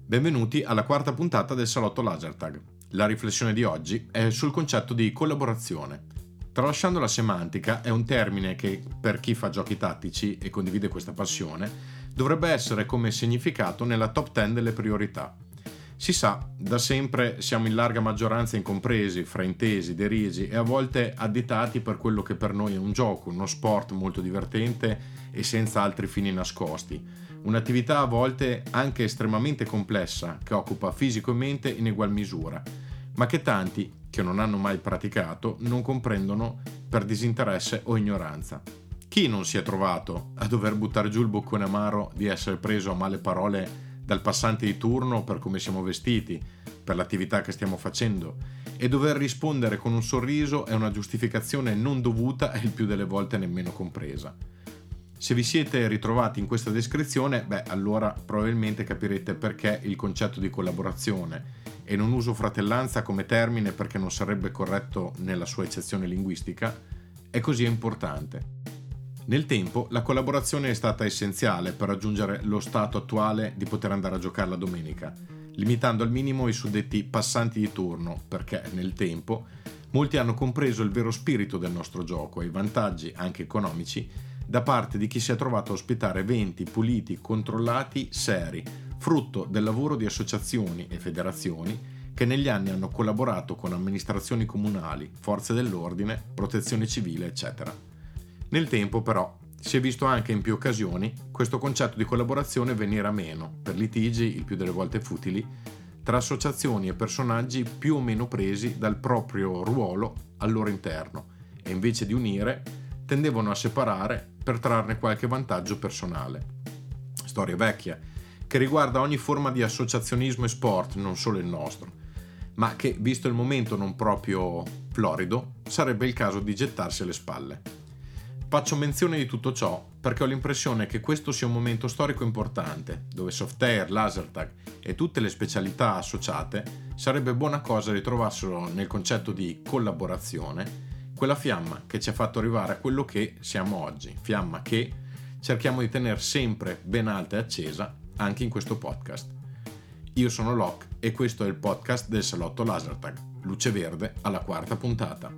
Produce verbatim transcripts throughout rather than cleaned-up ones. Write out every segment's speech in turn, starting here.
Benvenuti alla quarta puntata del Salotto Lasertag. La riflessione di oggi è sul concetto di collaborazione. Tralasciando la semantica, è un termine che, per chi fa giochi tattici e condivide questa passione, dovrebbe essere come significato nella top dieci delle priorità. Si sa, da sempre siamo in larga maggioranza incompresi, fraintesi, derisi e a volte additati per quello che per noi è un gioco, uno sport molto divertente e senza altri fini nascosti. Un'attività a volte anche estremamente complessa che occupa fisico e mente in egual misura, ma che tanti, che non hanno mai praticato, non comprendono per disinteresse o ignoranza. Chi non si è trovato a dover buttare giù il boccone amaro di essere preso a male parole dal passante di turno per come siamo vestiti, per l'attività che stiamo facendo, e dover rispondere con un sorriso e una giustificazione non dovuta e il più delle volte nemmeno compresa? Se vi siete ritrovati in questa descrizione, beh, allora probabilmente capirete perché il concetto di collaborazione, e non uso fratellanza come termine perché non sarebbe corretto nella sua accezione linguistica, è così importante. Nel tempo la collaborazione è stata essenziale per raggiungere lo stato attuale di poter andare a giocare la domenica, limitando al minimo i suddetti passanti di turno, perché nel tempo molti hanno compreso il vero spirito del nostro gioco e i vantaggi, anche economici, da parte di chi si è trovato a ospitare eventi puliti, controllati, seri, frutto del lavoro di associazioni e federazioni che negli anni hanno collaborato con amministrazioni comunali, forze dell'ordine, protezione civile, eccetera. Nel tempo, però, si è visto anche in più occasioni questo concetto di collaborazione venire a meno, per litigi, il più delle volte futili, tra associazioni e personaggi più o meno presi dal proprio ruolo al loro interno e invece di unire tendevano a separare per trarne qualche vantaggio personale. Storia vecchia, che riguarda ogni forma di associazionismo e sport, non solo il nostro, ma che, visto il momento non proprio florido, sarebbe il caso di gettarsi alle spalle. Faccio menzione di tutto ciò perché ho l'impressione che questo sia un momento storico importante, dove Softair, Lasertag e tutte le specialità associate sarebbe buona cosa ritrovassero nel concetto di collaborazione quella fiamma che ci ha fatto arrivare a quello che siamo oggi, fiamma che cerchiamo di tenere sempre ben alta e accesa anche in questo podcast. Io sono Locke e questo è il podcast del Salotto Lasertag, luce verde alla quarta puntata.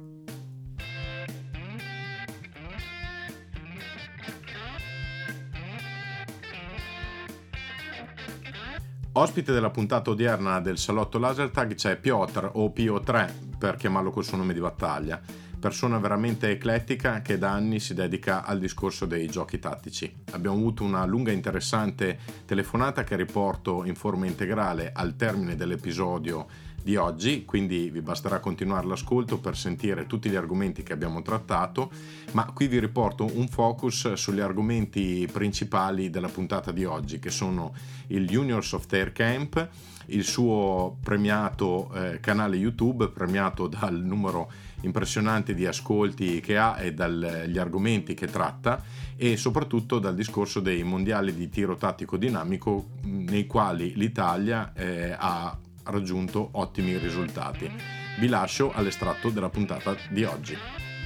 Ospite della puntata odierna del Salotto Lasertag c'è Piotr, o Pio tre per chiamarlo col suo nome di battaglia, persona veramente eclettica che da anni si dedica al discorso dei giochi tattici. Abbiamo avuto una lunga e interessante telefonata che riporto in forma integrale al termine dell'episodio di oggi, quindi vi basterà continuare l'ascolto per sentire tutti gli argomenti che abbiamo trattato, ma qui vi riporto un focus sugli argomenti principali della puntata di oggi, che sono il Junior Softair Camp, il suo premiato eh, canale YouTube, premiato dal numero impressionante di ascolti che ha e dagli argomenti che tratta, e soprattutto dal discorso dei mondiali di tiro tattico dinamico nei quali l'Italia eh, ha raggiunto ottimi risultati. Vi lascio all'estratto della puntata di oggi.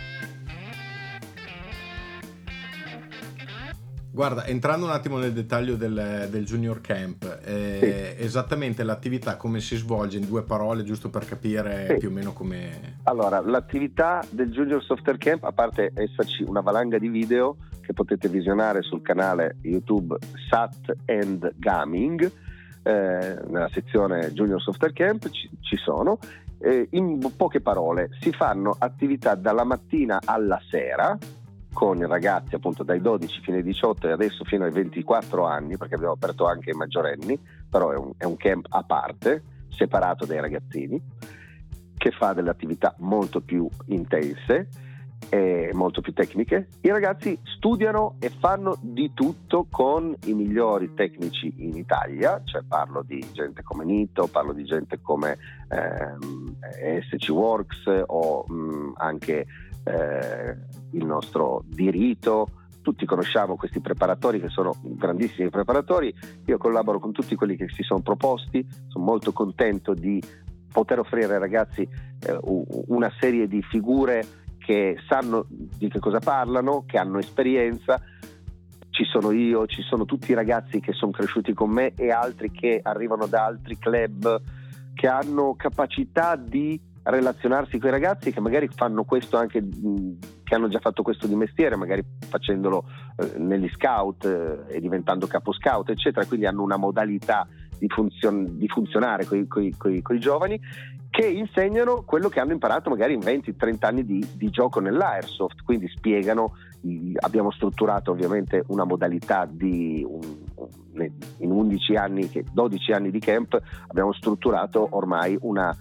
Guarda, entrando un attimo nel dettaglio del, del Junior Camp, eh, sì. Esattamente l'attività come si svolge in due parole, giusto per capire sì. più o meno come... Allora, l'attività del Junior Softair Camp, a parte esserci una valanga di video che potete visionare sul canale YouTube Sat and Gaming, eh, nella sezione Junior Softair Camp ci, ci sono, eh, in poche parole si fanno attività dalla mattina alla sera con i ragazzi appunto dai dodici fino ai diciotto e adesso fino ai ventiquattro anni, perché abbiamo aperto anche i maggiorenni, però è un, è un camp a parte, separato dai ragazzini, che fa delle attività molto più intense e molto più tecniche. I ragazzi studiano e fanno di tutto con i migliori tecnici in Italia, cioè parlo di gente come Nito, parlo di gente come ehm, S C Works o mh, anche eh, il nostro Dirito. Tutti conosciamo questi preparatori che sono grandissimi preparatori. Io collaboro con tutti quelli che si sono proposti, sono molto contento di poter offrire ai ragazzi eh, una serie di figure che sanno di che cosa parlano, che hanno esperienza, ci sono io, ci sono tutti i ragazzi che sono cresciuti con me e altri che arrivano da altri club che hanno capacità di relazionarsi con i ragazzi, che magari fanno questo anche, che hanno già fatto questo di mestiere, magari facendolo eh, negli scout eh, e diventando capo scout eccetera, quindi hanno una modalità di, funzion- di funzionare con i giovani, che insegnano quello che hanno imparato magari in venti trenta anni di, di gioco nell'airsoft, quindi spiegano. Abbiamo strutturato ovviamente una modalità di un, un, in undici anni, dodici anni di camp, abbiamo strutturato ormai una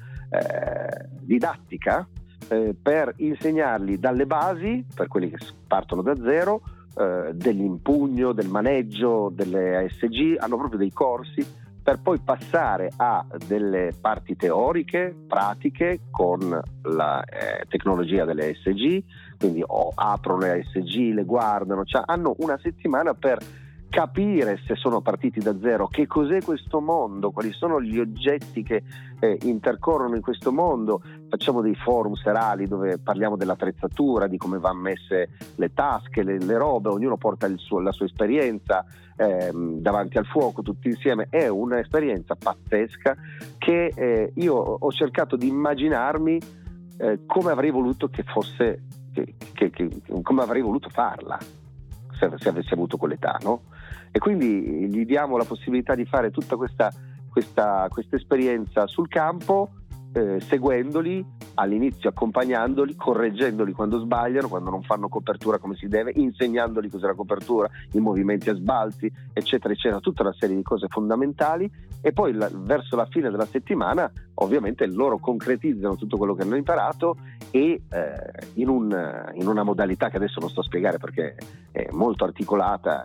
eh, didattica eh, per insegnarli dalle basi, per quelli che partono da zero, eh, dell'impugno, del maneggio, delle A S G, hanno proprio dei corsi per poi passare a delle parti teoriche, pratiche con la eh, tecnologia delle A S G, quindi oh, aprono le A S G, le guardano, cioè hanno una settimana per capire, se sono partiti da zero, che cos'è questo mondo, quali sono gli oggetti che eh, intercorrono in questo mondo. Facciamo dei forum serali dove parliamo dell'attrezzatura, di come vanno messe le tasche, le, le robe, ognuno porta il suo, la sua esperienza ehm, davanti al fuoco tutti insieme. È un'esperienza pazzesca che eh, io ho cercato di immaginarmi eh, come avrei voluto che fosse, che, che, che, come avrei voluto farla se, se avessi avuto quell'età, no? E quindi gli diamo la possibilità di fare tutta questa questa questa esperienza sul campo, eh, seguendoli all'inizio, accompagnandoli, correggendoli quando sbagliano, quando non fanno copertura come si deve, insegnandoli cos'è la copertura, i movimenti a sbalzi, eccetera eccetera, tutta una serie di cose fondamentali. E poi la, verso la fine della settimana ovviamente loro concretizzano tutto quello che hanno imparato e eh, in, un, in una modalità che adesso non sto a spiegare perché è molto articolata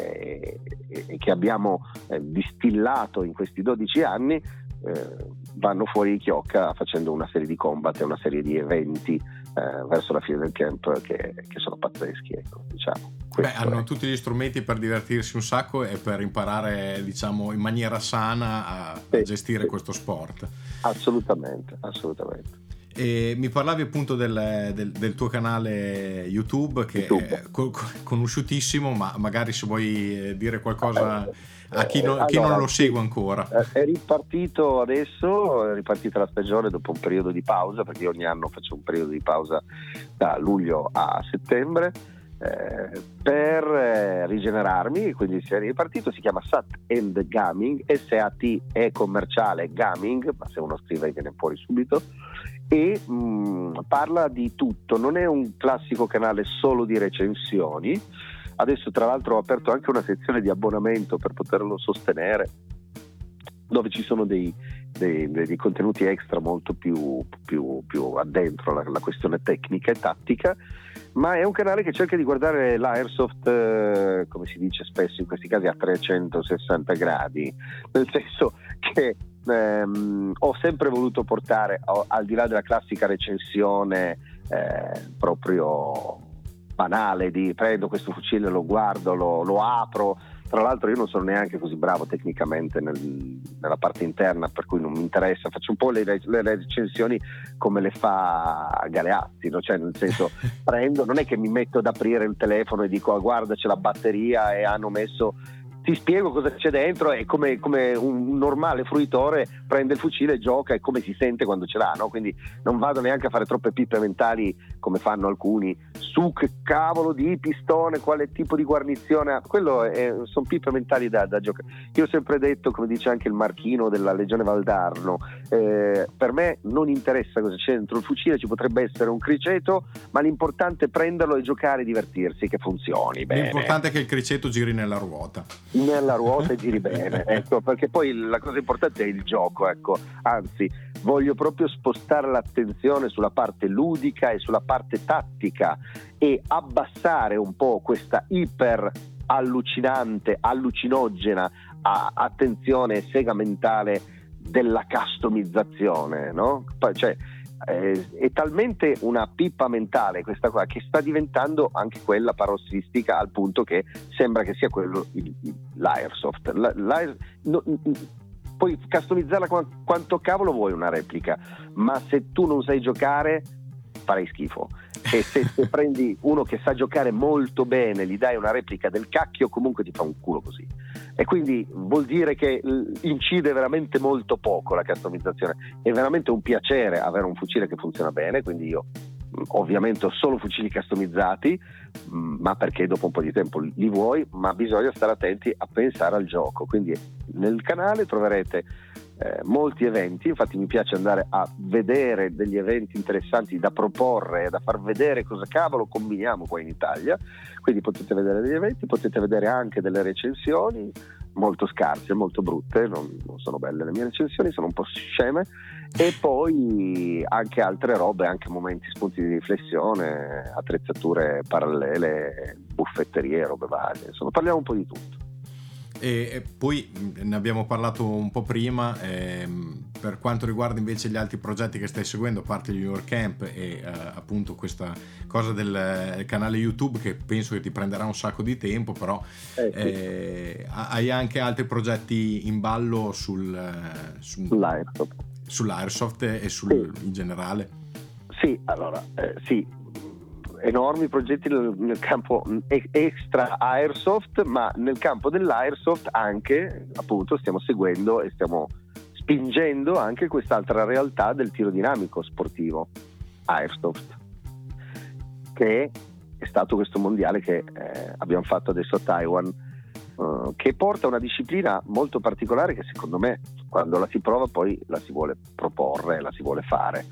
e, e, e che abbiamo eh, distillato in questi dodici anni, eh, vanno fuori di Chiocca facendo una serie di combat e una serie di eventi eh, verso la fine del camp che, che sono pazzeschi, ecco, diciamo. Beh, hanno è. tutti gli strumenti per divertirsi un sacco e per imparare, diciamo, in maniera sana a, sì, a gestire sì. questo sport. Assolutamente, assolutamente. E mi parlavi appunto del, del, del tuo canale YouTube che YouTube. è co- conosciutissimo, ma magari se vuoi dire qualcosa a chi, no, eh, chi allora, non lo segue ancora. È ripartito adesso, è ripartita la stagione dopo un periodo di pausa, perché io ogni anno faccio un periodo di pausa da luglio a settembre eh, per eh, rigenerarmi, quindi si è ripartito, si chiama Sat and Gaming, S A T è commerciale, Gaming, ma se uno scrive viene fuori subito, e mh, parla di tutto, non è un classico canale solo di recensioni. Adesso tra l'altro ho aperto anche una sezione di abbonamento per poterlo sostenere, dove ci sono dei, dei, dei contenuti extra molto più, più, più addentro la, la questione tecnica e tattica, ma è un canale che cerca di guardare l'airsoft, eh, come si dice spesso in questi casi, a trecentosessanta gradi, nel senso che ehm, ho sempre voluto portare, ho, al di là della classica recensione eh, proprio banale di prendo questo fucile, lo guardo, lo, lo apro. Tra l'altro io non sono neanche così bravo tecnicamente nel, nella parte interna, per cui non mi interessa, faccio un po' le, le, le recensioni come le fa Galeazzi, no? Cioè nel senso prendo, non è che mi metto ad aprire il telefono e dico ah, guarda c'è la batteria e hanno messo, ti spiego cosa c'è dentro, e come, come un normale fruitore prende il fucile, gioca e come si sente quando ce l'ha, no? Quindi non vado neanche a fare troppe pippe mentali come fanno alcuni su che cavolo di pistone, quale tipo di guarnizione, quello è, sono pippe mentali da, da giocare. Io ho sempre detto, come dice anche il Marchino della Legione Valdarno, eh, per me non interessa cosa c'è dentro il fucile, ci potrebbe essere un criceto, ma l'importante è prenderlo e giocare e divertirsi, che funzioni bene. L'importante è che il criceto giri nella ruota. nella ruota e giri bene, ecco, perché poi la cosa importante è il gioco, ecco, anzi voglio proprio spostare l'attenzione sulla parte ludica e sulla parte tattica e abbassare un po' questa iper allucinante, allucinogena a, attenzione sega mentale della customizzazione, no? Cioè Eh, è talmente una pippa mentale questa qua che sta diventando anche quella parossistica, al punto che sembra che sia quello il, il, l'airsoft la, l'air, no, puoi customizzarla quanto cavolo vuoi una replica, ma se tu non sai giocare farai schifo. e se, se prendi uno che sa giocare molto bene, gli dai una replica del cacchio, comunque ti fa un culo così. E quindi vuol dire che incide veramente molto poco la customizzazione. È veramente un piacere avere un fucile che funziona bene, quindi io ovviamente ho solo fucili customizzati, ma perché dopo un po' di tempo li vuoi, ma bisogna stare attenti a pensare al gioco. Quindi nel canale troverete eh, molti eventi, infatti mi piace andare a vedere degli eventi interessanti da proporre, da far vedere cosa cavolo combiniamo qua in Italia. Quindi potete vedere degli eventi, potete vedere anche delle recensioni molto scarse, molto brutte, non, non sono belle le mie recensioni, sono un po' sceme, e poi anche altre robe, anche momenti, spunti di riflessione, attrezzature parallele, buffetterie, robe varie, insomma parliamo un po' di tutto. E, e poi ne abbiamo parlato un po' prima, ehm, per quanto riguarda invece gli altri progetti che stai seguendo, a parte il New York Camp e eh, appunto questa cosa del eh, canale YouTube, che penso che ti prenderà un sacco di tempo, però eh, sì. eh, hai anche altri progetti in ballo sul, eh, sul, sull'Airsoft. sull'Airsoft e sul, sì. in generale? Sì, allora, eh, sì, enormi progetti nel, nel campo extra Airsoft, ma nel campo dell'Airsoft anche, appunto, stiamo seguendo e stiamo spingendo anche quest'altra realtà del tiro dinamico sportivo, Airsoft, che è stato questo mondiale che eh, abbiamo fatto adesso a Taiwan, eh, che porta una disciplina molto particolare che secondo me quando la si prova poi la si vuole proporre, la si vuole fare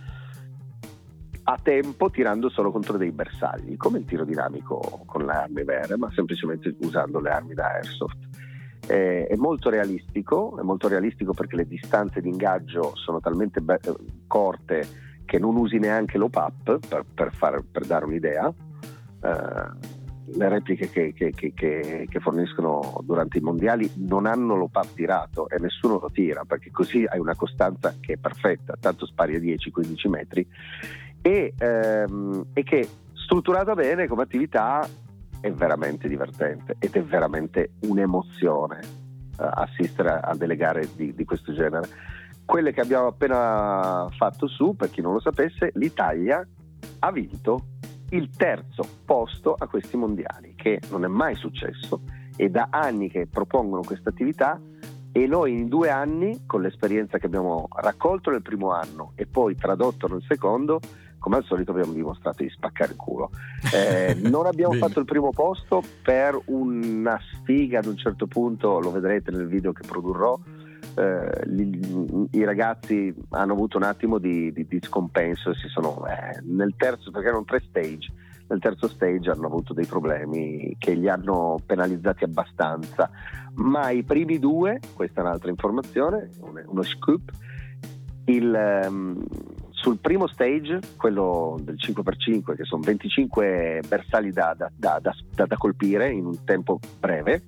a tempo, tirando solo contro dei bersagli, come il tiro dinamico con le armi vere, ma semplicemente usando le armi da Airsoft. È, è molto realistico, è molto realistico perché le distanze di ingaggio sono talmente be- corte che non usi neanche l'O P A P per, per, far, per dare un'idea. Uh, le repliche che, che, che, che, che forniscono durante i mondiali non hanno l'O P A P tirato e nessuno lo tira, perché così hai una costanza che è perfetta, tanto spari a dieci quindici metri. E, ehm, e che strutturata bene come attività è veramente divertente ed è veramente un'emozione uh, assistere a, a delle gare di, di questo genere. Quelle che abbiamo appena fatto su, per chi non lo sapesse, l'Italia ha vinto il terzo posto a questi mondiali, che non è mai successo, e da anni che propongono questa attività, e noi in due anni, con l'esperienza che abbiamo raccolto nel primo anno e poi tradotto nel secondo, come al solito abbiamo dimostrato di spaccare il culo. Eh, non abbiamo fatto il primo posto per una sfiga, ad un certo punto lo vedrete nel video che produrrò, eh, gli, i ragazzi hanno avuto un attimo di, di, di scompenso e si sono eh, nel terzo, perché erano tre stage, nel terzo stage hanno avuto dei problemi che li hanno penalizzati abbastanza, ma i primi due, questa è un'altra informazione, uno scoop, il um, sul primo stage, quello del cinque per cinque, che sono venticinque bersagli da, da, da, da, da colpire in un tempo breve,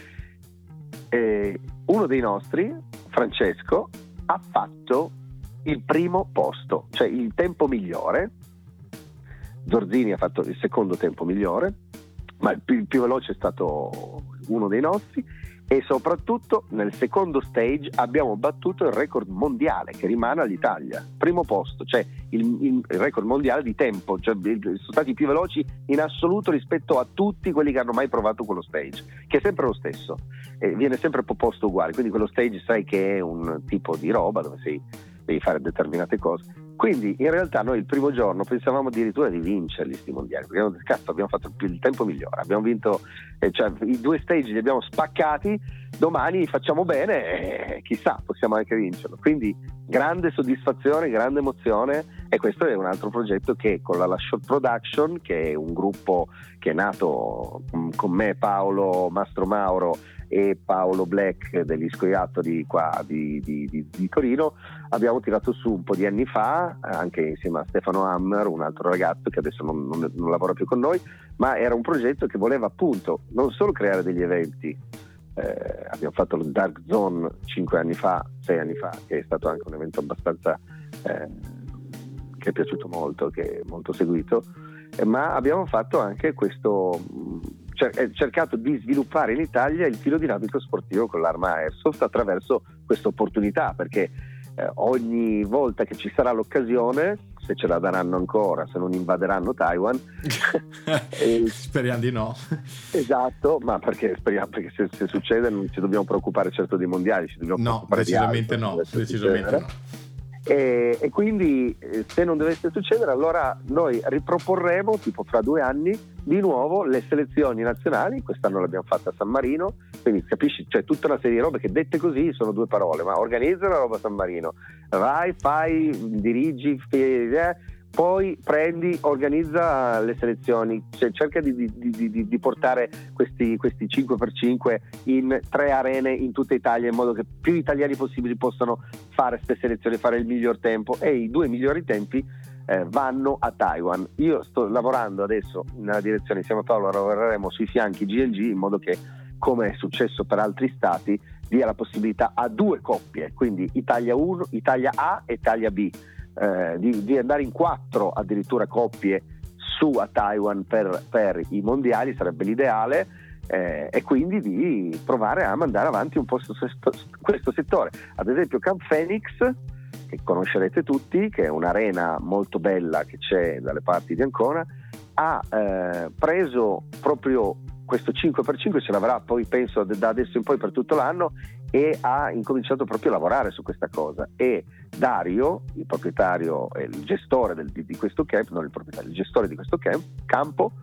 e uno dei nostri, Francesco, ha fatto il primo posto, cioè il tempo migliore. Zorzini ha fatto il secondo tempo migliore, ma il più, il più veloce è stato uno dei nostri. E soprattutto nel secondo stage abbiamo battuto il record mondiale che rimane all'Italia, primo posto, cioè il, il record mondiale di tempo, cioè sono stati i più veloci in assoluto rispetto a tutti quelli che hanno mai provato quello stage, che è sempre lo stesso e viene sempre proposto uguale, quindi quello stage sai che è un tipo di roba dove sei, devi fare determinate cose. Quindi in realtà noi il primo giorno pensavamo addirittura di vincerli sti mondiali, perché abbiamo, cazzo, abbiamo fatto il tempo migliore, abbiamo vinto, eh, cioè i due stage li abbiamo spaccati, domani facciamo bene e chissà, possiamo anche vincerlo. Quindi grande soddisfazione, grande emozione, e questo è un altro progetto che con la, la Shot Production, che è un gruppo che è nato con me, Paolo Mastro Mauro e Paolo Black degli Scoiattoli qua di, di, di, di Torino, abbiamo tirato su un po' di anni fa, anche insieme a Stefano Hammer, un altro ragazzo che adesso non, non, non lavora più con noi, ma era un progetto che voleva appunto non solo creare degli eventi, eh, abbiamo fatto lo Dark Zone cinque anni fa, sei anni fa, che è stato anche un evento abbastanza eh, che è piaciuto molto, che è molto seguito, eh, ma abbiamo fatto anche questo, cercato di sviluppare in Italia il tiro dinamico sportivo con l'arma Airsoft attraverso questa opportunità, perché eh, ogni volta che ci sarà l'occasione se ce la daranno ancora, se non invaderanno Taiwan. E, speriamo di no. Esatto, ma perché speriamo, perché se, se succede non ci dobbiamo preoccupare certo dei mondiali, ci dobbiamo no, preoccupare decisamente di altro, no, decisamente no. E, e quindi eh, se non dovesse succedere, allora noi riproporremo tipo fra due anni di nuovo le selezioni nazionali. Quest'anno l'abbiamo fatta a San Marino, quindi capisci, c'è tutta una serie di robe che dette così sono due parole, ma organizza la roba a San Marino, vai, fai, dirigi, eh, poi prendi, organizza le selezioni, cioè, cerca di, di, di, di portare questi, questi cinque per cinque in tre arene in tutta Italia, in modo che più italiani possibili possano fare queste selezioni, fare il miglior tempo, e i due migliori tempi eh, vanno a Taiwan. Io sto lavorando adesso nella direzione, insieme a Paolo lavoreremo sui fianchi G L G, in modo che, come è successo per altri stati, dia la possibilità a due coppie, quindi Italia uno, Italia A e Italia B, Eh, di, di andare in quattro addirittura coppie su a Taiwan per, per i mondiali, sarebbe l'ideale, eh, e quindi di provare a mandare avanti un po' questo settore. Ad esempio Camp Phoenix, che conoscerete tutti, che è un'arena molto bella che c'è dalle parti di Ancona, ha eh, preso proprio questo cinque per cinque, ce l'avrà poi penso da adesso in poi per tutto l'anno, e ha incominciato proprio a lavorare su questa cosa. E Dario, il proprietario e il gestore del, di, di questo camp, non il proprietario, il gestore di questo camp, campo,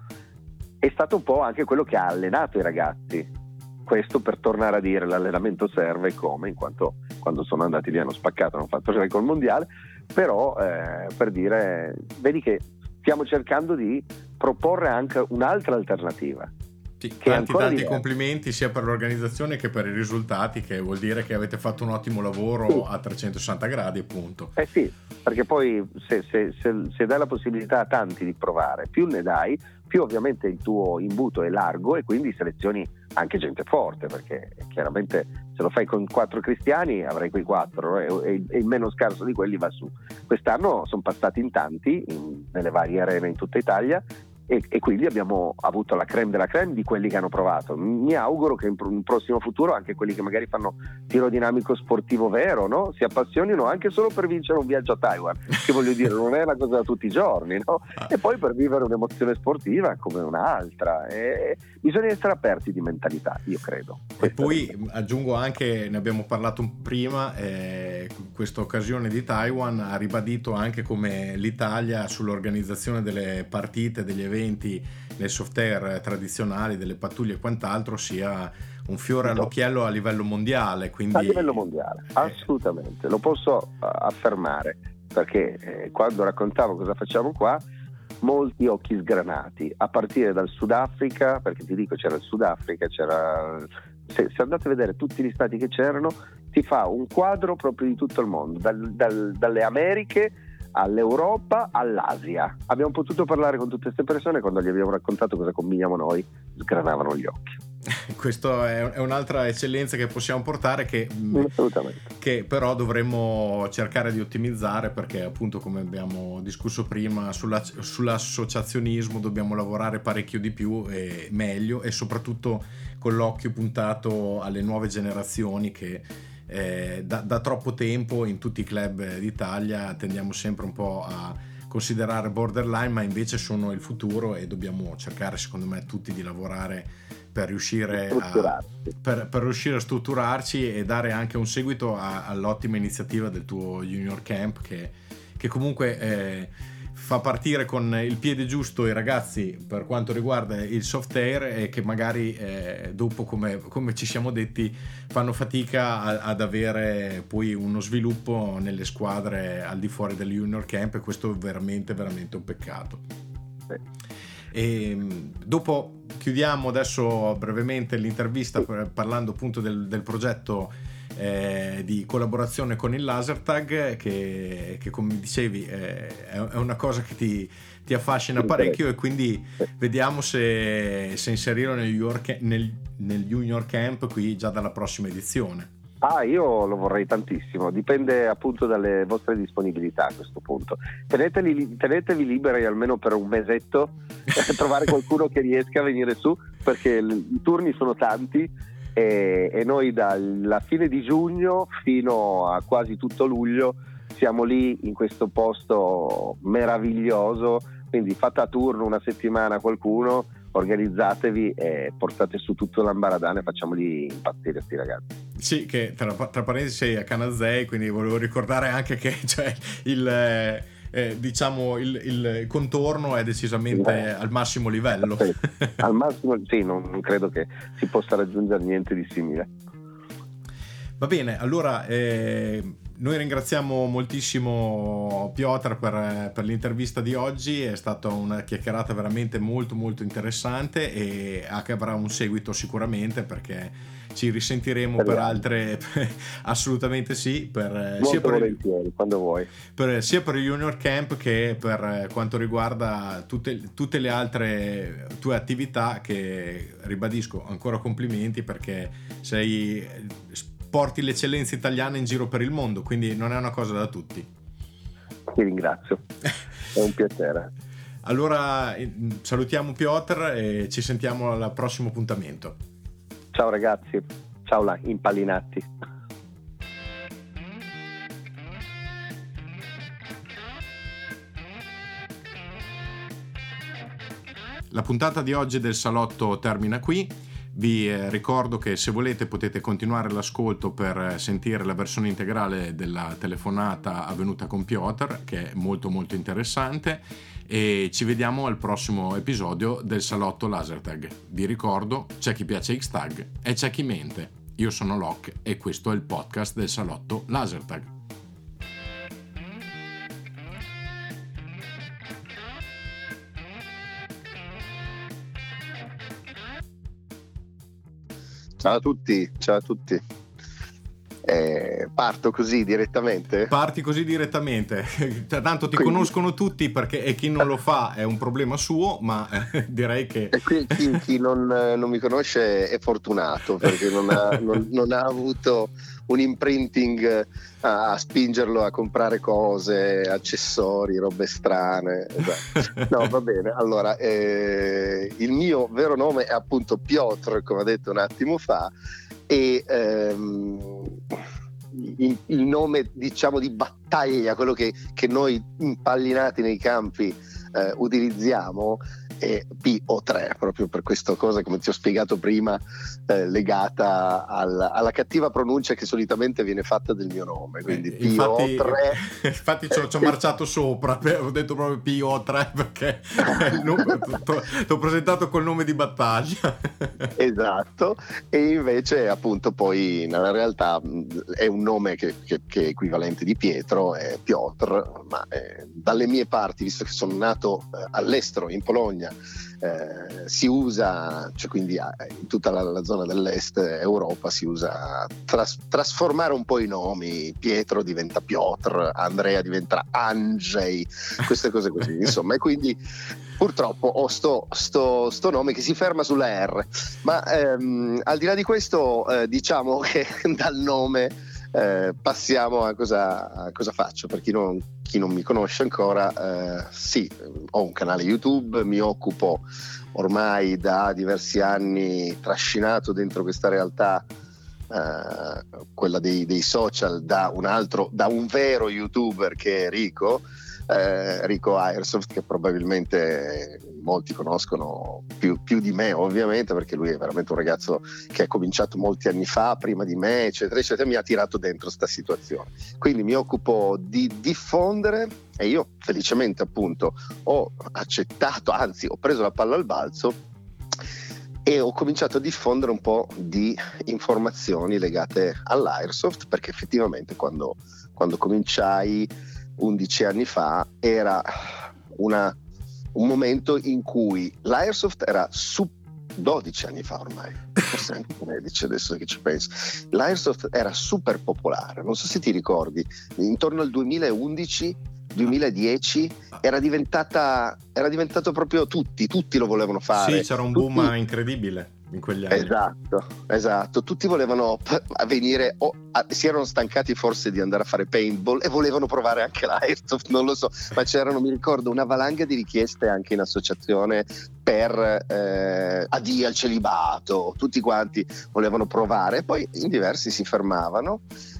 è stato un po' anche quello che ha allenato i ragazzi. Questo per tornare a dire l'allenamento serve come, in quanto quando sono andati via hanno spaccato, hanno fatto il record mondiale, però eh, per dire, vedi che stiamo cercando di proporre anche un'altra alternativa. Sì, tanti tanti diverso. Complimenti sia per l'organizzazione che per i risultati, che vuol dire che avete fatto un ottimo lavoro sì. a trecentosessanta gradi, appunto. Eh sì, perché poi se, se, se, se dai la possibilità a tanti di provare, più ne dai, più ovviamente il tuo imbuto è largo, e quindi selezioni anche gente forte, perché chiaramente se lo fai con quattro cristiani avrai quei quattro, no? e, e il meno scarso di quelli va su. Quest'anno sono passati in tanti in, nelle varie arene in tutta Italia, E, e quindi abbiamo avuto la crème della crème di quelli che hanno provato. Mi auguro che in un prossimo futuro anche quelli che magari fanno tiro dinamico sportivo vero, no? si appassionino anche solo per vincere un viaggio a Taiwan, che voglio dire non è una cosa da tutti i giorni, no? e poi per vivere un'emozione sportiva come un'altra, e bisogna essere aperti di mentalità, io credo. E poi aggiungo anche, ne abbiamo parlato prima, eh, questa occasione di Taiwan ha ribadito anche come l'Italia sull'organizzazione delle partite, degli eventi nel soft air tradizionali, delle pattuglie e quant'altro, sia un fiore all'occhiello a livello mondiale. Quindi... a livello mondiale, assolutamente, lo posso affermare, perché eh, quando raccontavo cosa facciamo qua, molti occhi sgranati, a partire dal Sudafrica, perché ti dico c'era il Sudafrica, c'era... Se, se andate a vedere tutti gli stati che c'erano, ti fa un quadro proprio di tutto il mondo, dal, dal, dalle Americhe all'Europa, all'Asia. Abbiamo potuto parlare con tutte queste persone, quando gli abbiamo raccontato cosa combiniamo noi, sgranavano gli occhi. Questo è un'altra eccellenza che possiamo portare, che, che però dovremmo cercare di ottimizzare, perché appunto, come abbiamo discusso prima, sulla, sull'associazionismo dobbiamo lavorare parecchio di più e meglio, e soprattutto con l'occhio puntato alle nuove generazioni che Eh, da, da troppo tempo in tutti i club d'Italia tendiamo sempre un po' a considerare borderline, ma invece sono il futuro, e dobbiamo cercare, secondo me, tutti di lavorare per riuscire a, per, per riuscire a strutturarci e dare anche un seguito a, all'ottima iniziativa del tuo Junior Camp, che, che comunque eh, fa partire con il piede giusto i ragazzi per quanto riguarda il soft air, e che magari eh, dopo, come, come ci siamo detti, fanno fatica a, ad avere poi uno sviluppo nelle squadre al di fuori del Junior Camp, e questo è veramente veramente un peccato. E dopo chiudiamo adesso brevemente l'intervista parlando appunto del, del progetto Eh, di collaborazione con il Lasertag, che, che come dicevi eh, è una cosa che ti, ti affascina parecchio, e quindi vediamo se, se inserirlo nel junior, nel, nel junior Camp qui già dalla prossima edizione. Ah, io lo vorrei tantissimo, dipende appunto dalle vostre disponibilità a questo punto. Teneteli, tenetevi liberi almeno per un mesetto per trovare qualcuno che riesca a venire su, perché i turni sono tanti, e, e noi dalla fine di giugno fino a quasi tutto luglio siamo lì in questo posto meraviglioso, quindi fate a turno una settimana a qualcuno, organizzatevi e portate su tutto l'ambaradane e facciamoli impazzire sti ragazzi. Sì, che tra, tra parentesi sei a Canazei, quindi volevo ricordare anche che cioè, il, eh, diciamo il, il contorno è decisamente Beh, al massimo livello. Sì, al massimo, sì, non credo che si possa raggiungere niente di simile. Va bene, allora eh, noi ringraziamo moltissimo Piotr per, per l'intervista di oggi, è stata una chiacchierata veramente molto molto interessante e che avrà un seguito sicuramente, perché ci risentiremo per, per altre assolutamente sì, per, sia, per il, quando vuoi. Per, sia per il Junior Camp che per quanto riguarda tutte, tutte le altre tue attività, che ribadisco ancora complimenti, perché sei porti l'eccellenza italiana in giro per il mondo, quindi non è una cosa da tutti. Ti ringrazio, è un piacere. Allora salutiamo Piotr e ci sentiamo al prossimo appuntamento. Ciao ragazzi, ciao là, impallinati. La puntata di oggi del Salotto termina qui. Vi eh, ricordo che se volete potete continuare l'ascolto per sentire la versione integrale della telefonata avvenuta con Piotr, che è molto molto interessante, e ci vediamo al prossimo episodio del Salotto Lasertag. Vi ricordo, c'è chi piace X-Tag e c'è chi mente. Io sono Locke e questo è il podcast del Salotto Lasertag. Ciao a tutti, ciao a tutti. Eh, parto così direttamente? Parti così direttamente, tanto ti Quindi... conoscono tutti, perché e chi non lo fa è un problema suo, ma eh, direi che e qui, chi, chi non, non mi conosce è fortunato, perché non ha, non, non ha avuto un imprinting a, a spingerlo a comprare cose, accessori, robe strane. Esatto. No, va bene. Allora, eh, il mio vero nome è appunto Piotr, come ho detto un attimo fa, e ehm, il, il nome, diciamo, di battaglia, quello che, che noi impallinati nei campi eh, utilizziamo, è P O tre, proprio per questa cosa, come ti ho spiegato prima, eh, legata al, alla cattiva pronuncia che solitamente viene fatta del mio nome, quindi eh, P O tre. Infatti ci ho marciato sopra, ho detto proprio P O tre perché ti ho presentato col nome di battaglia. Esatto, e invece appunto poi nella realtà è un nome che, che, che è equivalente di Pietro, è Piotr, ma eh, dalle mie parti, visto che sono nato eh, all'estero, in Polonia, Eh, si usa, cioè quindi in tutta la, la zona dell'est Europa si usa tras, trasformare un po' i nomi. Pietro diventa Piotr, Andrea diventa Andrzej, queste cose così, insomma, e quindi purtroppo ho sto, sto, sto nome che si ferma sulla R, ma ehm, al di là di questo eh, diciamo che dal nome eh, passiamo a cosa, a cosa faccio. Per chi non Chi non mi conosce ancora, eh, sì, ho un canale YouTube, mi occupo ormai da diversi anni, trascinato dentro questa realtà, eh, quella dei, dei social, da un altro, da un vero YouTuber che è Rico, eh, Rico Airsoft, che probabilmente molti conoscono più, più di me, ovviamente, perché lui è veramente un ragazzo che ha cominciato molti anni fa, prima di me, eccetera eccetera, mi ha tirato dentro sta situazione. Quindi mi occupo di diffondere, e io felicemente appunto ho accettato, anzi ho preso la palla al balzo e ho cominciato a diffondere un po' di informazioni legate all'Airsoft, perché effettivamente quando, quando cominciai undici anni fa era una un momento in cui l'Airsoft era su dodici anni fa ormai, forse anche tredici adesso che ci penso, l'Airsoft era super popolare, non so se ti ricordi, intorno al duemilaundici duemiladieci era diventata era diventato proprio tutti tutti lo volevano fare. Sì, c'era un tutti... boom incredibile in quegli anni. Esatto, esatto. Tutti volevano a venire, o a, si erano stancati forse di andare a fare paintball e volevano provare anche l'Airsoft, non lo so, ma c'erano, mi ricordo, una valanga di richieste anche in associazione per eh, addio al celibato, tutti quanti volevano provare, poi in diversi si fermavano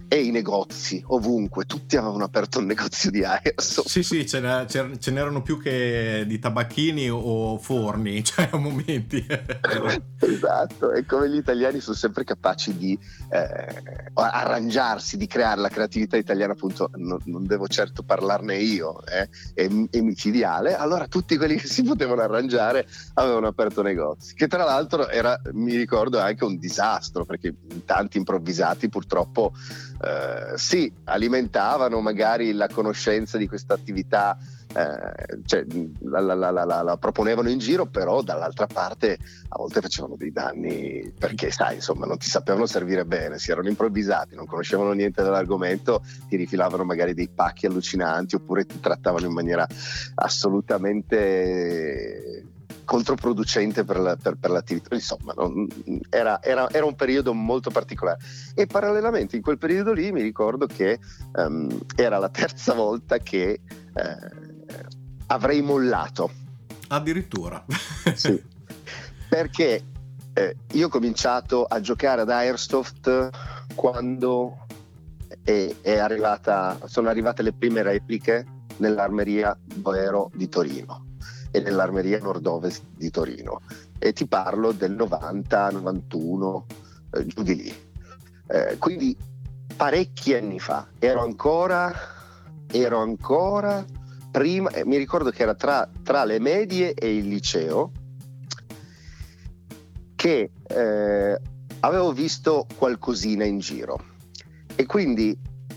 e i negozi ovunque, tutti avevano aperto un negozio di Airsoft. Sì, sì, ce, n'era, ce n'erano più che di tabacchini o forni, cioè a momenti. Esatto, e come gli italiani sono sempre capaci di eh, arrangiarsi, di creare la creatività italiana, appunto, non, non devo certo parlarne io, eh, è, è micidiale. Allora tutti quelli che si potevano arrangiare avevano aperto negozi, che tra l'altro era, mi ricordo, anche un disastro, perché tanti improvvisati purtroppo eh, sì, alimentavano magari la conoscenza di questa attività, eh, cioè la, la, la, la, la proponevano in giro, però dall'altra parte a volte facevano dei danni, perché sai, insomma, non ti sapevano servire bene, si erano improvvisati, non conoscevano niente dell'argomento, ti rifilavano magari dei pacchi allucinanti, oppure ti trattavano in maniera assolutamente controproducente per, la, per, per l'attività. Insomma, non, era, era, era un periodo molto particolare, e parallelamente in quel periodo lì mi ricordo che um, era la terza volta che eh, avrei mollato. Addirittura. Sì, perché eh, io ho cominciato a giocare ad Airsoft quando è, è arrivata, sono arrivate le prime repliche nell'armeria Boero di Torino e nell'armeria nord-ovest di Torino, e ti parlo del novanta novantuno, eh, giù di lì, eh, quindi parecchi anni fa. Ero ancora ero ancora prima, eh, mi ricordo che era tra, tra le medie e il liceo, che eh, avevo visto qualcosina in giro, e quindi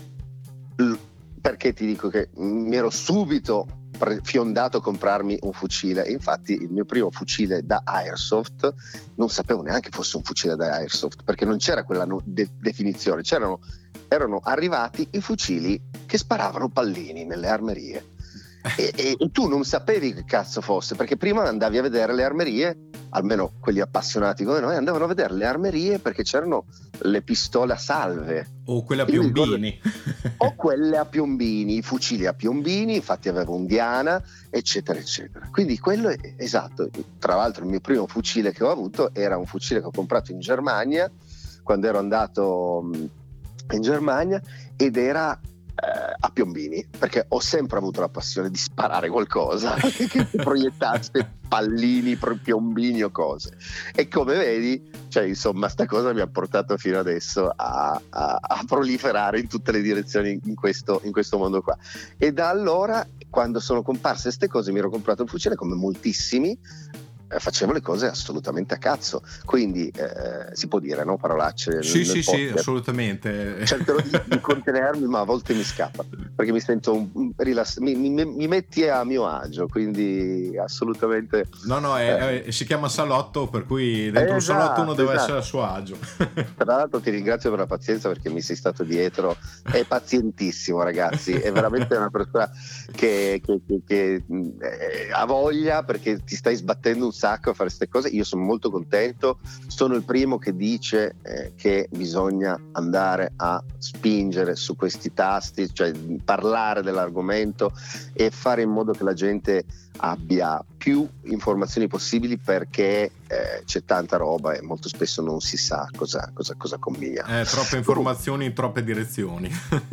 l- perché ti dico che mi ero subito fiondato a comprarmi un fucile. Infatti il mio primo fucile da Airsoft, non sapevo neanche fosse un fucile da Airsoft, perché non c'era quella de- definizione, c'erano erano arrivati i fucili che sparavano pallini nelle armerie, e, e, e tu non sapevi che cazzo fosse, perché prima andavi a vedere le armerie, almeno quelli appassionati come noi andavano a vedere le armerie perché c'erano le pistole a salve o quelle a piombini o quelle a piombini, i fucili a piombini, infatti avevo un Diana, eccetera eccetera. Quindi quello è esatto. Tra l'altro il mio primo fucile che ho avuto era un fucile che ho comprato in Germania quando ero andato in Germania, ed era eh, a piombini, perché ho sempre avuto la passione di sparare qualcosa che, che proiettasse pallini, piombini o cose, e come vedi, cioè insomma sta cosa mi ha portato fino adesso a, a, a proliferare in tutte le direzioni in questo, in questo mondo qua. E da allora, quando sono comparse queste cose, mi ero comprato un fucile, come moltissimi facevo le cose assolutamente a cazzo, quindi eh, si può dire, no? Parolacce sì nel, sì nel sì, assolutamente. Cercherò di, di contenermi, ma a volte mi scappa, perché mi sento un, un rilass- mi, mi, mi metti a mio agio, quindi assolutamente no no è, eh. è, si chiama salotto, per cui dentro esatto, un salotto uno deve esatto. essere a suo agio. Tra l'altro ti ringrazio per la pazienza, perché mi sei stato dietro, è pazientissimo, ragazzi, è veramente una persona che, che, che, che eh, ha voglia, perché ti stai sbattendo un sacco a fare queste cose. Io sono molto contento, sono il primo che dice eh, che bisogna andare a spingere su questi tasti, cioè parlare dell'argomento e fare in modo che la gente abbia più informazioni possibili, perché eh, c'è tanta roba e molto spesso non si sa cosa, cosa, cosa combina. Eh, troppe informazioni in troppe direzioni.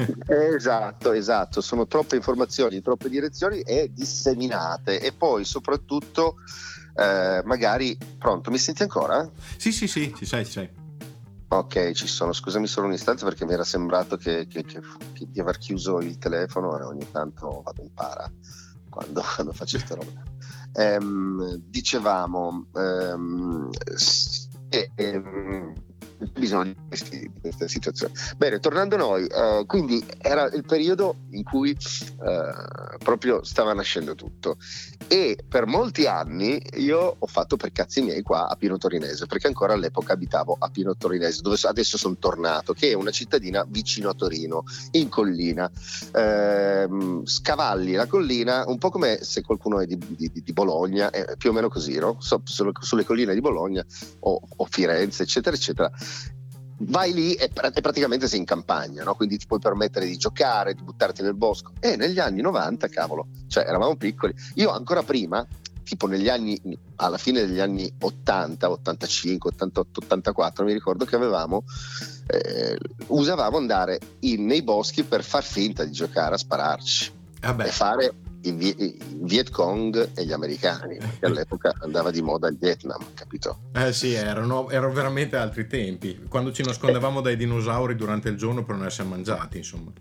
Esatto, esatto, sono troppe informazioni in troppe direzioni e disseminate, e poi soprattutto eh, magari pronto, mi senti ancora? Sì sì sì, ci sei, ci sei. Ok, ci sono, scusami solo un istante, perché mi era sembrato che, che, che, che di aver chiuso il telefono, e ogni tanto vado in para quando, quando faccio queste robe. Ehm, dicevamo ehm, eh, ehm, bisogno di, questi, di queste situazioni. Bene, tornando a noi, eh, quindi era il periodo in cui eh, proprio stava nascendo tutto, e per molti anni io ho fatto per cazzi miei qua a Pino Torinese, perché ancora all'epoca abitavo a Pino Torinese, dove adesso sono tornato, che è una cittadina vicino a Torino, in collina. Eh, scavalli la collina, un po' come se qualcuno è di, di, di Bologna, è più o meno così, no? So, sulle, sulle colline di Bologna o, o Firenze, eccetera eccetera. Vai lì e, e praticamente sei in campagna, no? Quindi ti puoi permettere di giocare, di buttarti nel bosco. E negli anni novanta, cavolo, cioè eravamo piccoli, io ancora prima tipo negli anni, alla fine degli anni ottanta, ottantacinque, ottantotto, ottantaquattro, mi ricordo che avevamo eh, usavamo andare in, nei boschi per far finta di giocare a spararci ah beh. e fare i, i Viet Cong e gli americani, perché all'epoca andava di moda il Vietnam, capito? Eh sì, erano, erano veramente altri tempi, quando ci nascondevamo dai dinosauri durante il giorno per non essere mangiati, insomma.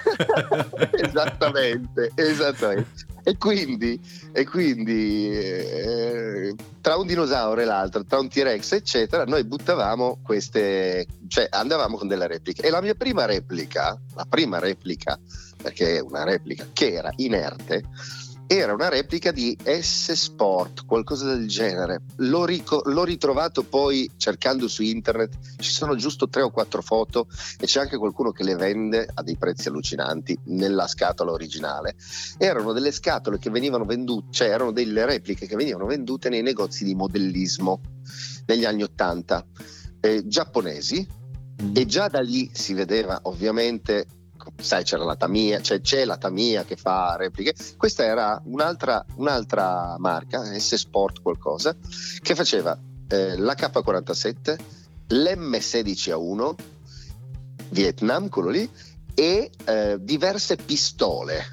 esattamente, esattamente. E quindi, e quindi eh, tra un dinosauro e l'altro, tra un T-Rex eccetera, noi buttavamo queste, cioè andavamo con delle repliche. E la mia prima replica, la prima replica, perché è una replica che era inerte, era una replica di S-Sport, qualcosa del genere. L'ho, rico- l'ho ritrovato poi cercando su internet, ci sono giusto tre o quattro foto e c'è anche qualcuno che le vende a dei prezzi allucinanti nella scatola originale. Erano delle scatole che venivano vendute, cioè erano delle repliche che venivano vendute nei negozi di modellismo negli anni ottanta, eh, giapponesi, mm. e già da lì si vedeva ovviamente, sai, c'era la Tamiya, cioè c'è la Tamiya che fa repliche. Questa era un'altra, un'altra marca, S-Sport qualcosa, che faceva eh, la K quarantasette, l'M sedici A uno Vietnam, quello lì, e eh, diverse pistole.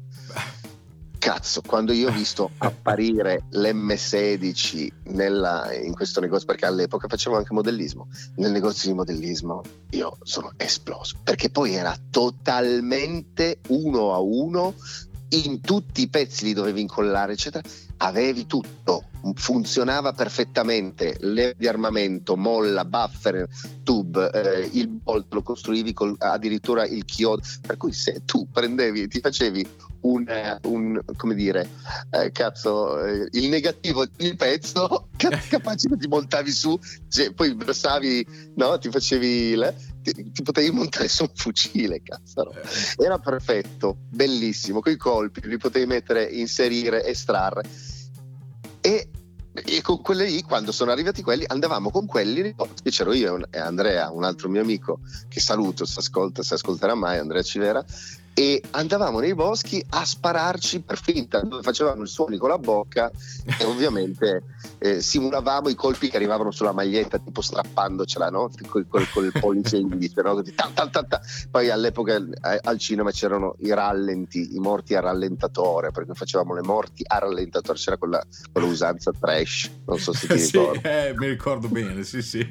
Cazzo, quando io ho visto apparire l'M sedici nella, in questo negozio, perché all'epoca facevo anche modellismo, nel negozio di modellismo io sono esploso, perché poi era totalmente uno a uno, in tutti i pezzi li dovevi incollare eccetera, avevi tutto, funzionava perfettamente, leve di armamento, molla, buffer, tube, eh, il bolt lo costruivi col, addirittura il chiodo, per cui se tu prendevi, ti facevi un, un come dire, eh, cazzo, eh, il negativo del pezzo, capace che ti montavi su, cioè, poi versavi, no, ti facevi il, ti, ti potevi montare su un fucile, cazzo, no? Era perfetto, bellissimo, quei colpi li potevi mettere, inserire, estrarre. E, e con quelle lì, quando sono arrivati quelli, andavamo con quelli, che c'ero io e Andrea, un altro mio amico che saluto, se ascolta, se ascolterà mai, Andrea Civera, e andavamo nei boschi a spararci per finta, dove facevamo il suono con la bocca e ovviamente eh, simulavamo i colpi che arrivavano sulla maglietta, tipo strappandocela, no? Col, col, col pollice indice, no? Ta, ta, ta, ta. Poi all'epoca eh, al cinema c'erano i rallenti, i morti a rallentatore, perché facevamo le morti a rallentatore, c'era quella, quella usanza trash, non so se ti sì, ricordi. Eh, mi ricordo bene, sì sì.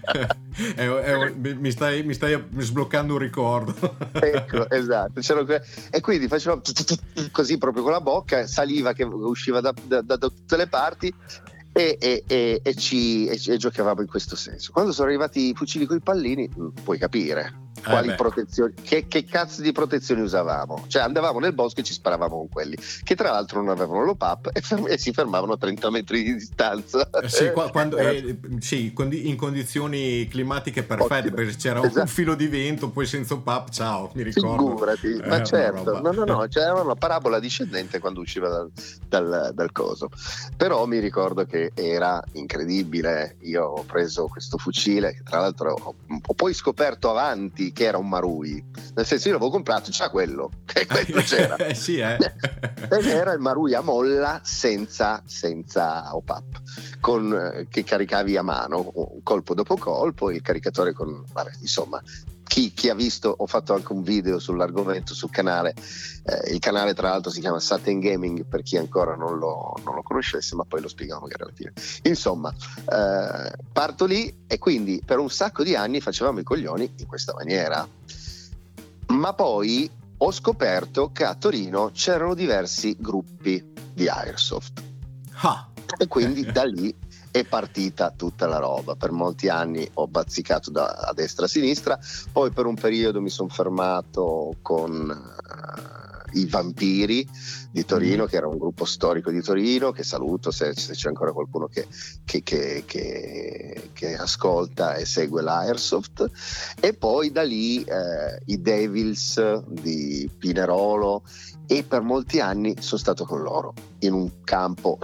è, è, mi, stai, mi stai sbloccando un ricordo. Ecco, esatto, c'era, e quindi facevamo così proprio con la bocca, saliva che usciva da, da, da tutte le parti e, e, e, e, ci, e, e giocavamo in questo senso. Quando sono arrivati i fucili con i pallini, puoi capire quali eh protezioni, che, che cazzo di protezioni usavamo, cioè andavamo nel bosco e ci sparavamo con quelli che tra l'altro non avevano l'O P A P e, ferm- e si fermavano a trenta metri di distanza. Eh sì, qua, quando, eh, sì, in condizioni climatiche perfette. Ottimo. Perché c'era esatto. un filo di vento, poi senza O P A P, ciao, mi ricordo. Figurati, eh, ma certo, no no no, c'era una parabola discendente quando usciva dal, dal, dal coso, però mi ricordo che era incredibile. Io ho preso questo fucile che tra l'altro ho, ho poi scoperto avanti che era un Marui, nel senso io l'avevo comprato, c'era quello, che quello c'era. eh sì, eh. Ed era il Marui a molla senza, senza O P A P, con, eh, che caricavi a mano, colpo dopo colpo, il caricatore con, vabbè, insomma, chi, chi ha visto, ho fatto anche un video sull'argomento sul canale, eh, il canale tra l'altro si chiama Satin Gaming per chi ancora non lo, non lo conoscesse, ma poi lo spieghiamo magari alla fine. Insomma, eh, parto lì e quindi per un sacco di anni facevamo i coglioni in questa maniera, ma poi ho scoperto che a Torino c'erano diversi gruppi di Airsoft ah. e quindi da lì è partita tutta la roba. Per molti anni ho bazzicato da a destra a sinistra, poi per un periodo mi sono fermato con uh, i Vampiri di Torino, mm. che era un gruppo storico di Torino, che saluto se, se c'è ancora qualcuno che, che, che, che, che ascolta e segue l'Airsoft, e poi da lì eh, i Devils di Pinerolo, e per molti anni sono stato con loro in un campo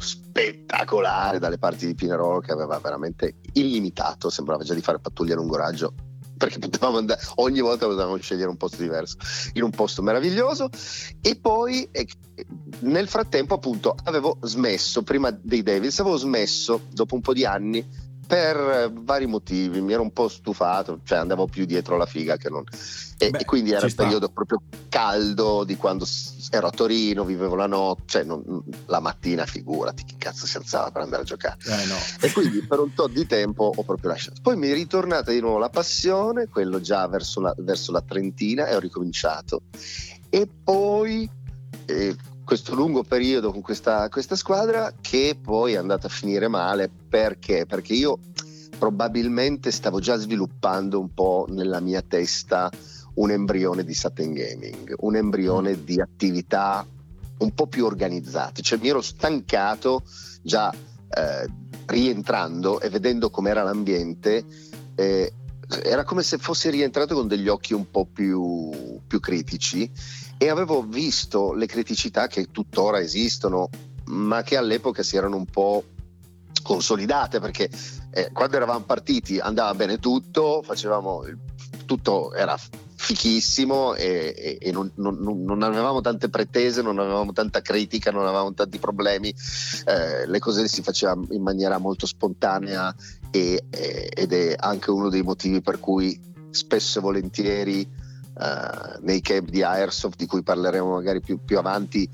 spettacolare dalle parti di Pinerolo che aveva veramente illimitato, sembrava già di fare pattuglia a lungo raggio perché potevamo andare, ogni volta potevamo scegliere un posto diverso, in un posto meraviglioso. E poi eh, nel frattempo appunto avevo smesso, prima dei Devils avevo smesso dopo un po' di anni per vari motivi, mi ero un po' stufato, cioè andavo più dietro la figa che non e, Beh, e quindi era il sta. periodo proprio caldo di quando ero a Torino, vivevo la notte, cioè non, la mattina figurati chi cazzo si alzava per andare a giocare, eh, no. e quindi per un tot di tempo ho proprio lasciato. Poi mi è ritornata di nuovo la passione, quello già verso la, verso la trentina, e ho ricominciato. E poi eh, questo lungo periodo con questa, questa squadra, che poi è andata a finire male. Perché? Perché io probabilmente stavo già sviluppando un po' nella mia testa un embrione di Satin Gaming, un embrione mm. di attività un po' più organizzate, cioè mi ero stancato già eh, rientrando e vedendo com'era l'ambiente, eh, era come se fossi rientrato con degli occhi un po' più, più critici, e avevo visto le criticità che tuttora esistono, ma che all'epoca si erano un po' consolidate, perché eh, quando eravamo partiti andava bene tutto, facevamo tutto, era fichissimo, e, e, e non, non, non avevamo tante pretese, non avevamo tanta critica, non avevamo tanti problemi, eh, le cose si facevano in maniera molto spontanea, e, e, ed è anche uno dei motivi per cui spesso e volentieri Uh, nei camp di Airsoft, di cui parleremo magari più, più avanti,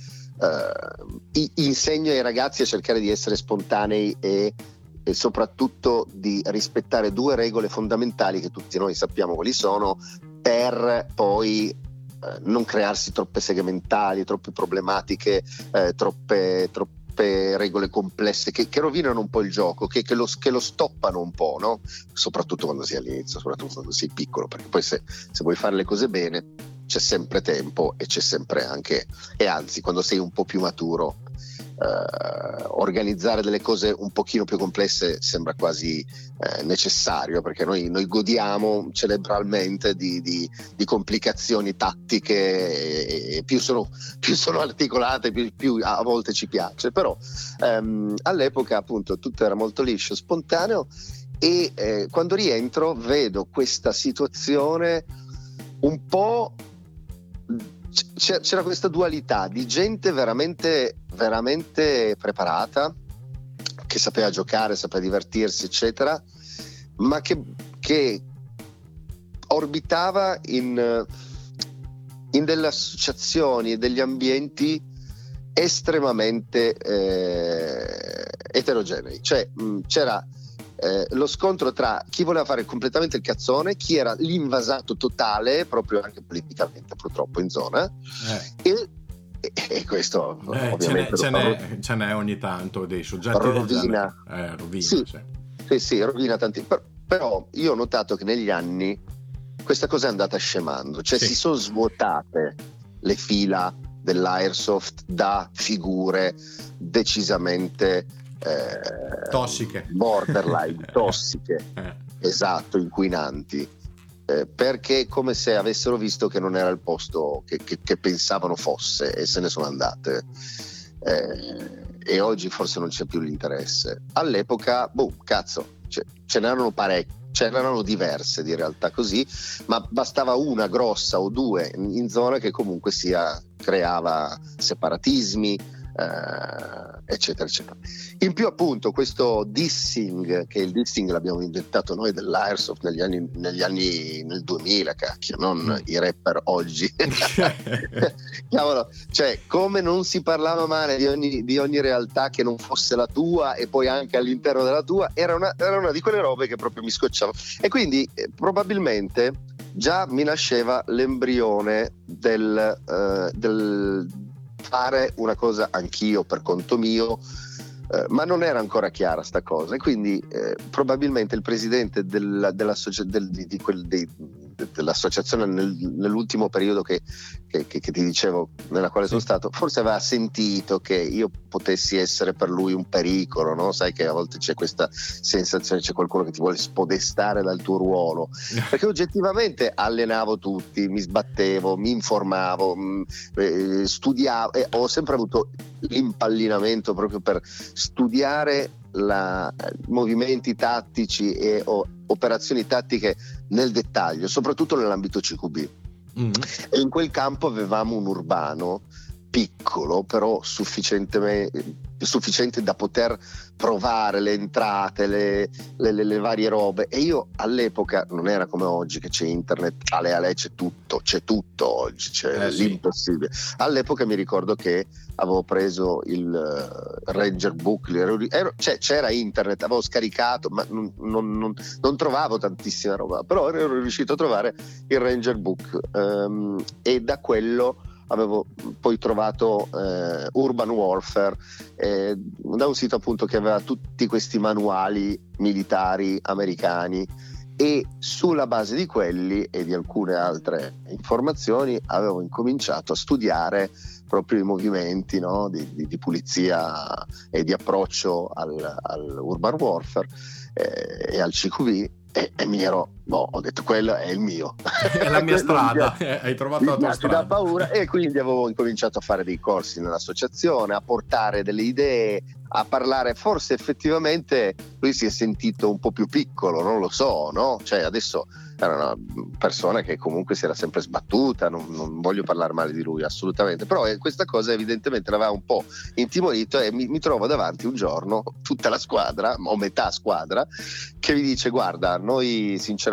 uh, insegno ai ragazzi a cercare di essere spontanei e, e soprattutto di rispettare due regole fondamentali che tutti noi sappiamo quali sono, per poi uh, non crearsi troppe seghe mentali, troppe problematiche, uh, troppe, troppe regole complesse che, che rovinano un po' il gioco, che, che, lo, che lo stoppano un po', no? Soprattutto quando sei all'inizio, soprattutto quando sei piccolo, perché poi se, se vuoi fare le cose bene c'è sempre tempo, e c'è sempre anche, e anzi quando sei un po' più maturo, eh, organizzare delle cose un pochino più complesse sembra quasi eh, necessario, perché noi, noi godiamo cerebralmente di, di, di complicazioni tattiche, e, e più sono, più sono articolate più, più a volte ci piace. Però ehm, all'epoca appunto tutto era molto liscio, spontaneo, e eh, quando rientro vedo questa situazione un po', c'era questa dualità di gente veramente veramente preparata, che sapeva giocare, sapeva divertirsi eccetera, ma che, che orbitava in, in delle associazioni e degli ambienti estremamente eh, eterogenei. Cioè mh, c'era Eh, lo scontro tra chi voleva fare completamente il cazzone, chi era l'invasato totale, proprio anche politicamente purtroppo in zona, eh. e, e, e questo eh, ovviamente ce n'è, ce, n'è, ce n'è ogni tanto dei soggetti rovina, del eh, rovina sì, cioè. sì, sì, rovina tanti. Però, però io ho notato che negli anni questa cosa è andata scemando, cioè sì. si sono svuotate le fila dell'Airsoft da figure decisamente Eh, tossiche, borderline, tossiche, eh. esatto, inquinanti, eh, perché è come se avessero visto che non era il posto che, che, che pensavano fosse, e se ne sono andate, eh, e oggi forse non c'è più l'interesse. All'epoca, boh, cazzo, ce, ce n'erano parecchie, ce n'erano diverse di realtà così, ma bastava una grossa o due in, in zona che comunque sia creava separatismi, Uh, eccetera eccetera. In più appunto questo dissing, che il dissing l'abbiamo inventato noi dell'Airsoft negli anni, negli anni nel duemila, cacchio, non mm. i rapper oggi. Cavolo, cioè come non si parlava male di ogni, di ogni realtà che non fosse la tua, e poi anche all'interno della tua, era una, era una di quelle robe che proprio mi scocciava, e quindi eh, probabilmente già mi nasceva l'embrione del, uh, del fare una cosa anch'io per conto mio, eh, ma non era ancora chiara sta cosa, e quindi eh, probabilmente il presidente della, del, di, di quel, di, dell'associazione nel, nell'ultimo periodo che, che, che, che ti dicevo, nella quale sì. sono stato, forse aveva sentito che io potessi essere per lui un pericolo, no? Sai che a volte c'è questa sensazione, c'è qualcuno che ti vuole spodestare dal tuo ruolo, perché oggettivamente allenavo tutti, mi sbattevo, mi informavo, mh, eh, studiavo, e ho sempre avuto l'impallinamento proprio per studiare la, movimenti tattici e o, operazioni tattiche nel dettaglio, soprattutto nell'ambito C Q B. Mm. E in quel campo avevamo un urbano piccolo, però sufficientemente sufficiente da poter provare le entrate, le, le, le, le varie robe. E io all'epoca non era come oggi che c'è internet, ale ale c'è tutto, c'è tutto oggi, c'è eh, l'impossibile. Sì. All'epoca mi ricordo che avevo preso il Ranger Book, ero, cioè, c'era internet, avevo scaricato, ma non, non, non, non trovavo tantissima roba, però ero riuscito a trovare il Ranger Book, um, e da quello avevo poi trovato eh, Urban Warfare, eh, da un sito appunto che aveva tutti questi manuali militari americani, e sulla base di quelli e di alcune altre informazioni avevo incominciato a studiare proprio i movimenti, no? di, di, di pulizia e di approccio al, al Urban Warfare eh, e al C Q B. E, e mi ero, boh, ho detto quello è il mio, è la mia strada, hai trovato la tua strada. Da paura, e quindi avevo incominciato a fare dei corsi nell'associazione, a portare delle idee, a parlare. Forse effettivamente lui si è sentito un po' più piccolo, non lo so, no? Cioè adesso era una persona che comunque si era sempre sbattuta, non, non voglio parlare male di lui assolutamente, però questa cosa evidentemente l'aveva un po' intimorito, e mi, mi trovo davanti un giorno tutta la squadra, o metà squadra, che mi dice: guarda, noi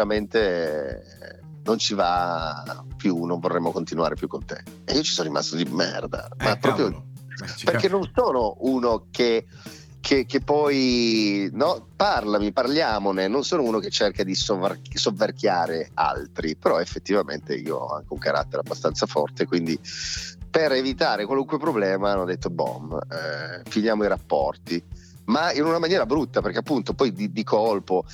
sinceramente non ci va più, non vorremmo continuare più con te. E io ci sono rimasto di merda, eh, ma proprio Beh, perché non sono uno che Che, che poi no, parlami, parliamone, non sono uno che cerca di sovver- sovverchiare altri, però effettivamente io ho anche un carattere abbastanza forte, quindi per evitare qualunque problema hanno detto bom, eh, finiamo i rapporti, ma in una maniera brutta, perché appunto poi di, di colpo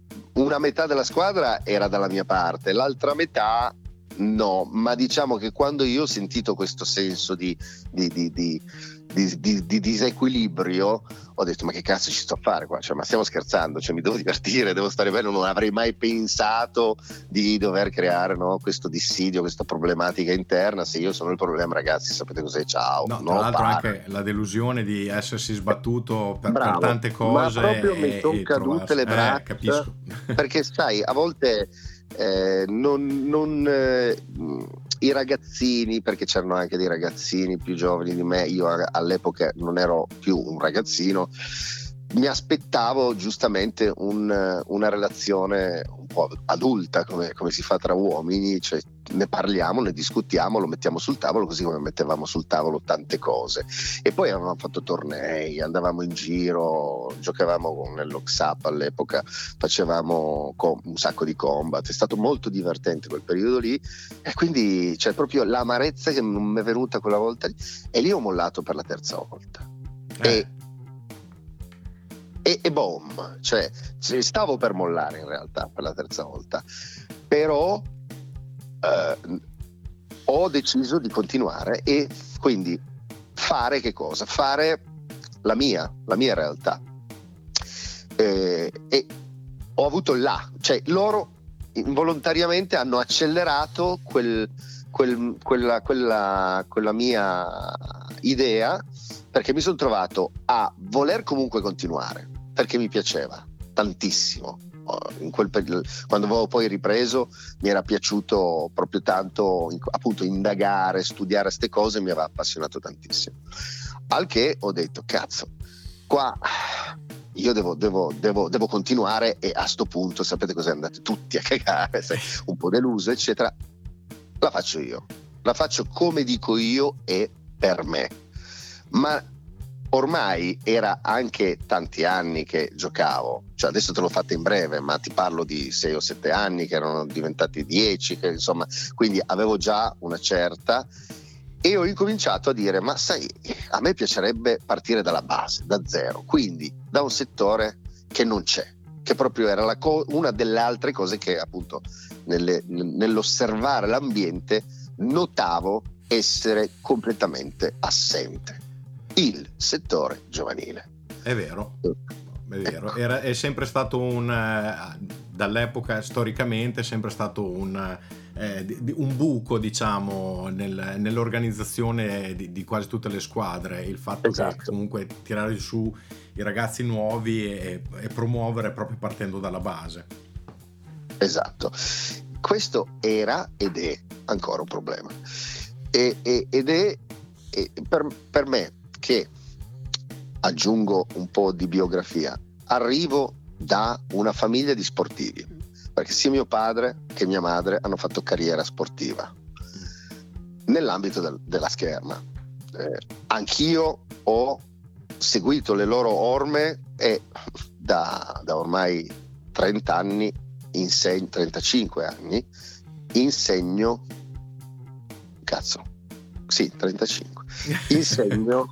una metà della squadra era dalla mia parte, l'altra metà no, ma diciamo che quando io ho sentito questo senso di, di, di, di Di, di, di disequilibrio, ho detto: ma che cazzo ci sto a fare qua? Cioè, ma stiamo scherzando? Cioè, mi devo divertire, devo stare bene. Non avrei mai pensato di dover creare, no, questo dissidio, questa problematica interna. Se io sono il problema, ragazzi, sapete cos'è? Ciao. No, no, tra l'altro par- anche la delusione di essersi sbattuto per, per tante ma cose, proprio e, mi sono cadute le braccia, eh, capisco. Perché sai, a volte eh, non, non eh, i ragazzini, perché c'erano anche dei ragazzini più giovani di me, io all'epoca non ero più un ragazzino, mi aspettavo giustamente un, una relazione un po' adulta, come, come si fa tra uomini, cioè ne parliamo, ne discutiamo, lo mettiamo sul tavolo, così come mettevamo sul tavolo tante cose. E poi avevamo fatto tornei, andavamo in giro, giocavamo nello X A P all'epoca, facevamo com- un sacco di combat, è stato molto divertente quel periodo lì, e quindi c'è proprio l'amarezza che non mi è venuta quella volta lì, e lì ho mollato per la terza volta. Eh. E E, e boom, cioè stavo per mollare in realtà per la terza volta, però eh, ho deciso di continuare e quindi fare che cosa? Fare la mia, la mia realtà. Eh, e ho avuto là, cioè loro involontariamente hanno accelerato quel, quel, quella, quella, quella mia idea, perché mi sono trovato a voler comunque continuare, perché mi piaceva tantissimo. In quel periodo, quando avevo poi ripreso, mi era piaciuto proprio tanto, appunto, indagare, studiare queste cose, mi aveva appassionato tantissimo. Al che ho detto: cazzo, qua io devo, devo, devo, devo continuare, e a sto punto sapete cos'è? Andate tutti a cagare, sei un po' deluso eccetera. La faccio io, la faccio come dico io e per me. Ma ormai era anche tanti anni che giocavo, cioè adesso te l'ho fatta in breve, ma ti parlo di sei o sette anni che erano diventati dieci, che insomma, quindi avevo già una certa, e ho incominciato a dire: ma sai, a me piacerebbe partire dalla base, da zero, quindi da un settore che non c'è, che proprio era la co- una delle altre cose che appunto nelle, nell'osservare l'ambiente notavo essere completamente assente: il settore giovanile. È vero, è vero. Era, è sempre stato un, dall'epoca storicamente è sempre stato un, eh, di, un buco, diciamo, nel, nell'organizzazione di, di quasi tutte le squadre, il fatto esatto. che comunque tirare su i ragazzi nuovi e, e promuovere proprio partendo dalla base. Esatto, questo era ed è ancora un problema e, e, ed è e per, per me, che aggiungo un po' di biografia, arrivo da una famiglia di sportivi, perché sia mio padre che mia madre hanno fatto carriera sportiva nell'ambito del, della scherma. Eh, anch'io ho seguito le loro orme e da, da ormai trenta anni, insegno, trentacinque anni, insegno, cazzo, sì, trentacinque, insegno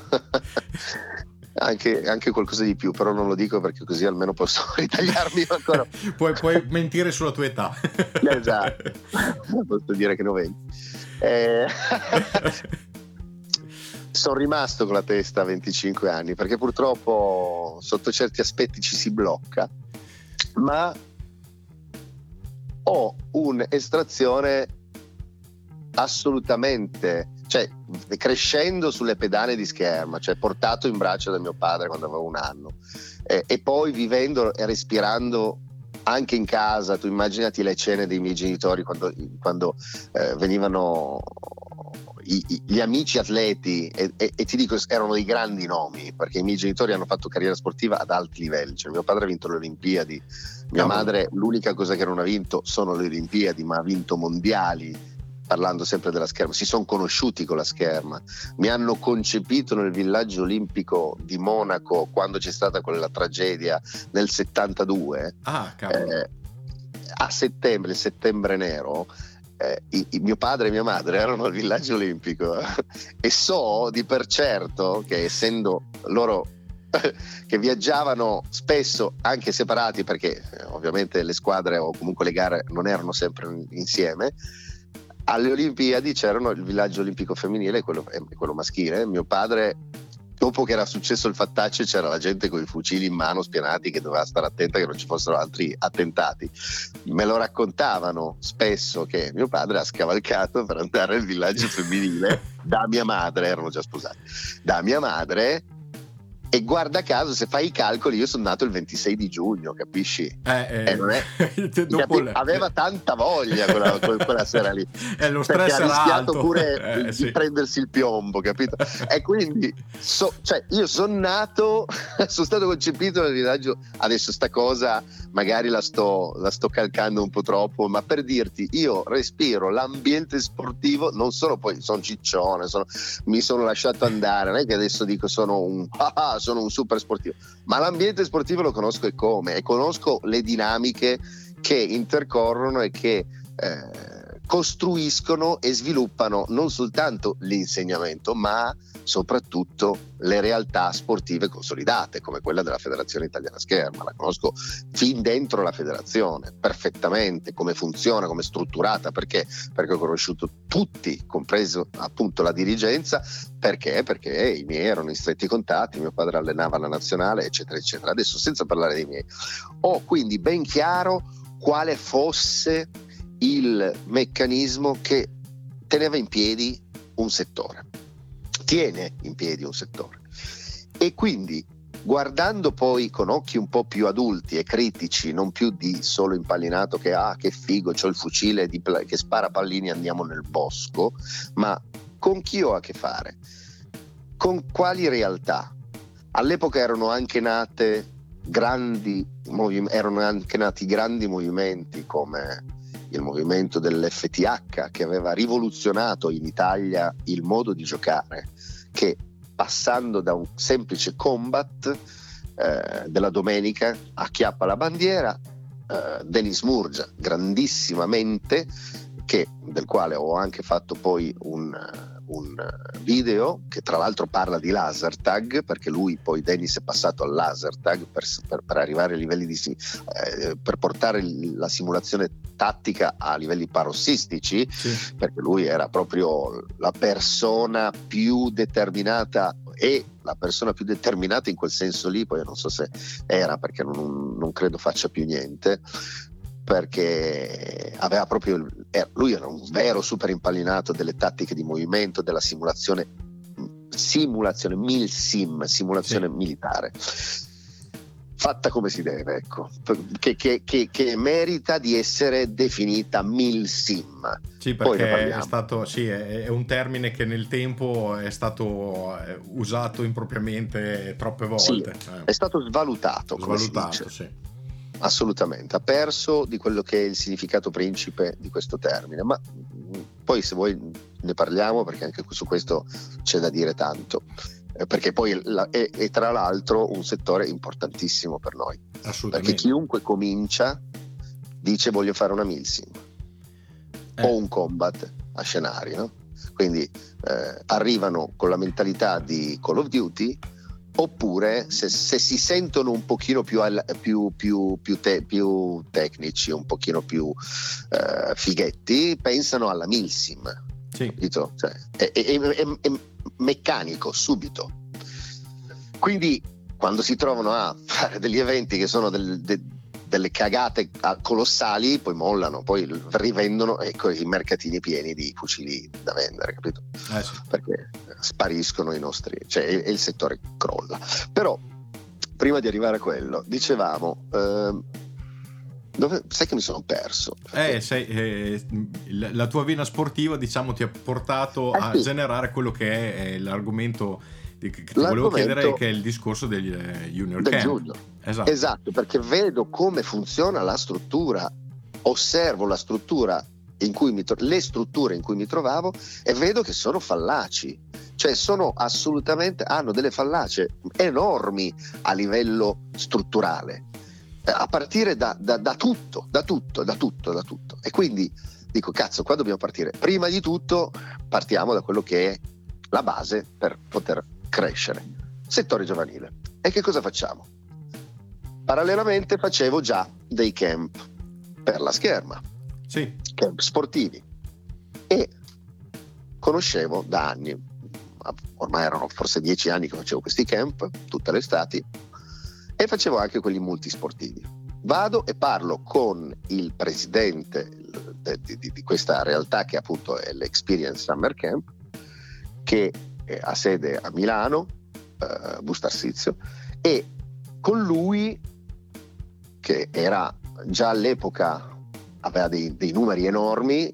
anche, anche qualcosa di più, però non lo dico perché così almeno posso ritagliarmi ancora. puoi, puoi mentire sulla tua età. Esatto, posso dire che non venti. Eh... sono rimasto con la testa a venticinque anni, perché purtroppo sotto certi aspetti ci si blocca, ma ho un'estrazione assolutamente, cioè crescendo sulle pedane di scherma, cioè portato in braccio da mio padre quando avevo un anno, eh, e poi vivendo e respirando anche in casa. Tu immaginati le cene dei miei genitori quando, quando eh, venivano i, i, gli amici atleti e, e, e ti dico, erano dei grandi nomi, perché i miei genitori hanno fatto carriera sportiva ad alti livelli, cioè mio padre ha vinto le Olimpiadi, mia madre l'unica cosa che non ha vinto sono le Olimpiadi, ma ha vinto mondiali, parlando sempre della scherma. Si sono conosciuti con la scherma, mi hanno concepito nel villaggio olimpico di Monaco quando c'è stata quella tragedia nel settantadue. Ah, cavolo. Eh, a settembre, il settembre nero, eh, i, i, mio padre e mia madre erano al villaggio olimpico e so di per certo che, essendo loro che viaggiavano spesso anche separati, perché eh, ovviamente le squadre o comunque le gare non erano sempre insieme, alle Olimpiadi c'erano il villaggio olimpico femminile e quello, e quello maschile. Mio padre, dopo che era successo il fattaccio, c'era la gente con i fucili in mano spianati che doveva stare attenta che non ci fossero altri attentati. Me lo raccontavano spesso che mio padre ha scavalcato per andare al villaggio femminile da mia madre, erano già sposati, da mia madre. E guarda caso, se fai i calcoli, io sono nato il ventisei di giugno, capisci? Eh, eh, eh, non è, dopo capi- aveva tanta voglia quella, quella sera lì. Eh, lo stress perché ha rischiato alto. pure eh, di sì. prendersi il piombo, capito? E quindi so, cioè, io sono nato, sono stato concepito nel villaggio. Adesso sta cosa magari la sto, la sto calcando un po' troppo, ma per dirti, io respiro l'ambiente sportivo, non solo poi sono ciccione, sono, mi sono lasciato andare, non è che adesso dico sono un ah, sono un super sportivo, ma l'ambiente sportivo lo conosco e come, e conosco le dinamiche che intercorrono e che eh, costruiscono e sviluppano non soltanto l'insegnamento, ma soprattutto le realtà sportive consolidate, come quella della Federazione Italiana Scherma. La conosco fin dentro la federazione perfettamente, come funziona, come è strutturata. Perché? Perché ho conosciuto tutti, compreso appunto la dirigenza. Perché? Perché i miei erano in stretti contatti, mio padre allenava la nazionale, eccetera eccetera. Adesso, senza parlare dei miei, ho quindi ben chiaro quale fosse il meccanismo che teneva in piedi un settore, tiene in piedi un settore. E quindi, guardando poi con occhi un po' più adulti e critici, non più di solo impallinato che ah che figo, c'ho il fucile di, che spara pallini, andiamo nel bosco, ma con chi ho a che fare? Con quali realtà? All'epoca erano anche nate grandi movi- erano anche nati grandi movimenti come il movimento dell'F T H, che aveva rivoluzionato in Italia il modo di giocare, che passando da un semplice combat eh, della domenica, acchiappa la bandiera, eh, Denis Murgia, grandissimamente, che, del quale ho anche fatto poi un un video che tra l'altro parla di laser tag, perché lui poi Dennis è passato al laser tag per, per, per arrivare ai livelli di eh, per portare la simulazione tattica a livelli parossistici, sì. Perché lui era proprio la persona più determinata e la persona più determinata in quel senso lì, poi non so se era, perché non, non credo faccia più niente, perché aveva proprio era, lui era un vero super impallinato delle tattiche di movimento, della simulazione simulazione milsim, simulazione sì. militare fatta come si deve, ecco, che, che, che, che merita di essere definita milsim. Sì, perché è stato sì, è, è un termine che nel tempo è stato usato impropriamente troppe volte. Sì, eh. È stato svalutato, svalutato, sì. Assolutamente, ha perso di quello che è il significato principe di questo termine, ma poi se vuoi ne parliamo, perché anche su questo c'è da dire tanto, eh, perché poi la, è, è tra l'altro un settore importantissimo per noi, perché chiunque comincia dice voglio fare una milsim eh. o un combat a scenari, no? Quindi eh, arrivano con la mentalità di Call of Duty, oppure se, se si sentono un pochino più, al, più, più, più, te, più tecnici, un pochino più uh, fighetti, pensano alla milsim, sì. capito? Cioè, è, è, è, è meccanico subito. Quindi quando si trovano a fare degli eventi che sono del, de, delle cagate colossali, poi mollano, poi rivendono, ecco, i mercatini pieni di fucili da vendere, capito? Eh sì. Perché spariscono i nostri, cioè e il settore crolla. Però prima di arrivare a quello dicevamo eh, dove, sai che mi sono perso eh, sei, eh, la tua vena sportiva, diciamo, ti ha portato eh, a sì. generare quello che è, è l'argomento che ti volevo chiedere, che è il discorso degli eh, junior del camp. Junior. Esatto. Esatto, perché vedo come funziona la struttura, osservo la struttura in cui mi tro- le strutture in cui mi trovavo e vedo che sono fallaci, cioè sono assolutamente, hanno delle fallacie enormi a livello strutturale, a partire da, da, da tutto, da tutto, da tutto, da tutto. E quindi dico, cazzo, qua dobbiamo partire. Prima di tutto partiamo da quello che è la base per poter crescere. Settore giovanile. E che cosa facciamo? Parallelamente facevo già dei camp per la scherma, sì. camp sportivi, e conoscevo da anni, ormai erano forse dieci anni che facevo questi camp tutte le estati, e facevo anche quelli multisportivi. Vado e parlo con il presidente di, di, di questa realtà, che appunto è l'Experience Summer Camp, che ha sede a Milano, eh, Busto Arsizio, e con lui, che era già all'epoca, aveva dei, dei numeri enormi,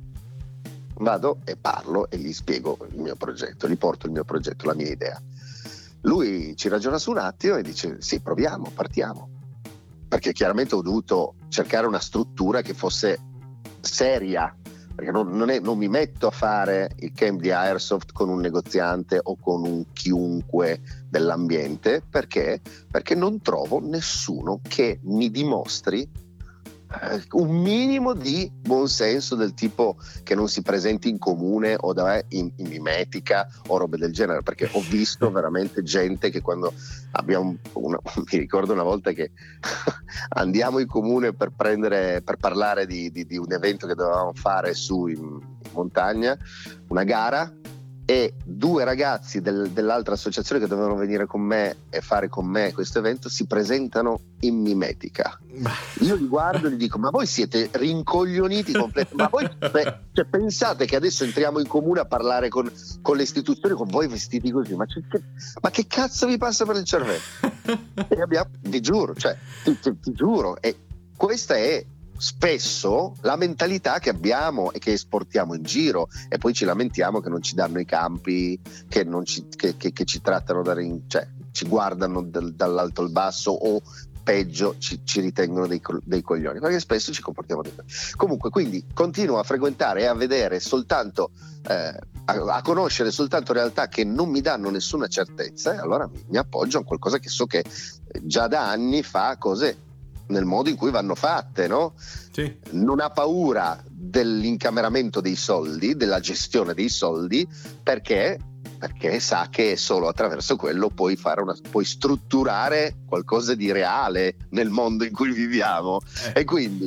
vado e parlo e gli spiego il mio progetto, gli porto il mio progetto, la mia idea. Lui ci ragiona su un attimo e dice sì, proviamo, partiamo, perché chiaramente ho dovuto cercare una struttura che fosse seria, perché non, non, è, non mi metto a fare il camp di Airsoft con un negoziante o con un chiunque dell'ambiente, perché perché non trovo nessuno che mi dimostri un minimo di buonsenso, del tipo che non si presenti in comune o da in, in mimetica o robe del genere, perché ho visto veramente gente che quando abbiamo una, mi ricordo una volta che andiamo in comune per prendere per parlare di, di, di un evento che dovevamo fare su in, in montagna, una gara, e due ragazzi del, dell'altra associazione che dovevano venire con me e fare con me questo evento si presentano in mimetica. Io li guardo e gli dico: ma voi siete rincoglioniti completamente, ma voi cioè, pensate che adesso entriamo in comune a parlare con, con le istituzioni con voi vestiti così? Ma, che, ma che cazzo vi passa per il cervello? E abbiamo, vi giuro, cioè ti, ti, ti giuro, e questa è spesso la mentalità che abbiamo e che esportiamo in giro, e poi ci lamentiamo che non ci danno i campi, che, non ci, che, che, che ci trattano da rin- cioè ci guardano dal, dall'alto al basso, o peggio ci, ci ritengono dei, dei coglioni, perché spesso ci comportiamo dei coglioni. Comunque, quindi continuo a frequentare e a vedere soltanto eh, a, a conoscere soltanto realtà che non mi danno nessuna certezza, e allora mi, mi appoggio a qualcosa che so che già da anni fa cose nel modo in cui vanno fatte, no? Sì. Non ha paura dell'incameramento dei soldi, della gestione dei soldi, perché perché sa che solo attraverso quello puoi fare una puoi strutturare qualcosa di reale nel mondo in cui viviamo. Eh. E quindi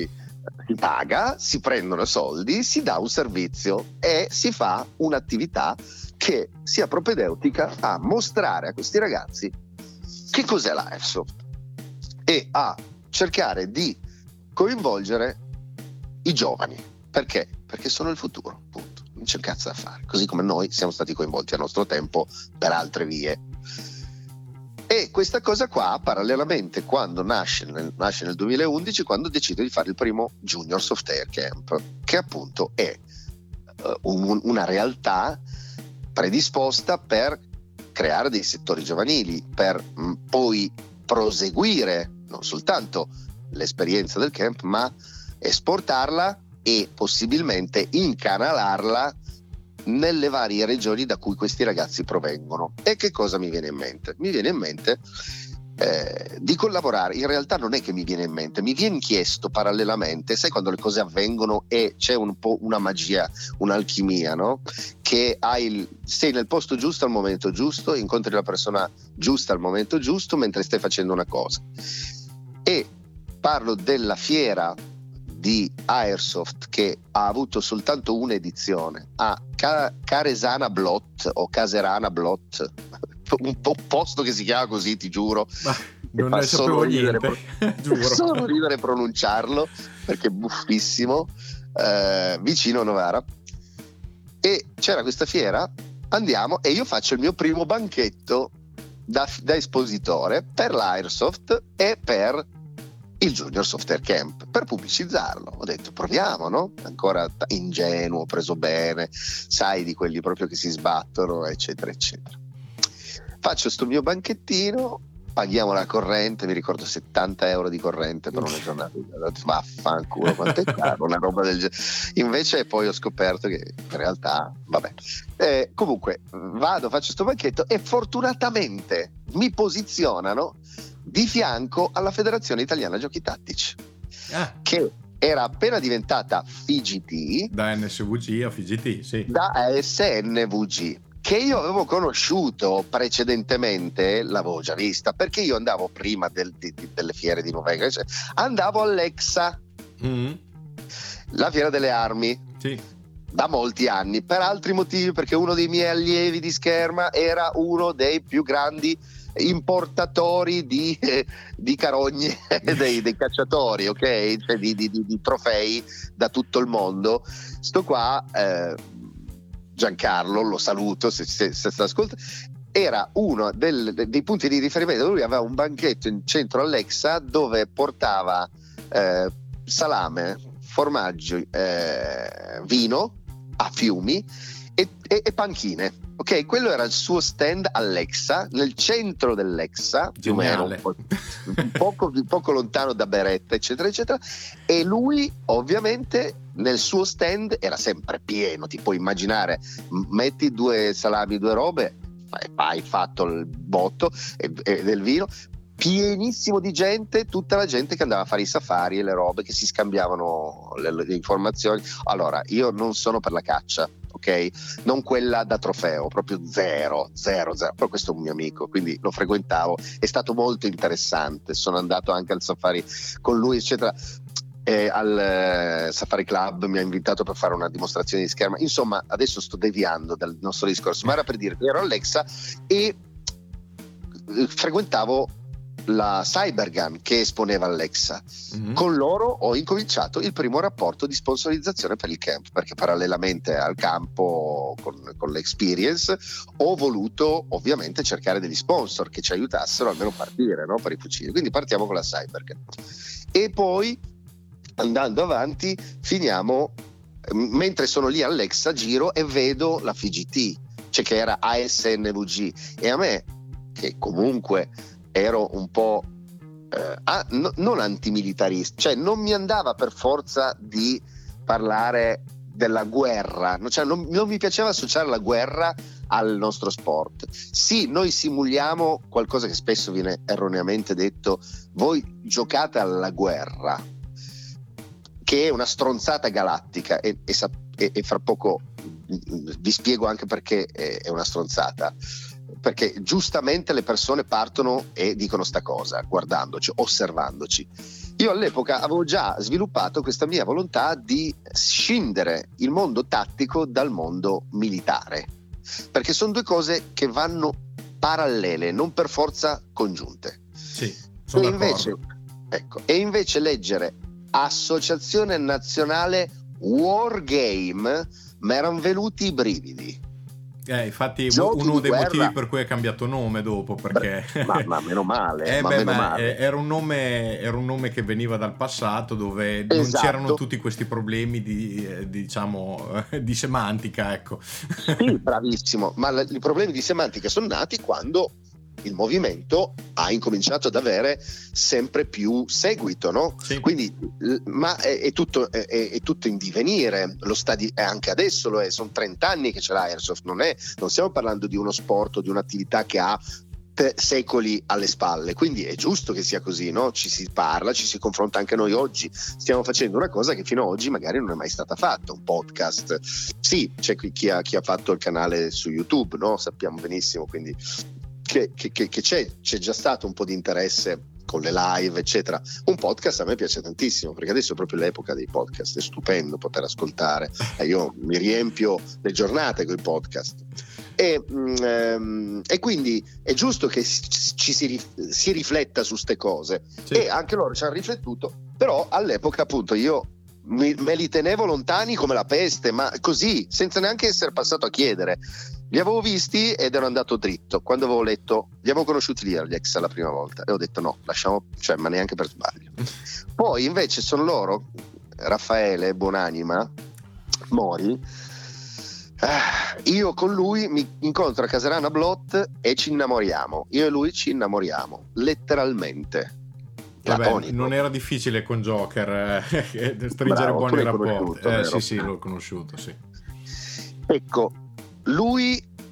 si paga, si prendono soldi, si dà un servizio e si fa un'attività che sia propedeutica a mostrare a questi ragazzi che cos'è l'Airsoft e a cercare di coinvolgere i giovani. Perché? Perché sono il futuro, punto. Non c'è un cazzo da fare, così come noi siamo stati coinvolti a nostro tempo per altre vie. E questa cosa qua, parallelamente, quando nasce nel, nasce nel duemilaundici, quando decido di fare il primo Junior Soft Air Camp, che appunto è uh, un, una realtà predisposta per creare dei settori giovanili, per mh, poi proseguire non soltanto l'esperienza del camp, ma esportarla e possibilmente incanalarla nelle varie regioni da cui questi ragazzi provengono. E che cosa mi viene in mente? Mi viene in mente eh, di collaborare. In realtà non è che mi viene in mente, mi viene chiesto parallelamente, sai quando le cose avvengono e c'è un po' una magia, un'alchimia, no? Che hai il, sei nel posto giusto al momento giusto, incontri la persona giusta al momento giusto mentre stai facendo una cosa. E parlo della fiera di Airsoft che ha avuto soltanto un'edizione a Caresana Blot o Caserana Blot, un, un posto che si chiama così, ti giuro. Ma non ne sapevo niente, giuro. Solo ridere pronunciarlo perché è buffissimo, eh, vicino a Novara. E c'era questa fiera, andiamo e io faccio il mio primo banchetto da, da espositore per l'Airsoft e per il Junior Soft Air Camp, per pubblicizzarlo. Ho detto proviamo, no? Ancora ingenuo, preso bene, sai, di quelli proprio che si sbattono, eccetera eccetera. Faccio sto mio banchettino, paghiamo la corrente, mi ricordo settanta euro di corrente per una giornata. Vaffanculo, quanto è caro, una roba del genere. Invece poi ho scoperto che in realtà vabbè. Eh, comunque vado, faccio sto banchetto e fortunatamente mi posizionano di fianco alla Federazione Italiana Giochi Tattici, ah. che era appena diventata F G T, da N S V G a F G T, sì. da S N V G, che io avevo conosciuto precedentemente, l'avevo già vista, perché io andavo prima del, di, delle fiere di Novembre, cioè, andavo all'Exa, mm. la fiera delle armi, sì. da molti anni, per altri motivi, perché uno dei miei allievi di scherma era uno dei più grandi importatori di, eh, di carogne dei, dei cacciatori, ok? Cioè di, di, di trofei da tutto il mondo. Sto qua, eh, Giancarlo, lo saluto se, se, se sta ascoltando, era uno del, dei punti di riferimento. Lui aveva un banchetto in centro all'Exa dove portava eh, salame, formaggio, eh, vino a fiumi e, e, e panchine. Ok, quello era il suo stand all'Exa, nel centro dell'Exa, più o meno, un, po', un poco, un poco lontano da Beretta, eccetera, eccetera. E lui, ovviamente, nel suo stand era sempre pieno. Ti puoi immaginare, metti due salami, due robe, hai fatto il botto e, e del vino. Pienissimo di gente, tutta la gente che andava a fare i safari e le robe, che si scambiavano le, le informazioni. Allora, io non sono per la caccia, ok? Non quella da trofeo, proprio zero, zero, zero. Però questo è un mio amico, quindi lo frequentavo, è stato molto interessante. Sono andato anche al safari con lui, eccetera. E al eh, Safari Club mi ha invitato per fare una dimostrazione di scherma. Insomma, adesso sto deviando dal nostro discorso, ma era per dire che ero all'Exa e frequentavo la Cybergun che esponeva all'Exa. Mm-hmm. Con loro ho incominciato il primo rapporto di sponsorizzazione per il camp, perché parallelamente al campo con, con l'Experience ho voluto ovviamente cercare degli sponsor che ci aiutassero almeno a partire, no? Per i fucili. Quindi partiamo con la Cybergun e poi andando avanti finiamo, mentre sono lì all'Exa giro e vedo la F G T, cioè che era A S N V G, e a me che comunque ero un po' eh, ah, no, non antimilitarista, cioè non mi andava per forza di parlare della guerra, cioè non, non mi piaceva associare la guerra al nostro sport. Sì, noi simuliamo qualcosa che spesso viene erroneamente detto: voi giocate alla guerra, che è una stronzata galattica, e, e, e fra poco vi spiego anche perché è una stronzata. perché giustamente le persone partono e dicono sta cosa guardandoci, osservandoci. Io all'epoca avevo già sviluppato questa mia volontà di scindere il mondo tattico dal mondo militare, perché sono due cose che vanno parallele, non per forza congiunte. Sì, sono e invece, ecco, e invece leggere Associazione Nazionale Wargame mi erano venuti i brividi. Eh, infatti Giochi uno dei guerra. motivi per cui è cambiato nome dopo, perché ma, ma meno male, eh ma beh, meno ma male. Era, un nome, era un nome che veniva dal passato, dove non Esatto. c'erano tutti questi problemi di, eh, diciamo, di semantica, ecco. Sì, bravissimo, ma l- i problemi di semantica sono nati quando il movimento ha incominciato ad avere sempre più seguito, no? Sì. Quindi, l- ma è, è, tutto, è, è tutto in divenire, lo sta di- e anche adesso lo è, sono trenta anni che c'è l'Airsoft, non, è, non stiamo parlando di uno sport o di un'attività che ha pe- secoli alle spalle, quindi è giusto che sia così, no? Ci si parla, ci si confronta anche noi oggi, stiamo facendo una cosa che fino ad oggi magari non è mai stata fatta, un podcast. Sì, c'è qui chi ha, chi ha fatto il canale su YouTube, no? Sappiamo benissimo, quindi Che, che, che c'è, c'è già stato un po' di interesse con le live eccetera. Un podcast a me piace tantissimo, perché adesso è proprio l'epoca dei podcast, è stupendo poter ascoltare, e io mi riempio le giornate con i podcast e, um, e quindi è giusto che ci si, si rifletta su ste cose. Sì. E anche loro ci hanno riflettuto, però all'epoca appunto io mi, me li tenevo lontani come la peste, ma così, senza neanche essere passato a chiedere. Li avevo visti ed ero andato dritto. Quando avevo letto, li avevo conosciuti gli Airlex la prima volta e ho detto no, lasciamo, cioè, ma neanche per sbaglio. Poi invece sono loro, Raffaele Buonanima Mori, eh, io con lui mi incontro a Caserana Blot e ci innamoriamo. Io e lui ci innamoriamo, letteralmente. Eh beh, non era difficile con Joker eh, stringere Bravo, buoni rapporti. Eh, vero? sì, sì, l'ho conosciuto, sì. Ecco, lui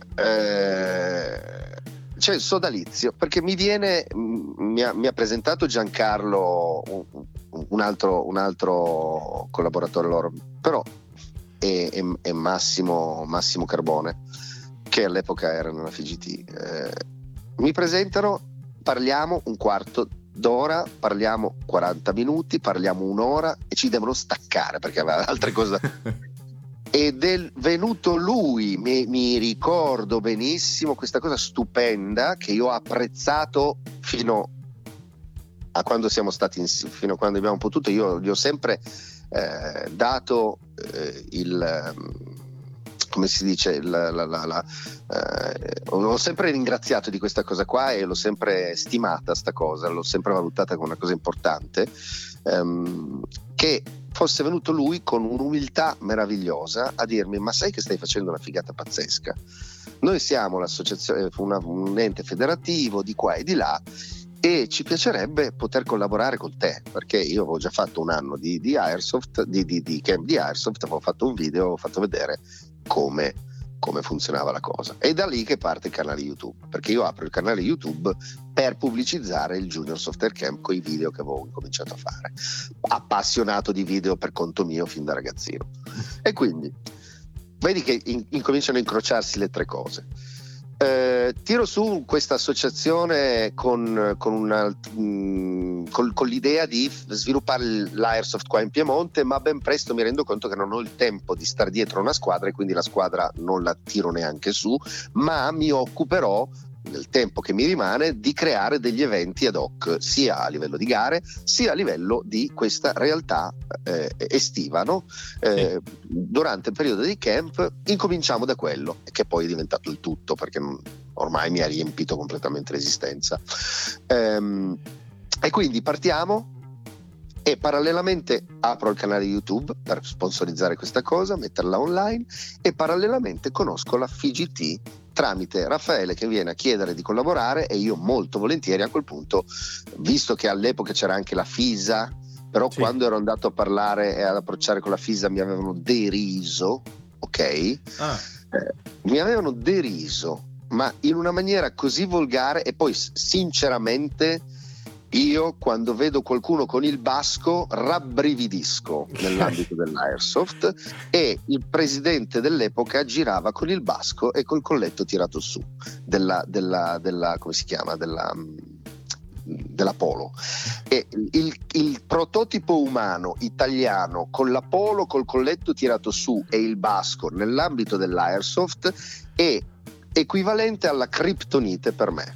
eh, cioè sodalizio, perché mi viene mi ha, mi ha presentato Giancarlo, un, un, altro, un altro collaboratore loro, però è, è, è Massimo, Massimo Carbone, che all'epoca era nella F G T. Eh, mi presentano, parliamo un quarto d'ora, parliamo quaranta minuti, parliamo un'ora e ci devono staccare perché aveva altre cose da... Ed è venuto lui, mi, mi ricordo benissimo questa cosa stupenda che io ho apprezzato fino a quando siamo stati insieme, fino a quando abbiamo potuto. Io gli ho sempre eh, dato eh, il come si dice la, la, la, la, eh, l'ho sempre ringraziato di questa cosa qua e l'ho sempre stimata sta cosa, l'ho sempre valutata come una cosa importante, ehm, che fosse venuto lui con un'umiltà meravigliosa a dirmi: ma sai che stai facendo una figata pazzesca, noi siamo l'associazione, una, un ente federativo di qua e di là e ci piacerebbe poter collaborare con te, perché io avevo già fatto un anno di, di Airsoft, di, di, di camp di Airsoft, avevo fatto un video, avevo fatto vedere come, come funzionava la cosa, e da lì che parte il canale YouTube, perché io apro il canale YouTube per pubblicizzare il Junior Software Camp con i video che avevo cominciato a fare, appassionato di video per conto mio fin da ragazzino. E quindi vedi che in, incominciano a incrociarsi le tre cose. Eh, tiro su questa associazione con, con, una, mh, con, con l'idea di sviluppare l'Airsoft qua in Piemonte, ma ben presto mi rendo conto che non ho il tempo di star dietro una squadra e quindi la squadra non la tiro neanche su, ma mi occuperò nel tempo che mi rimane di creare degli eventi ad hoc sia a livello di gare sia a livello di questa realtà eh, estiva, no? Eh, sì. Durante il periodo di camp incominciamo da quello, che poi è diventato il tutto perché ormai mi ha riempito completamente l'esistenza, ehm, e quindi partiamo e parallelamente apro il canale YouTube per sponsorizzare questa cosa, metterla online, e parallelamente conosco la F G T tramite Raffaele che viene a chiedere di collaborare e io molto volentieri a quel punto, visto che all'epoca c'era anche la FISA, però sì. Quando ero andato a parlare e ad approcciare con la FISA mi avevano deriso, ok? Ah. Eh, mi avevano deriso, ma in una maniera così volgare, e poi sinceramente io quando vedo qualcuno con il basco rabbrividisco nell'ambito dell'airsoft, e il presidente dell'epoca girava con il basco e col colletto tirato su della, della, della come si chiama, della della Polo, e il, il prototipo umano italiano con la Polo, col colletto tirato su e il basco nell'ambito dell'airsoft è equivalente alla criptonite per me.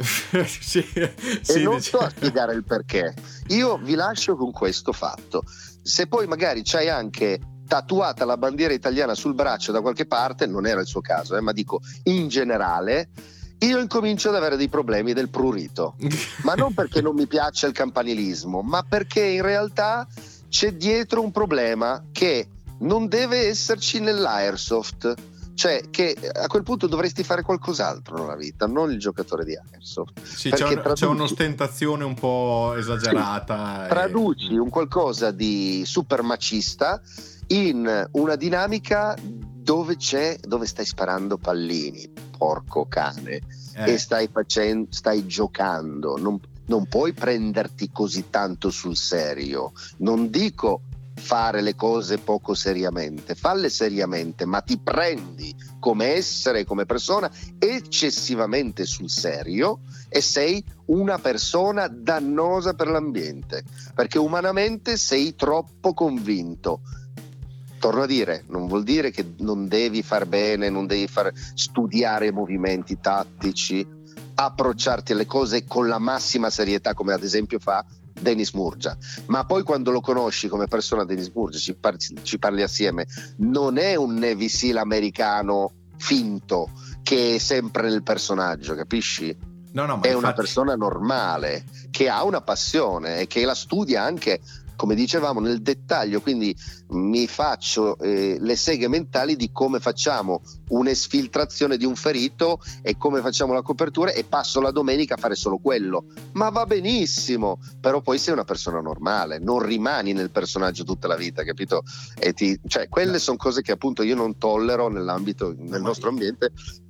sì, e sì, non diciamo. sto a spiegare il perché, io vi lascio con questo fatto. Se poi magari c'hai anche tatuata la bandiera italiana sul braccio da qualche parte, non era il suo caso, eh, ma dico in generale, io incomincio ad avere dei problemi del prurito, ma non perché non mi piace il campanilismo, ma perché in realtà c'è dietro un problema che non deve esserci nell'airsoft, cioè che a quel punto dovresti fare qualcos'altro nella vita, non il giocatore di airsoft. Sì, c'è, un, traduci, c'è un'ostentazione un po' esagerata. Sì, e... traduci un qualcosa di super macista in una dinamica dove c'è, dove stai sparando pallini, porco cane, eh. e stai facendo, stai giocando, non, non puoi prenderti così tanto sul serio. Non dico fare le cose poco seriamente, falle seriamente, ma ti prendi come essere, come persona eccessivamente sul serio e sei una persona dannosa per l'ambiente, perché umanamente sei troppo convinto. Torno a dire, non vuol dire che non devi far bene, non devi far studiare movimenti tattici, approcciarti alle cose con la massima serietà, come ad esempio fa Dennis Murgia, ma poi quando lo conosci come persona, Dennis Murgia, ci parli, ci parli assieme, non è un Navy SEAL americano finto che è sempre nel personaggio, capisci? No, no, ma è infatti... una persona normale che ha una passione e che la studia anche, come dicevamo, nel dettaglio. Quindi mi faccio eh, le seghe mentali di come facciamo un'esfiltrazione di un ferito e come facciamo la copertura, e passo la domenica a fare solo quello, ma va benissimo, però poi sei una persona normale, non rimani nel personaggio tutta la vita, capito? E ti, cioè, quelle sono cose che appunto io non tollero nell'ambito, nel nostro ambiente.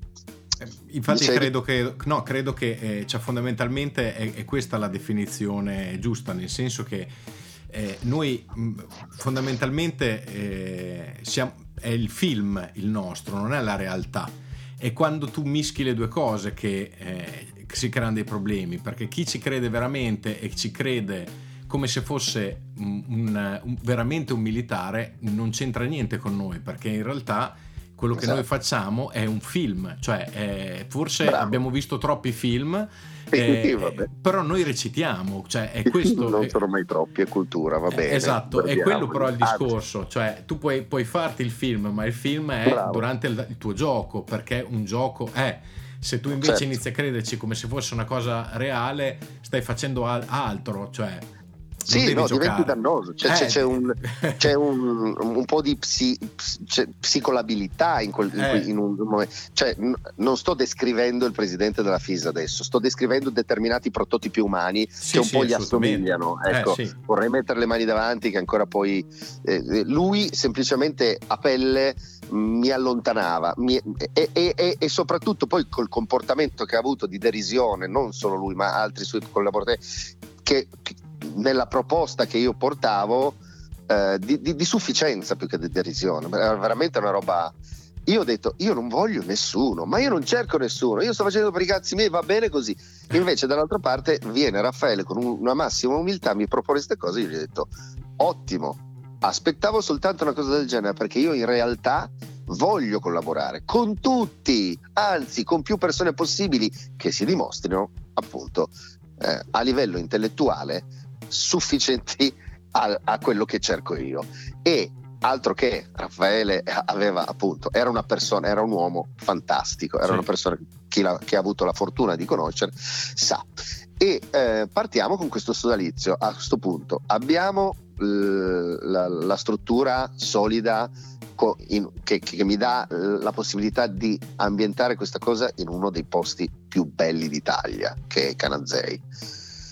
Infatti Dicevi? credo che no, credo che eh, cioè, fondamentalmente è, è questa la definizione giusta, nel senso che Eh, noi mh, fondamentalmente eh, siamo, è il film il nostro, non è la realtà, e quando tu mischi le due cose che, eh, che si creano dei problemi, perché chi ci crede veramente e ci crede come se fosse un, un, un, veramente un militare non c'entra niente con noi, perché in realtà quello che esatto. noi facciamo è un film, cioè eh, forse Bravo. abbiamo visto troppi film. Eh, però noi recitiamo, cioè è questo. Non sono mai troppi, è cultura, va bene. Esatto, è quello però il discorso, cioè tu puoi, puoi farti il film, ma il film è Bravo. durante il, il tuo gioco, perché un gioco è. Se tu invece certo. inizi a crederci come se fosse una cosa reale, stai facendo al- altro, cioè. Sì, no, giocare. Diventi dannoso. C'è, eh, c'è, c'è, un, c'è un, un po' di psi, c'è psicolabilità in, quel, in, eh. in un momento. Cioè, n- non sto descrivendo il presidente della FISA adesso, sto descrivendo determinati prototipi umani sì, che un sì, po' gli assomigliano. Ecco, eh, sì. Vorrei mettere le mani davanti, che ancora poi eh, lui semplicemente a pelle mi allontanava mi, e, e, e, e soprattutto poi col comportamento che ha avuto di derisione, non solo lui ma altri suoi collaboratori, che, che nella proposta che io portavo eh, di, di, di sufficienza più che di derisione, era veramente una roba. Io ho detto, io non voglio nessuno, ma io non cerco nessuno, io sto facendo per i cazzi miei, va bene così. Invece dall'altra parte viene Raffaele con un, una massima umiltà, mi propone queste cose, io gli ho detto ottimo, aspettavo soltanto una cosa del genere, perché io in realtà voglio collaborare con tutti, anzi con più persone possibili che si dimostrino appunto eh, a livello intellettuale sufficienti a, a quello che cerco io. E altro che Raffaele aveva appunto, era una persona, era un uomo fantastico, era sì. una persona che, la, che ha avuto la fortuna di conoscere, sa. E eh, partiamo con questo sodalizio. A questo punto abbiamo l- la, la struttura solida co- in, che, che mi dà la possibilità di ambientare questa cosa in uno dei posti più belli d'Italia, che è Canazei.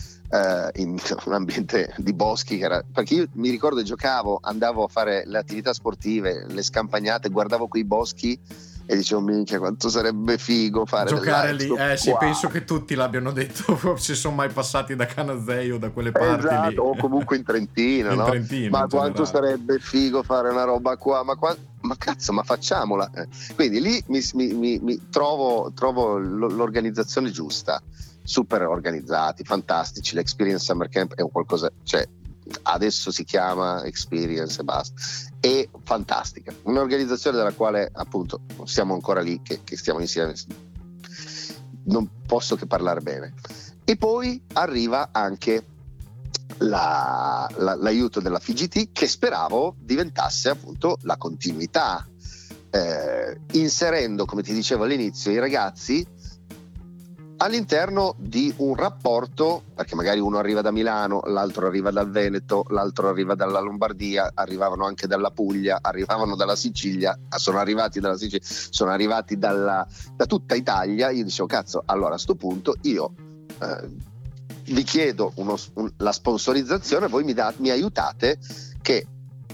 Uh, in un ambiente di boschi che era, perché io mi ricordo giocavo, andavo a fare le attività sportive, le scampagnate, guardavo quei boschi e dicevo minchia quanto sarebbe figo fare giocare lì, eh sì, qua. penso che tutti l'abbiano detto se sono mai passati da Canazei o da quelle parti esatto, lì. o comunque in Trentino, in no? Trentino, ma in quanto generale. sarebbe figo fare una roba qua, ma, qua, ma cazzo, ma facciamola. Eh. Quindi lì mi, mi, mi, mi trovo, trovo l'organizzazione giusta, super organizzati, fantastici. L'Experience Summer Camp è un qualcosa, cioè adesso si chiama Experience e basta, è fantastica, un'organizzazione della quale appunto siamo ancora lì che, che stiamo insieme, non posso che parlare bene. E poi arriva anche la, la, l'aiuto della F G T, che speravo diventasse appunto la continuità, eh, inserendo, come ti dicevo all'inizio, i ragazzi all'interno di un rapporto, perché magari uno arriva da Milano, l'altro arriva dal Veneto, l'altro arriva dalla Lombardia, arrivavano anche dalla Puglia, arrivavano dalla Sicilia, sono arrivati dalla Sicilia, sono arrivati dalla, da tutta Italia. Io dicevo cazzo, allora a sto punto io eh, vi chiedo uno, un, la sponsorizzazione, voi mi, da, mi aiutate che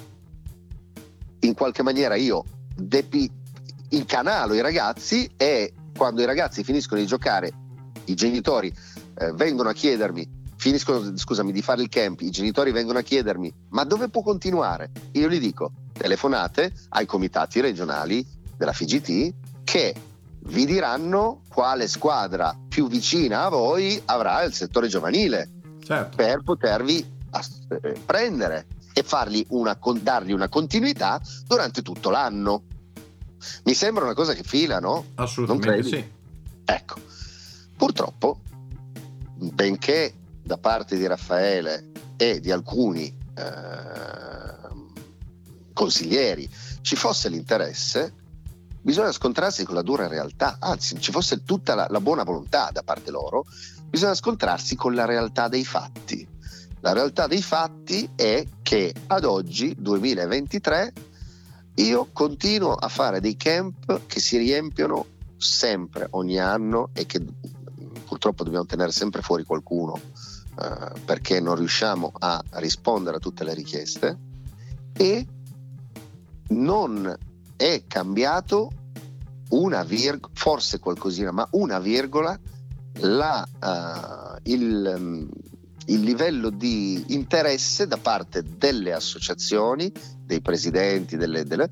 in qualche maniera io depi, incanalo i ragazzi, e quando i ragazzi finiscono di giocare, i genitori eh, vengono a chiedermi, finiscono scusami di fare il camp, i genitori vengono a chiedermi ma dove può continuare? Io gli dico telefonate ai comitati regionali della F G T che vi diranno quale squadra più vicina a voi avrà il settore giovanile, certo, per potervi ass- prendere e fargli una, dargli una continuità durante tutto l'anno. Mi sembra una cosa che fila, no? Assolutamente sì. Ecco, purtroppo, benché da parte di Raffaele e di alcuni eh, consiglieri ci fosse l'interesse, bisogna scontrarsi con la dura realtà, anzi ci fosse tutta la, la buona volontà da parte loro, bisogna scontrarsi con la realtà dei fatti. La realtà dei fatti è che ad oggi, duemilaventitré, io continuo a fare dei camp che si riempiono sempre, ogni anno, e che purtroppo dobbiamo tenere sempre fuori qualcuno eh, perché non riusciamo a rispondere a tutte le richieste, e non è cambiato una virgola, forse qualcosina, ma una virgola, la, uh, il, um, il livello di interesse da parte delle associazioni, dei presidenti, delle, delle,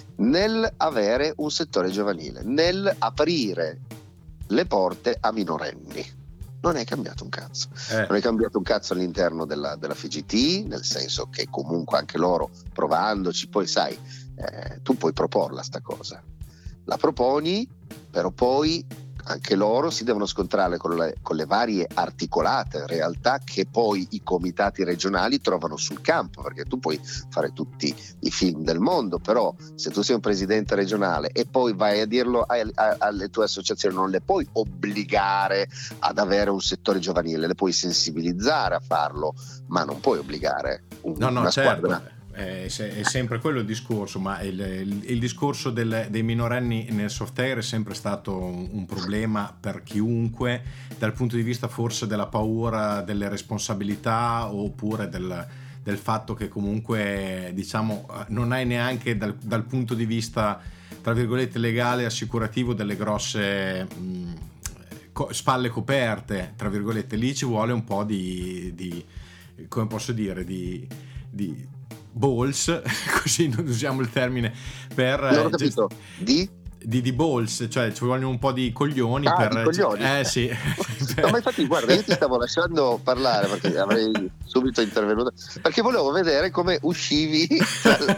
nel avere un settore giovanile, nel aprire le porte a minorenni. Non è cambiato un cazzo, eh. non è cambiato un cazzo all'interno della, della F G T, nel senso che comunque anche loro, provandoci, poi sai, eh, tu puoi proporla sta cosa, la proponi, però poi anche loro si devono scontrare con le, con le varie articolate realtà che poi i comitati regionali trovano sul campo, perché tu puoi fare tutti i film del mondo, però se tu sei un presidente regionale e poi vai a dirlo a, a, alle tue associazioni, non le puoi obbligare ad avere un settore giovanile, le puoi sensibilizzare a farlo, ma non puoi obbligare un, no, no, una certo. squadra. È sempre quello il discorso, ma il, il, il discorso del, dei minorenni nel software è sempre stato un, un problema per chiunque, dal punto di vista forse della paura delle responsabilità, oppure del, del fatto che comunque, diciamo, non hai neanche dal, dal punto di vista tra virgolette legale, assicurativo, delle grosse mh, co- spalle coperte, tra virgolette. Lì ci vuole un po' di, di come posso dire, di, di balls, così non usiamo il termine per non ho capito, gest- di? Di, di balls, cioè ci vogliono un po' di coglioni, ah, per di coglioni. Eh sì. No, ma infatti guarda, io ti stavo lasciando parlare perché avrei subito intervenuto, perché volevo vedere come uscivi dal...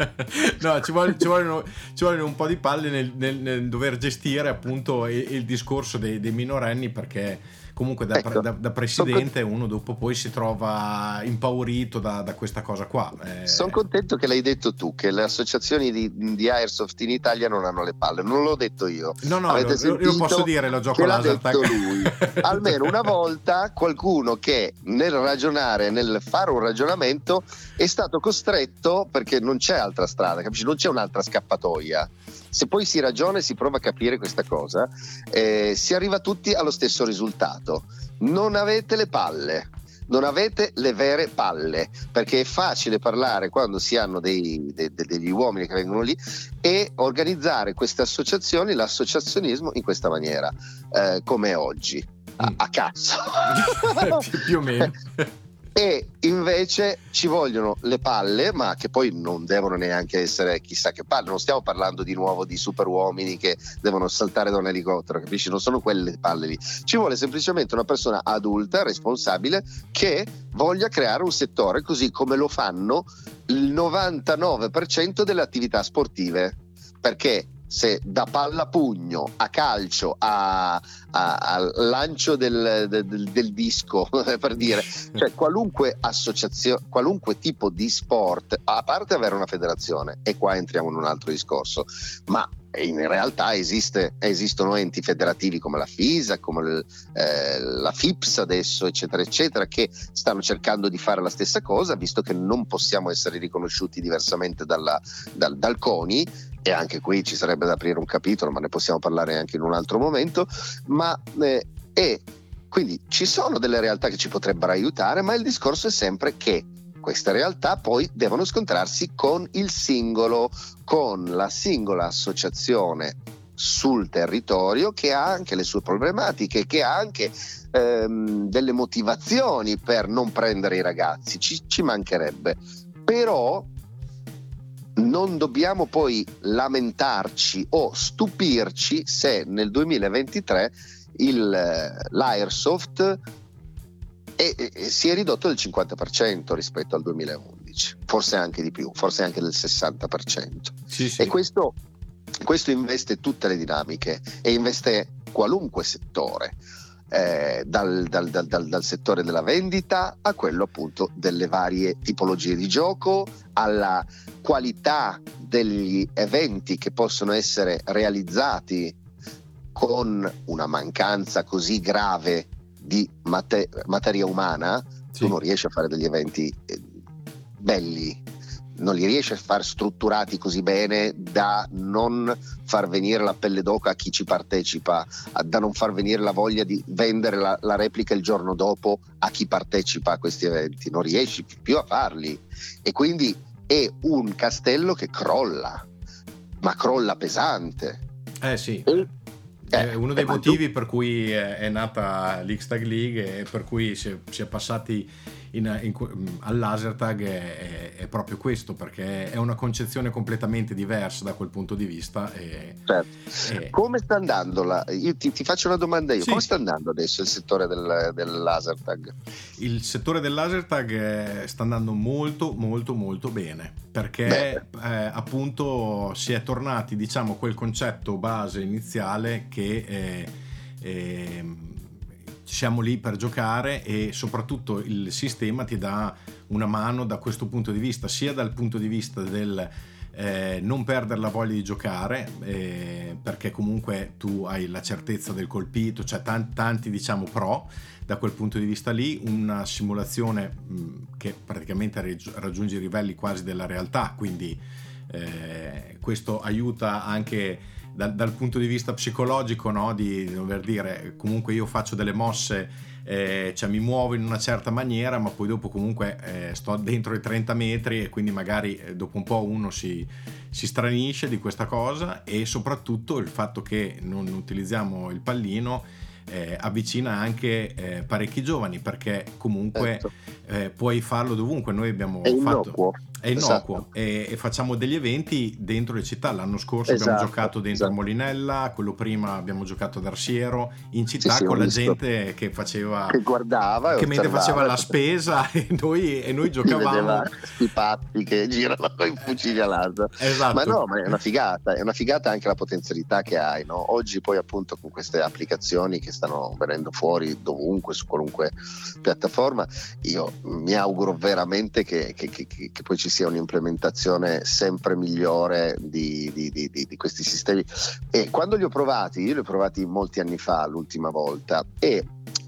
no, ci vogliono, ci, vogliono, ci vogliono un po' di palle nel, nel, nel dover gestire appunto il, il discorso dei, dei minorenni, perché comunque da, ecco, da, da presidente uno dopo poi si trova impaurito da, da questa cosa qua. Eh... Sono contento che l'hai detto tu, che le associazioni di, di Airsoft in Italia non hanno le palle, non l'ho detto io. No, no, lo, io posso dire, lo gioco che l'ha laser detto lui. Almeno una volta qualcuno che nel ragionare, nel fare un ragionamento, è stato costretto, perché non c'è altra strada, capisci? Non c'è un'altra scappatoia. Se poi si ragiona e si prova a capire questa cosa, eh, si arriva tutti allo stesso risultato. Non avete le palle, non avete le vere palle, perché è facile parlare quando si hanno dei, de, de, degli uomini che vengono lì e organizzare queste associazioni, l'associazionismo in questa maniera, eh, come oggi, a, a cazzo. più, più o meno. E invece ci vogliono le palle, ma che poi non devono neanche essere chissà che palle. Non stiamo parlando di nuovo di super uomini che devono saltare da un elicottero, capisci? Non sono quelle palle lì. Ci vuole semplicemente una persona adulta, responsabile, che voglia creare un settore così come lo fanno il novantanove per cento delle attività sportive. Perché se da pallapugno a calcio a, a, a lancio del, del, del disco per dire, cioè qualunque associazione, qualunque tipo di sport, a parte avere una federazione, e qua entriamo in un altro discorso, ma in realtà esiste, esistono enti federativi come la FISA, come il, eh, la FIPS adesso, eccetera eccetera, che stanno cercando di fare la stessa cosa, visto che non possiamo essere riconosciuti diversamente dalla, dal, dal CONI. E anche qui ci sarebbe da aprire un capitolo, ma ne possiamo parlare anche in un altro momento. Ma eh, e quindi ci sono delle realtà che ci potrebbero aiutare, ma il discorso è sempre che queste realtà poi devono scontrarsi con il singolo, con la singola associazione sul territorio, che ha anche le sue problematiche, che ha anche ehm, delle motivazioni per non prendere i ragazzi, ci, ci mancherebbe. Però non dobbiamo poi lamentarci o stupirci se nel duemilaventitré il, l'Airsoft è, è, si è ridotto del cinquanta per cento rispetto al duemilaundici, forse anche di più, forse anche del sessanta per cento. Sì, sì. E questo, questo investe tutte le dinamiche e investe qualunque settore. Eh, dal, dal, dal, dal, dal settore della vendita a quello appunto delle varie tipologie di gioco, alla qualità degli eventi che possono essere realizzati con una mancanza così grave di mate- materia umana. Sì. Tu non riesci a fare degli eventi eh, belli, non li riesci a far strutturati così bene da non far venire la pelle d'oca a chi ci partecipa, da non far venire la voglia di vendere la, la replica il giorno dopo a chi partecipa a questi eventi. Non riesci più a farli e quindi è un castello che crolla, ma crolla pesante. Eh sì. E, è uno dei eh, motivi tu... per cui è nata l'X-Tag League e per cui si è, si è passati in, in, all'Lasertag è, è proprio questo, perché è una concezione completamente diversa da quel punto di vista. E, certo. e... Come sta andando la... io ti, ti faccio una domanda io, sì. Come sta andando adesso il settore del, del Lasertag? Il settore del Lasertag sta andando molto molto molto bene, perché eh, appunto si è tornati, diciamo, quel concetto base iniziale che eh, eh, siamo lì per giocare e soprattutto il sistema ti dà una mano da questo punto di vista, sia dal punto di vista del eh, non perdere la voglia di giocare, eh, perché comunque tu hai la certezza del colpito, cioè tanti, tanti diciamo pro da quel punto di vista lì, una simulazione mh, che praticamente raggiunge i livelli quasi della realtà, quindi eh, questo aiuta anche Dal, dal punto di vista psicologico, no? Di dover dire comunque io faccio delle mosse, eh, cioè mi muovo in una certa maniera, ma poi dopo comunque eh, sto dentro i trenta metri e quindi magari eh, dopo un po' uno si, si stranisce di questa cosa, e soprattutto il fatto che non utilizziamo il pallino eh, avvicina anche eh, parecchi giovani, perché comunque certo. eh, puoi farlo dovunque. Noi abbiamo è fatto innocuo. è innocuo, Esatto. e, e facciamo degli eventi dentro le città. L'anno scorso Esatto, abbiamo giocato dentro esatto. Molinella, quello prima abbiamo giocato ad Arsiero, in città, sì, sì, con la visto. gente che faceva che guardava che e mentre faceva la osservava. spesa e noi, e noi giocavamo questi pazzi che girano con i fucili a laser. Esatto. Ma no, ma è una figata, è una figata anche la potenzialità che hai, no? Oggi poi appunto con queste applicazioni che stanno venendo fuori dovunque, su qualunque piattaforma, io mi auguro veramente che, che, che, che poi ci sia un'implementazione sempre migliore di, di, di, di questi sistemi. E quando li ho provati, io li ho provati molti anni fa l'ultima volta, e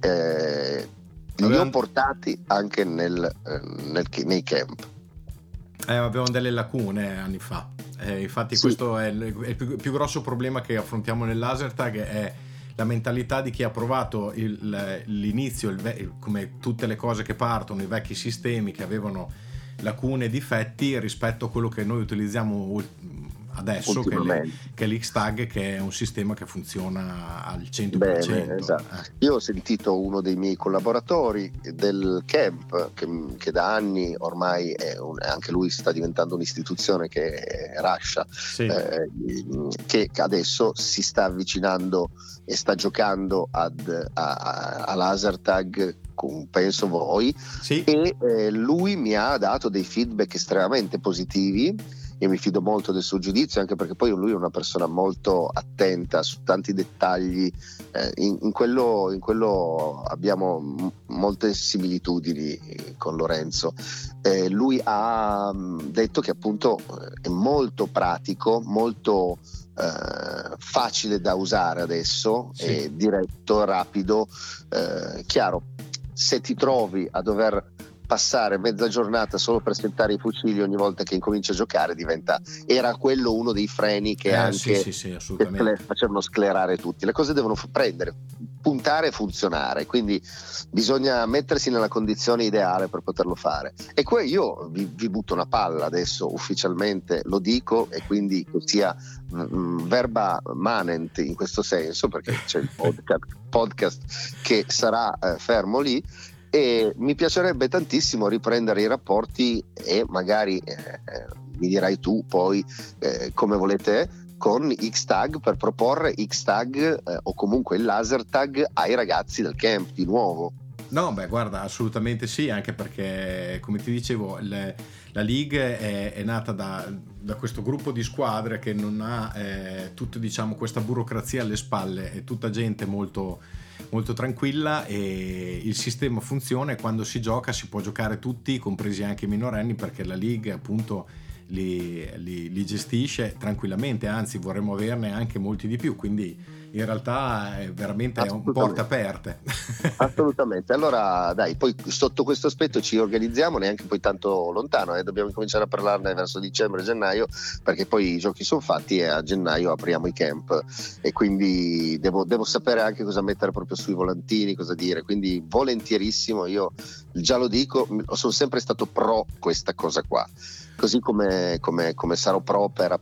eh, li Avevamo... ho portati anche nel, eh, nel, nei camp. Eh, avevamo delle lacune anni fa, eh, infatti sì. Questo è il, è il più, più grosso problema che affrontiamo nel Lasertag, è la mentalità di chi ha provato il, l'inizio, il ve- come tutte le cose che partono, i vecchi sistemi che avevano lacune e difetti rispetto a quello che noi utilizziamo adesso, che, le, che è l'X-Tag, che è un sistema che funziona al cento per cento. Bene, esatto. eh. Io ho sentito uno dei miei collaboratori del camp che, che da anni ormai è un, anche lui sta diventando un'istituzione, che è Rasha, sì. eh, che adesso si sta avvicinando e sta giocando ad, a, a, a Lasertag, penso voi, sì. e eh, lui mi ha dato dei feedback estremamente positivi. Io mi fido molto del suo giudizio, anche perché poi lui è una persona molto attenta su tanti dettagli, eh, in, in, quello, in quello abbiamo m- molte similitudini con Lorenzo. Eh, lui ha mh, detto che appunto è molto pratico, molto eh, facile da usare adesso, sì. È diretto, rapido, eh, chiaro, se ti trovi a dover passare mezza giornata solo per settare i fucili ogni volta che incomincia a giocare, diventa era quello uno dei freni che eh, anche sì, sì, sì, assolutamente. che facevano sclerare tutti. Le cose devono f- prendere, puntare e funzionare, quindi bisogna mettersi nella condizione ideale per poterlo fare. E poi io vi, vi butto una palla adesso, ufficialmente lo dico, e quindi sia mh, verba manent in questo senso, perché c'è il podcast, podcast che sarà eh, fermo lì. E mi piacerebbe tantissimo riprendere i rapporti e magari eh, eh, mi dirai tu poi eh, come volete con X-Tag, per proporre X-Tag eh, o comunque il Lasertag ai ragazzi del camp di nuovo. No, beh, guarda, assolutamente sì, anche perché, come ti dicevo, le, la League è, è nata da, da questo gruppo di squadre che non ha eh, tutto, diciamo, questa burocrazia alle spalle, è tutta gente molto molto tranquilla, e il sistema funziona, e quando si gioca si può giocare tutti, compresi anche i minorenni, perché la League appunto li, li, li gestisce tranquillamente, anzi vorremmo averne anche molti di più, quindi in realtà è veramente un porte aperte. Assolutamente. Allora dai, poi sotto questo aspetto ci organizziamo, neanche poi tanto lontano, eh? Dobbiamo cominciare a parlarne verso dicembre, gennaio, perché poi i giochi sono fatti e a gennaio apriamo i camp, e quindi devo, devo sapere anche cosa mettere proprio sui volantini, cosa dire, quindi volentierissimo, io già lo dico, sono sempre stato pro questa cosa qua, così come, come, come sarò pro per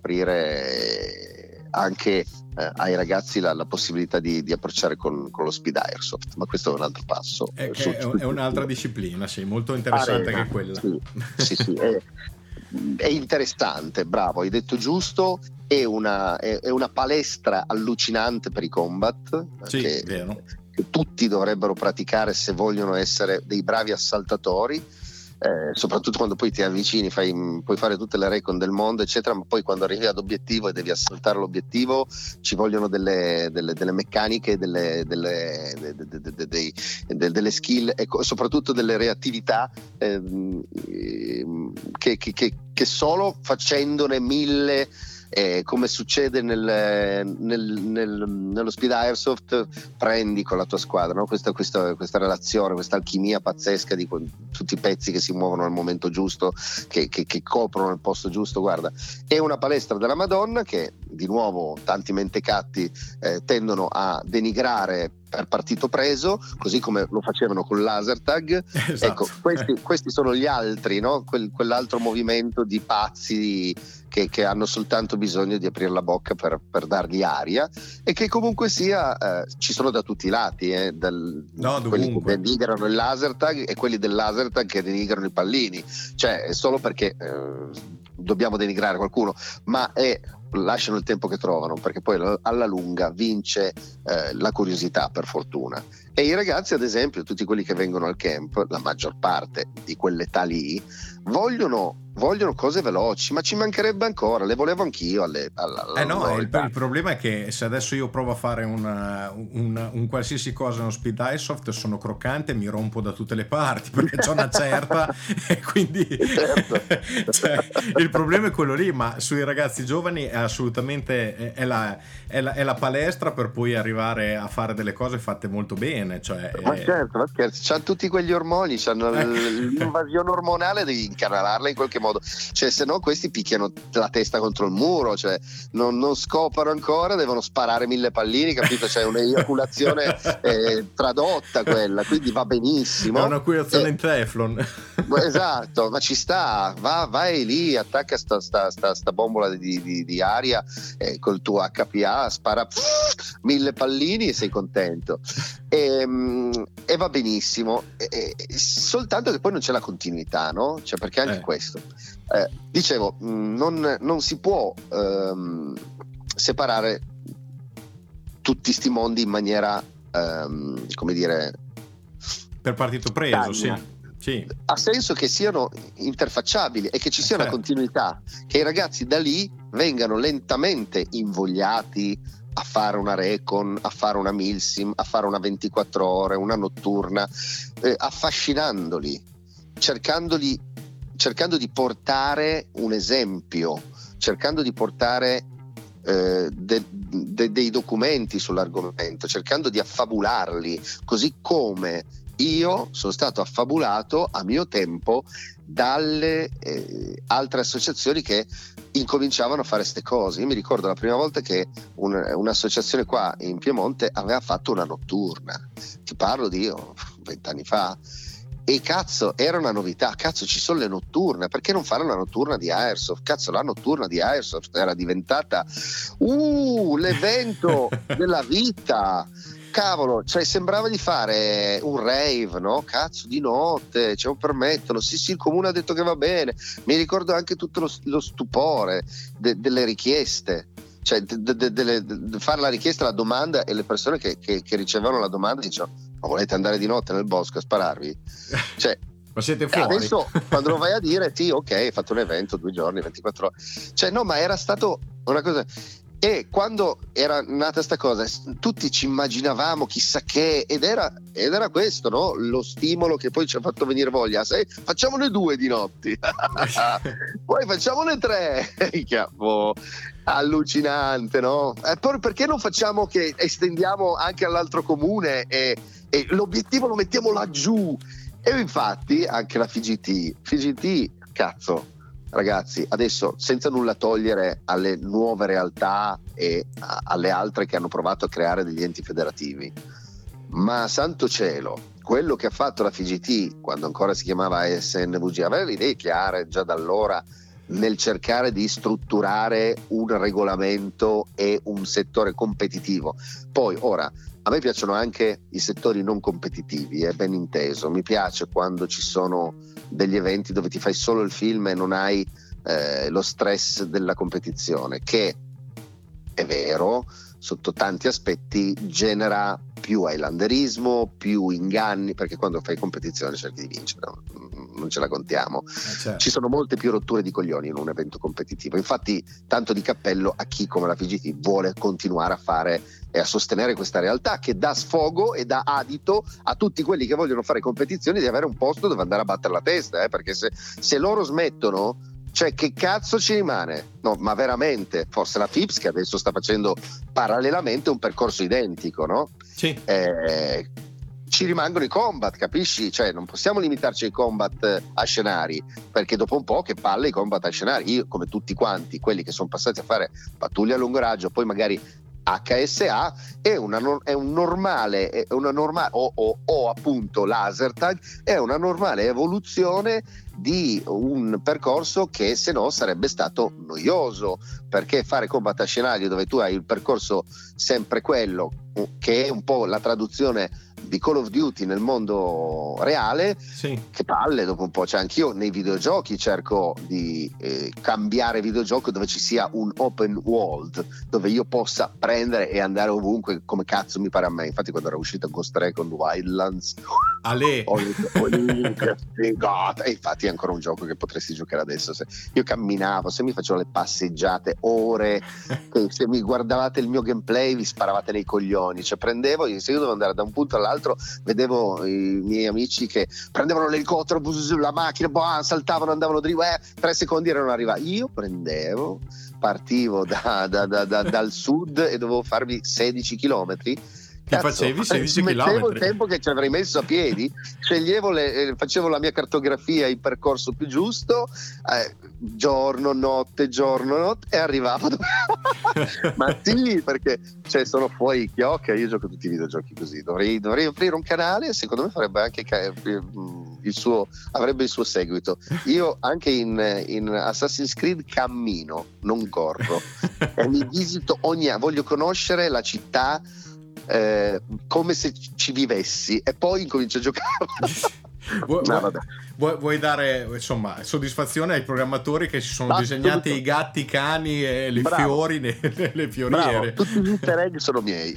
aprire anche eh, ai ragazzi la, la possibilità di, di approcciare con, con lo Speed Airsoft, ma questo è un altro passo. È, che è, è un'altra disciplina, sì, molto interessante Arena, anche quella. Sì, sì, sì è, è interessante, bravo, hai detto giusto, è una, è, è una palestra allucinante per i combat, sì, che, vero. che tutti dovrebbero praticare se vogliono essere dei bravi assaltatori. Eh, soprattutto quando poi ti avvicini, fai, puoi fare tutte le recon del mondo eccetera, ma poi quando arrivi ad obiettivo e devi assaltare l'obiettivo ci vogliono delle, delle, delle meccaniche, delle, delle, de, de, de, de, de, de, delle skill e soprattutto delle reattività eh, che, che, che, che solo facendone mille, eh, come succede nel, nel, nel, nello Speed Airsoft, prendi con la tua squadra, no? questa, questa, questa relazione, questa alchimia pazzesca di tutti i pezzi che si muovono al momento giusto, che, che, che coprono il posto giusto. Guarda, è una palestra della Madonna che di nuovo tanti mentecatti eh, tendono a denigrare per partito preso, così come lo facevano con Lasertag. Esatto. Ecco, questi, questi sono gli altri, no? Quel, quell'altro movimento di pazzi che, che hanno soltanto bisogno di aprire la bocca per, per dargli aria, e che comunque sia eh, ci sono da tutti i lati, eh, dal, no, quelli che denigrano il Lasertag e quelli del Lasertag che denigrano i pallini, cioè è solo perché eh, dobbiamo denigrare qualcuno, ma è lasciano il tempo che trovano, perché poi alla lunga vince eh, la curiosità, per fortuna. E i ragazzi, ad esempio, tutti quelli che vengono al camp, la maggior parte di quell'età lì, vogliono vogliono cose veloci, ma ci mancherebbe ancora, le volevo anch'io alle, alla, alla eh no, il, il problema è che se adesso io provo a fare una, un, un qualsiasi cosa nello Speed Airsoft, sono croccante e mi rompo da tutte le parti perché c'ho una certa e quindi certo. Cioè, il problema è quello lì, ma sui ragazzi giovani è assolutamente è, è, la, è, la, è la palestra per poi arrivare a fare delle cose fatte molto bene, cioè, ma è... certo, ma scherzi, c'hanno tutti quegli ormoni, c'hanno l'invasione ormonale, devi incanalarla in qualche modo, cioè se no questi picchiano la testa contro il muro, cioè non, non scopano ancora, devono sparare mille pallini, capito? C'è un'eiaculazione eh, tradotta quella, quindi va benissimo. È un'eiaculazione eh, in teflon. Esatto, ma ci sta, va, vai lì, attacca sta, sta, sta, sta bombola di, di, di aria eh, col tuo H P A, spara pff, mille pallini e sei contento. E, e va benissimo, e, e, soltanto che poi non c'è la continuità, no? Cioè, perché anche eh. questo eh, dicevo, non, non si può ehm, separare tutti sti mondi in maniera ehm, come dire, per partito preso, sì. Sì. Ha senso che siano interfacciabili e che ci sia certo. una continuità, che i ragazzi da lì vengano lentamente invogliati a fare una recon, a fare una milsim, a fare una ventiquattro ore, una notturna, eh, affascinandoli, cercandoli, cercando di portare un esempio, cercando di portare eh, de, de, dei documenti sull'argomento, cercando di affabularli, così come io sono stato affabulato a mio tempo dalle eh, altre associazioni che incominciavano a fare queste cose. Io mi ricordo la prima volta che un, un'associazione qua in Piemonte aveva fatto una notturna, ti parlo di io vent'anni fa, e cazzo era una novità, cazzo ci sono le notturne, perché non fare una notturna di Airsoft? Cazzo, la notturna di Airsoft era diventata uh, l'evento della vita. Cavolo, cioè sembrava di fare un rave, no? Cazzo, di notte, ce lo permettono. Sì, sì, il comune ha detto che va bene. Mi ricordo anche tutto lo, lo stupore de, delle richieste, cioè de, de, de, de fare la richiesta, la domanda, e le persone che, che, che ricevevano la domanda dicevano: ma volete andare di notte nel bosco a spararvi? Cioè, ma siete fuori? Adesso quando lo vai a dire, sì, ok, hai fatto un evento, due giorni, ventiquattro ore. Cioè, no, ma era stato una cosa. E quando era nata sta cosa tutti ci immaginavamo chissà che, ed era, ed era questo, no? Lo stimolo che poi ci ha fatto venire voglia. Sai, facciamone due di notti poi facciamone tre. Oh, allucinante, no? E poi perché non facciamo che estendiamo anche all'altro comune e, e l'obiettivo lo mettiamo laggiù? E infatti anche la F G T F G T, cazzo ragazzi, adesso senza nulla togliere alle nuove realtà e a, alle altre che hanno provato a creare degli enti federativi, ma santo cielo, quello che ha fatto la F G T quando ancora si chiamava S N V G aveva le idee chiare già da allora nel cercare di strutturare un regolamento e un settore competitivo. Poi ora a me piacciono anche i settori non competitivi, è ben inteso, mi piace quando ci sono degli eventi dove ti fai solo il film e non hai eh, lo stress della competizione, che è vero, sotto tanti aspetti genera più highlanderismo, più inganni, perché quando fai competizione cerchi di vincere, non ce la contiamo. Eh, certo. Ci sono molte più rotture di coglioni in un evento competitivo, infatti tanto di cappello a chi come la F G T vuole continuare a fare e a sostenere questa realtà che dà sfogo e dà adito a tutti quelli che vogliono fare competizioni di avere un posto dove andare a battere la testa, eh, perché se, se loro smettono, cioè che cazzo ci rimane? No, ma veramente, forse la F I P S che adesso sta facendo parallelamente un percorso identico, no? Sì. Eh, ci rimangono i combat, capisci? Cioè non possiamo limitarci ai combat a scenari, perché dopo un po' che palle i combat a scenari. Io, come tutti quanti quelli che sono passati a fare pattuglia a lungo raggio, poi magari H S A, è, una, è un normale, è una normale o, o, o appunto laser tag, è una normale evoluzione di un percorso che se no sarebbe stato noioso, perché fare combat a scenario dove tu hai il percorso sempre quello, che è un po' la traduzione di Call of Duty nel mondo reale, sì. Che palle dopo un po', cioè anch'io nei videogiochi cerco di eh, cambiare videogioco dove ci sia un open world, dove io possa prendere e andare ovunque come cazzo mi pare a me. Infatti quando era uscito Ghost Recon Wildlands, Ale. ho detto, oh, che figata. E infatti è ancora un gioco che potresti giocare adesso. Se io camminavo, se mi facevo le passeggiate ore, se mi guardavate il mio gameplay vi sparavate nei coglioni, cioè prendevo, se io dovevo andare da un punto all'altro vedevo i miei amici che prendevano l'elicottero, la macchina, boh, saltavano, andavano dritto, eh, tre secondi erano arrivati. Io prendevo, partivo da, da, da, da, dal sud e dovevo farmi sedici chilometri, Ti facevi sedici mettevo chilometri. il tempo che ci avrei messo a piedi, sceglievo le, eh, facevo la mia cartografia, il percorso più giusto, eh, giorno, notte, giorno, notte, e arrivavo. Ma sì, perché cioè, sono fuori chiocca, io gioco tutti i videogiochi così, dovrei, dovrei aprire un canale, secondo me farebbe anche ca- il suo, avrebbe il suo seguito. Io anche in, in Assassin's Creed cammino, non corro, e mi visito ogni anno, voglio conoscere la città eh, come se ci vivessi, e poi incomincio a giocare. Vuoi, no, vuoi, vuoi, vuoi dare insomma soddisfazione ai programmatori che si sono ah, disegnati tutto. i gatti, i cani e i Bravo. fiori nelle fioriere? Bravo, tutti gli easter egg sono miei.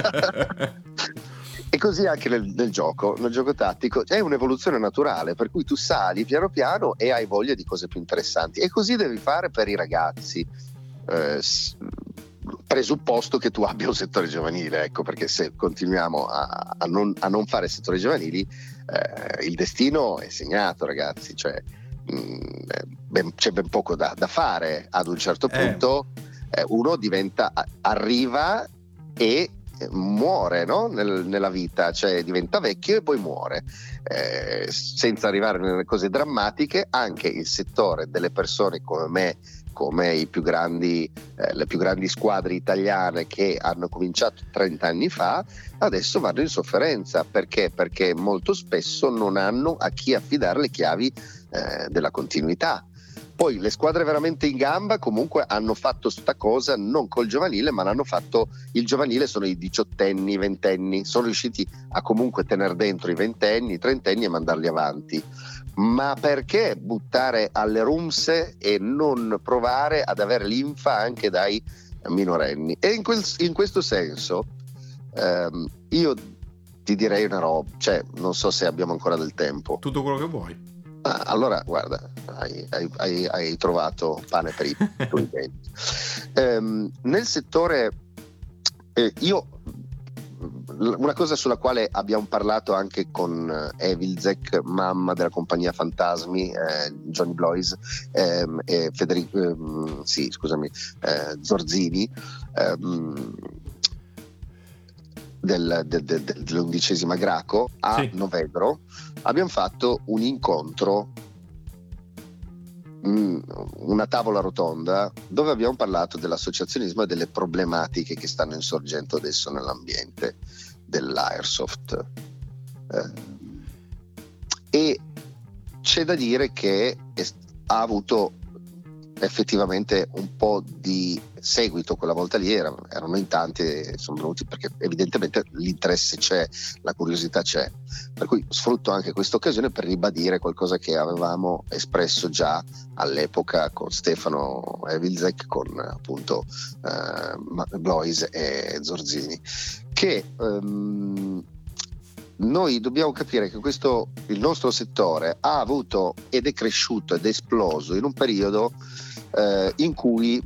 E così anche nel, nel gioco, nel gioco tattico è un'evoluzione naturale, per cui tu sali piano piano e hai voglia di cose più interessanti, e così devi fare per i ragazzi, eh, presupposto che tu abbia un settore giovanile, ecco, perché se continuiamo a, a, non, a non fare settori giovanili, eh, il destino è segnato, ragazzi, cioè mh, ben, c'è ben poco da, da fare. Ad un certo punto eh. Eh, uno diventa, arriva e muore, no? Nel, nella vita, cioè diventa vecchio e poi muore, eh, senza arrivare nelle cose drammatiche. Anche il settore delle persone come me, come i più grandi, eh, le più grandi squadre italiane che hanno cominciato trenta anni fa, adesso vanno in sofferenza. Perché? Perché molto spesso non hanno a chi affidare le chiavi eh, della continuità. Poi le squadre veramente in gamba comunque hanno fatto sta cosa non col giovanile, ma l'hanno fatto, il giovanile sono i diciottenni, i ventenni, sono riusciti a comunque tenere dentro i ventenni, i trentenni e mandarli avanti. Ma perché buttare alle rumse e non provare ad avere linfa anche dai minorenni? E in, quel, in questo senso ehm, io ti direi una roba, cioè non so se abbiamo ancora del tempo. Tutto quello che vuoi. Ah, allora guarda, hai, hai, hai trovato pane per i tuoi denti. ehm, nel settore eh, io una cosa sulla quale abbiamo parlato anche con Evilzek, mamma della compagnia Fantasmi, eh, Johnny Blois ehm, e Federico ehm, sì scusami eh, Zorzini ehm, del, del, del, dell'undicesima Graco a sì. Novedro abbiamo fatto un incontro, mh, una tavola rotonda dove abbiamo parlato dell'associazionismo e delle problematiche che stanno insorgendo adesso nell'ambiente dell'airsoft, eh, e c'è da dire che è, ha avuto effettivamente un po' di seguito quella volta lì, erano, erano in tanti e sono venuti perché evidentemente l'interesse c'è, la curiosità c'è, per cui sfrutto anche questa occasione per ribadire qualcosa che avevamo espresso già all'epoca con Stefano Evilzek, con appunto eh, Blois e Zorzini, che um, noi dobbiamo capire che questo, il nostro settore ha avuto ed è cresciuto ed è esploso in un periodo eh, in cui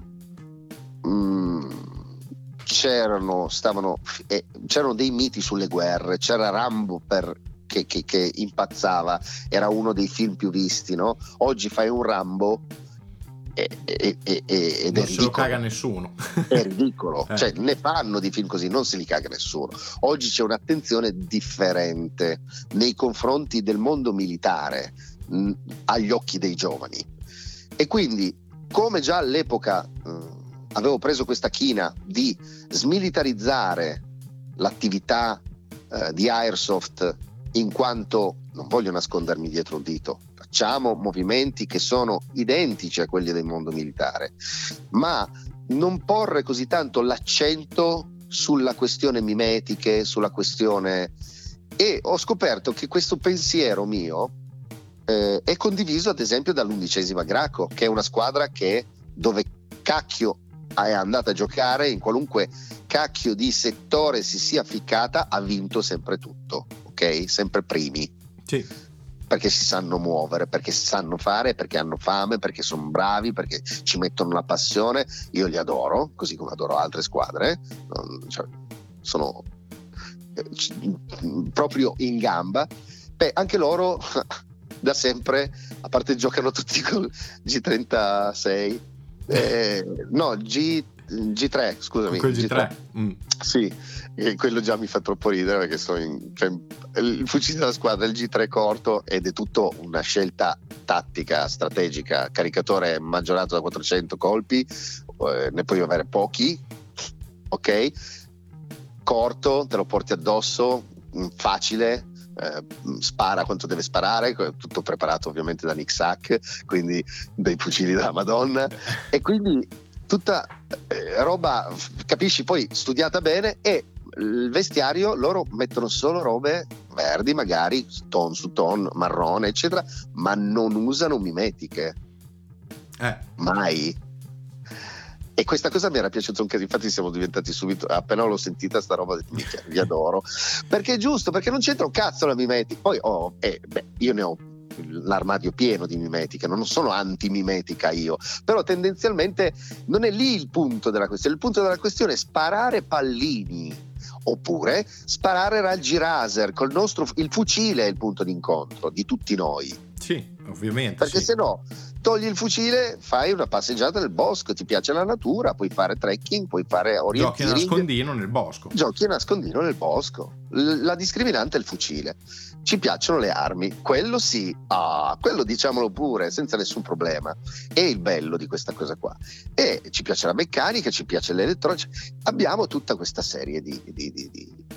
mh, c'erano, stavano, eh, c'erano dei miti sulle guerre, c'era Rambo per, che, che, che impazzava, era uno dei film più visti, no? Oggi fai un Rambo e, e, e, ed non è se lo caga nessuno, è ridicolo, eh. Cioè ne fanno di film così, non se li caga nessuno. Oggi c'è un'attenzione differente nei confronti del mondo militare mh, agli occhi dei giovani, e quindi come già all'epoca mh, avevo preso questa china di smilitarizzare l'attività eh, di Airsoft, in quanto non voglio nascondermi dietro un dito, facciamo movimenti che sono identici a quelli del mondo militare, ma non porre così tanto l'accento sulla questione mimetiche, sulla questione, e ho scoperto che questo pensiero mio eh, è condiviso ad esempio dall'undicesima Graco, che è una squadra che dove cacchio è andata a giocare, in qualunque cacchio di settore si sia ficcata, ha vinto sempre tutto, ok? Sempre primi. Sì. Perché si sanno muovere, perché sanno fare, perché hanno fame, perché sono bravi, perché ci mettono la passione. Io li adoro, così come adoro altre squadre, cioè, sono proprio in gamba. Beh, anche loro da sempre, a parte giocano tutti col G trentasei, eh, no, G G tre, scusami. Quel G tre. G tre. Mm. Sì, e quello già mi fa troppo ridere perché sono in, cioè, il fucile della squadra, il G tre corto, ed è tutto una scelta tattica, strategica. Caricatore maggiorato da quattrocento colpi, eh, ne puoi avere pochi, ok? Corto, te lo porti addosso, facile. Eh, spara quanto deve sparare, tutto preparato ovviamente da Nick Sack, quindi dei fucili della Madonna, e quindi tutta eh, roba, capisci, poi studiata bene. E il vestiario, loro mettono solo robe verdi, magari ton su ton, marrone eccetera, ma non usano mimetiche, eh. mai. E questa cosa mi era piaciuta un casino, infatti siamo diventati subito, appena l'ho sentita sta roba, mica, vi adoro, perché è giusto, perché non c'entra un cazzo la mimetica. Poi oh, eh, beh, io ne ho l'armadio pieno di mimetica, non sono anti-mimetica io, però tendenzialmente non è lì il punto della questione. Il punto della questione è sparare pallini, oppure sparare raggi laser col nostro, il fucile è il punto d'incontro di tutti noi. Sì, ovviamente. Perché sì. se no togli il fucile, fai una passeggiata nel bosco, ti piace la natura, puoi fare trekking, puoi fare orienteering. Giochi a nascondino nel bosco. Giochi a nascondino nel bosco. L- la discriminante è il fucile. Ci piacciono le armi, quello sì, ah, quello diciamolo pure, senza nessun problema. È il bello di questa cosa qua. E ci piace la meccanica, ci piace l'elettronica. Abbiamo tutta questa serie di, di, di, di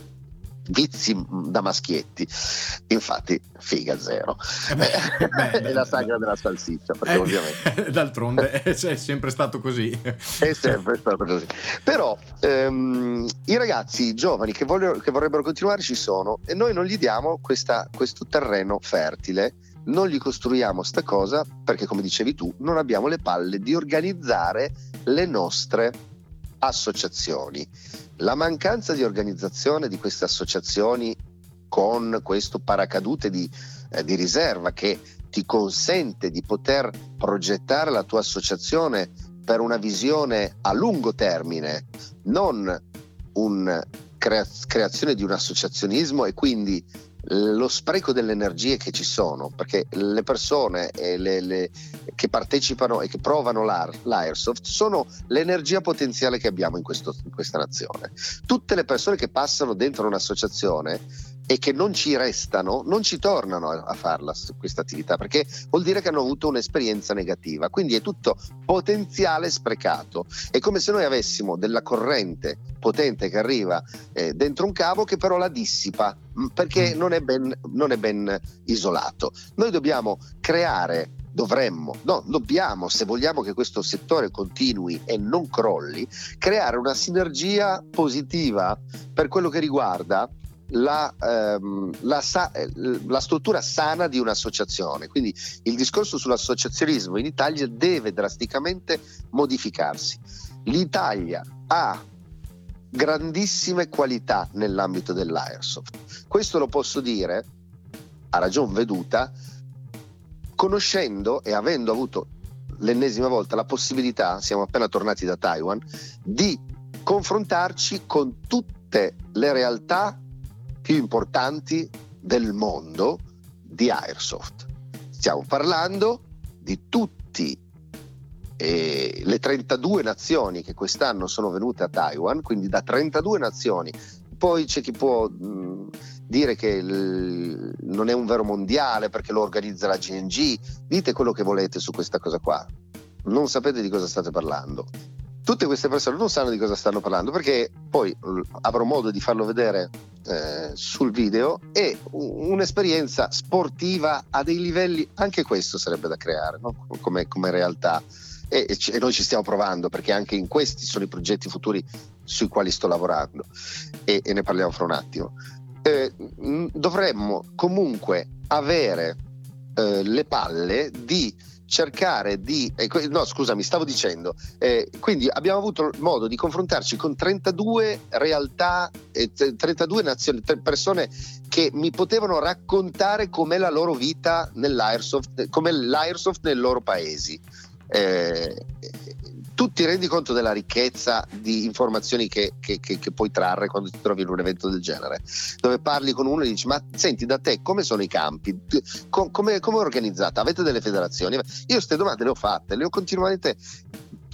vizi da maschietti. Infatti figa zero. Eh beh, beh, è la sagra della salsiccia, perché eh, ovviamente d'altronde è sempre stato così. È sempre stato così. Però ehm, i ragazzi giovani che, voglio, che vorrebbero continuare ci sono, e noi non gli diamo questa, questo terreno fertile, non gli costruiamo sta cosa, perché come dicevi tu non abbiamo le palle di organizzare le nostre associazioni. La mancanza di organizzazione di queste associazioni, con questo paracadute di, eh, di riserva che ti consente di poter progettare la tua associazione per una visione a lungo termine, non un crea- creazione di un associazionismo, e quindi lo spreco delle energie che ci sono, perché le persone e le, le, che partecipano e che provano l'Air, l'Airsoft sono l'energia potenziale che abbiamo in, questo, in questa nazione. Tutte le persone che passano dentro un'associazione e che non ci restano, non ci tornano a farla questa attività, perché vuol dire che hanno avuto un'esperienza negativa, quindi è tutto potenziale sprecato. È come se noi avessimo della corrente potente che arriva eh, dentro un cavo, che però la dissipa perché non è ben, non è ben isolato. Noi dobbiamo creare dovremmo, no, dobbiamo, se vogliamo che questo settore continui e non crolli, creare una sinergia positiva per quello che riguarda La, ehm, la, sa- la struttura sana di un'associazione. Quindi il discorso sull'associazionismo in Italia deve drasticamente modificarsi. L'Italia ha grandissime qualità nell'ambito dell'Airsoft, questo lo posso dire a ragion veduta, conoscendo e avendo avuto l'ennesima volta la possibilità, siamo appena tornati da Taiwan, di confrontarci con tutte le realtà più importanti del mondo di Airsoft. Stiamo parlando di tutti eh, le trentadue nazioni che quest'anno sono venute a Taiwan, quindi da trentadue nazioni. Poi c'è chi può mh, dire che il, non è un vero mondiale perché lo organizza la G N G. Dite quello che volete su questa cosa qua, non sapete di cosa state parlando. Tutte queste persone non sanno di cosa stanno parlando, perché poi avrò modo di farlo vedere eh, sul video. È un'esperienza sportiva a dei livelli, anche questo sarebbe da creare, no? come, come realtà, e, e, c- e noi ci stiamo provando, perché anche in questi sono i progetti futuri sui quali sto lavorando, e, e ne parliamo fra un attimo. Eh, dovremmo comunque avere eh, le palle di cercare di eh, no scusami stavo dicendo eh, quindi abbiamo avuto modo di confrontarci con trentadue realtà, eh, trentadue nazioni, persone che mi potevano raccontare com'è la loro vita nell'Airsoft, com'è l'Airsoft nei loro paesi. Eh, tu ti rendi conto della ricchezza di informazioni che, che, che, che puoi trarre quando ti trovi in un evento del genere, dove parli con uno e dici: ma senti, da te come sono i campi, come, come è organizzata, avete delle federazioni? Io queste domande le ho fatte, le ho continuamente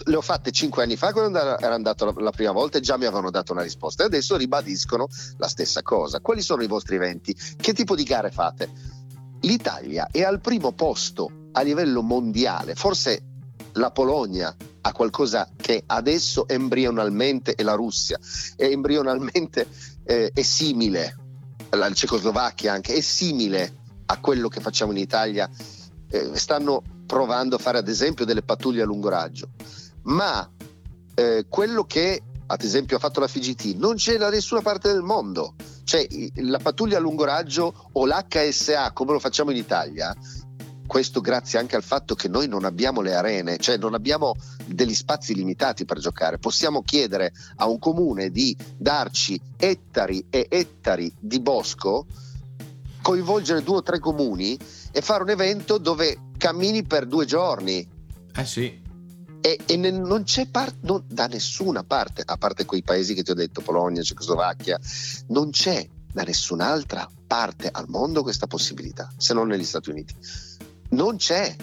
le ho fatte cinque anni fa quando era andato la, la prima volta e già mi avevano dato una risposta, e adesso ribadiscono la stessa cosa. Quali sono i vostri eventi? Che tipo di gare fate? L'Italia è al primo posto a livello mondiale, forse la Polonia ha qualcosa che adesso embrionalmente, e la Russia è embrionalmente eh, è simile, la Cecoslovacchia anche è simile a quello che facciamo in Italia. Eh, stanno provando a fare ad esempio delle pattuglie a lungo raggio, ma eh, quello che ad esempio ha fatto la F G T non c'è da nessuna parte del mondo. Cioè la pattuglia a lungo raggio o l'H S A come lo facciamo in Italia, questo grazie anche al fatto che noi non abbiamo le arene, cioè non abbiamo degli spazi limitati per giocare. Possiamo chiedere a un comune di darci ettari e ettari di bosco, coinvolgere due o tre comuni e fare un evento dove cammini per due giorni. Eh sì. E, e ne, non c'è parte non, da nessuna parte, a parte quei paesi che ti ho detto, Polonia, Cecoslovacchia, non c'è da nessun'altra parte al mondo questa possibilità, se non negli Stati Uniti. Non c'è.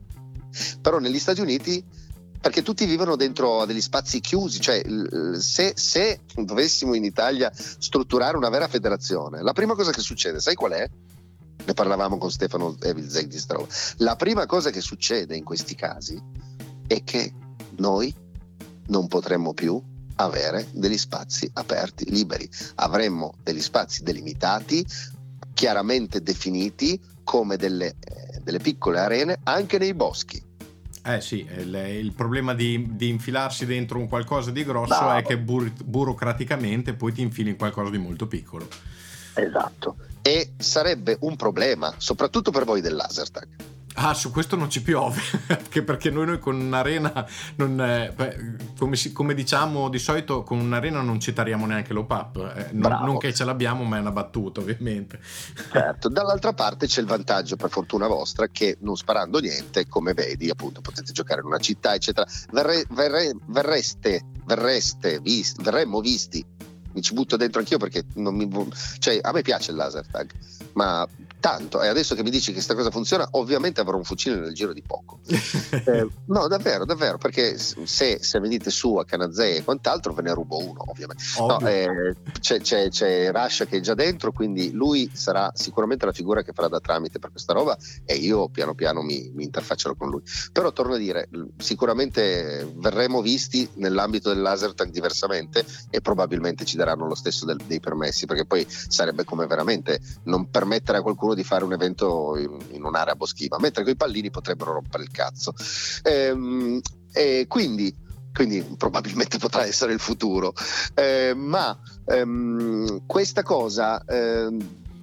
Però negli Stati Uniti, perché tutti vivono dentro degli spazi chiusi, cioè se, se dovessimo in Italia strutturare una vera federazione, la prima cosa che succede, sai qual è? Ne parlavamo con Stefano Evilzeg di sta roba. La prima cosa che succede in questi casi è che noi non potremmo più avere degli spazi aperti, liberi. Avremmo degli spazi delimitati, chiaramente definiti come delle, eh, delle piccole arene anche nei boschi. Eh sì, il, il problema di, di infilarsi dentro un qualcosa di grosso Bravo. è che bur, burocraticamente poi ti infili in qualcosa di molto piccolo. Esatto. E sarebbe un problema, soprattutto per voi del Lasertag. Ah, su questo non ci piove, anche perché noi, noi con un'arena, non, eh, beh, come, si, come diciamo di solito, con un'arena non ci tariamo neanche l'O P A P, eh, non, non che ce l'abbiamo, ma è una battuta ovviamente. Certo, dall'altra parte c'è il vantaggio, per fortuna vostra, che non sparando niente, come vedi, appunto, potete giocare in una città, eccetera. Verre, verre, verreste, verreste, vis, verremmo visti. Mi ci butto dentro anch'io perché non mi, cioè, a me piace il Lasertag, ma tanto, e adesso che mi dici che questa cosa funziona, ovviamente avrò un fucile nel giro di poco. eh, no, davvero, davvero, perché se, se venite su a Canazei e quant'altro ve ne rubo uno, ovviamente. No, eh, c'è, c'è, c'è Rasha che è già dentro, quindi lui sarà sicuramente la figura che farà da tramite per questa roba e io piano piano mi, mi interfaccerò con lui. Però torno a dire, sicuramente verremo visti nell'ambito del Lasertag diversamente e probabilmente ci daranno lo stesso del, dei permessi, perché poi sarebbe come veramente non permettere a qualcuno di fare un evento in, in un'area boschiva, mentre con i pallini potrebbero rompere il cazzo. Ehm, e quindi, quindi probabilmente potrà essere il futuro. Eh, ma ehm, questa cosa ehm,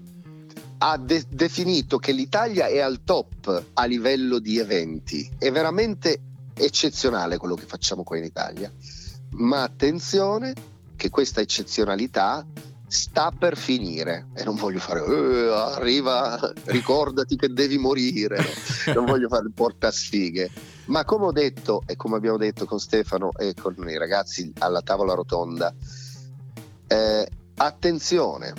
ha de- definito che l'Italia è al top a livello di eventi. È veramente eccezionale quello che facciamo qua in Italia. Ma attenzione che questa eccezionalità sta per finire e non voglio fare eh, arriva, ricordati che devi morire, no? Non voglio fare il portasfighe, ma come ho detto e come abbiamo detto con Stefano e con i ragazzi alla tavola rotonda, eh, attenzione,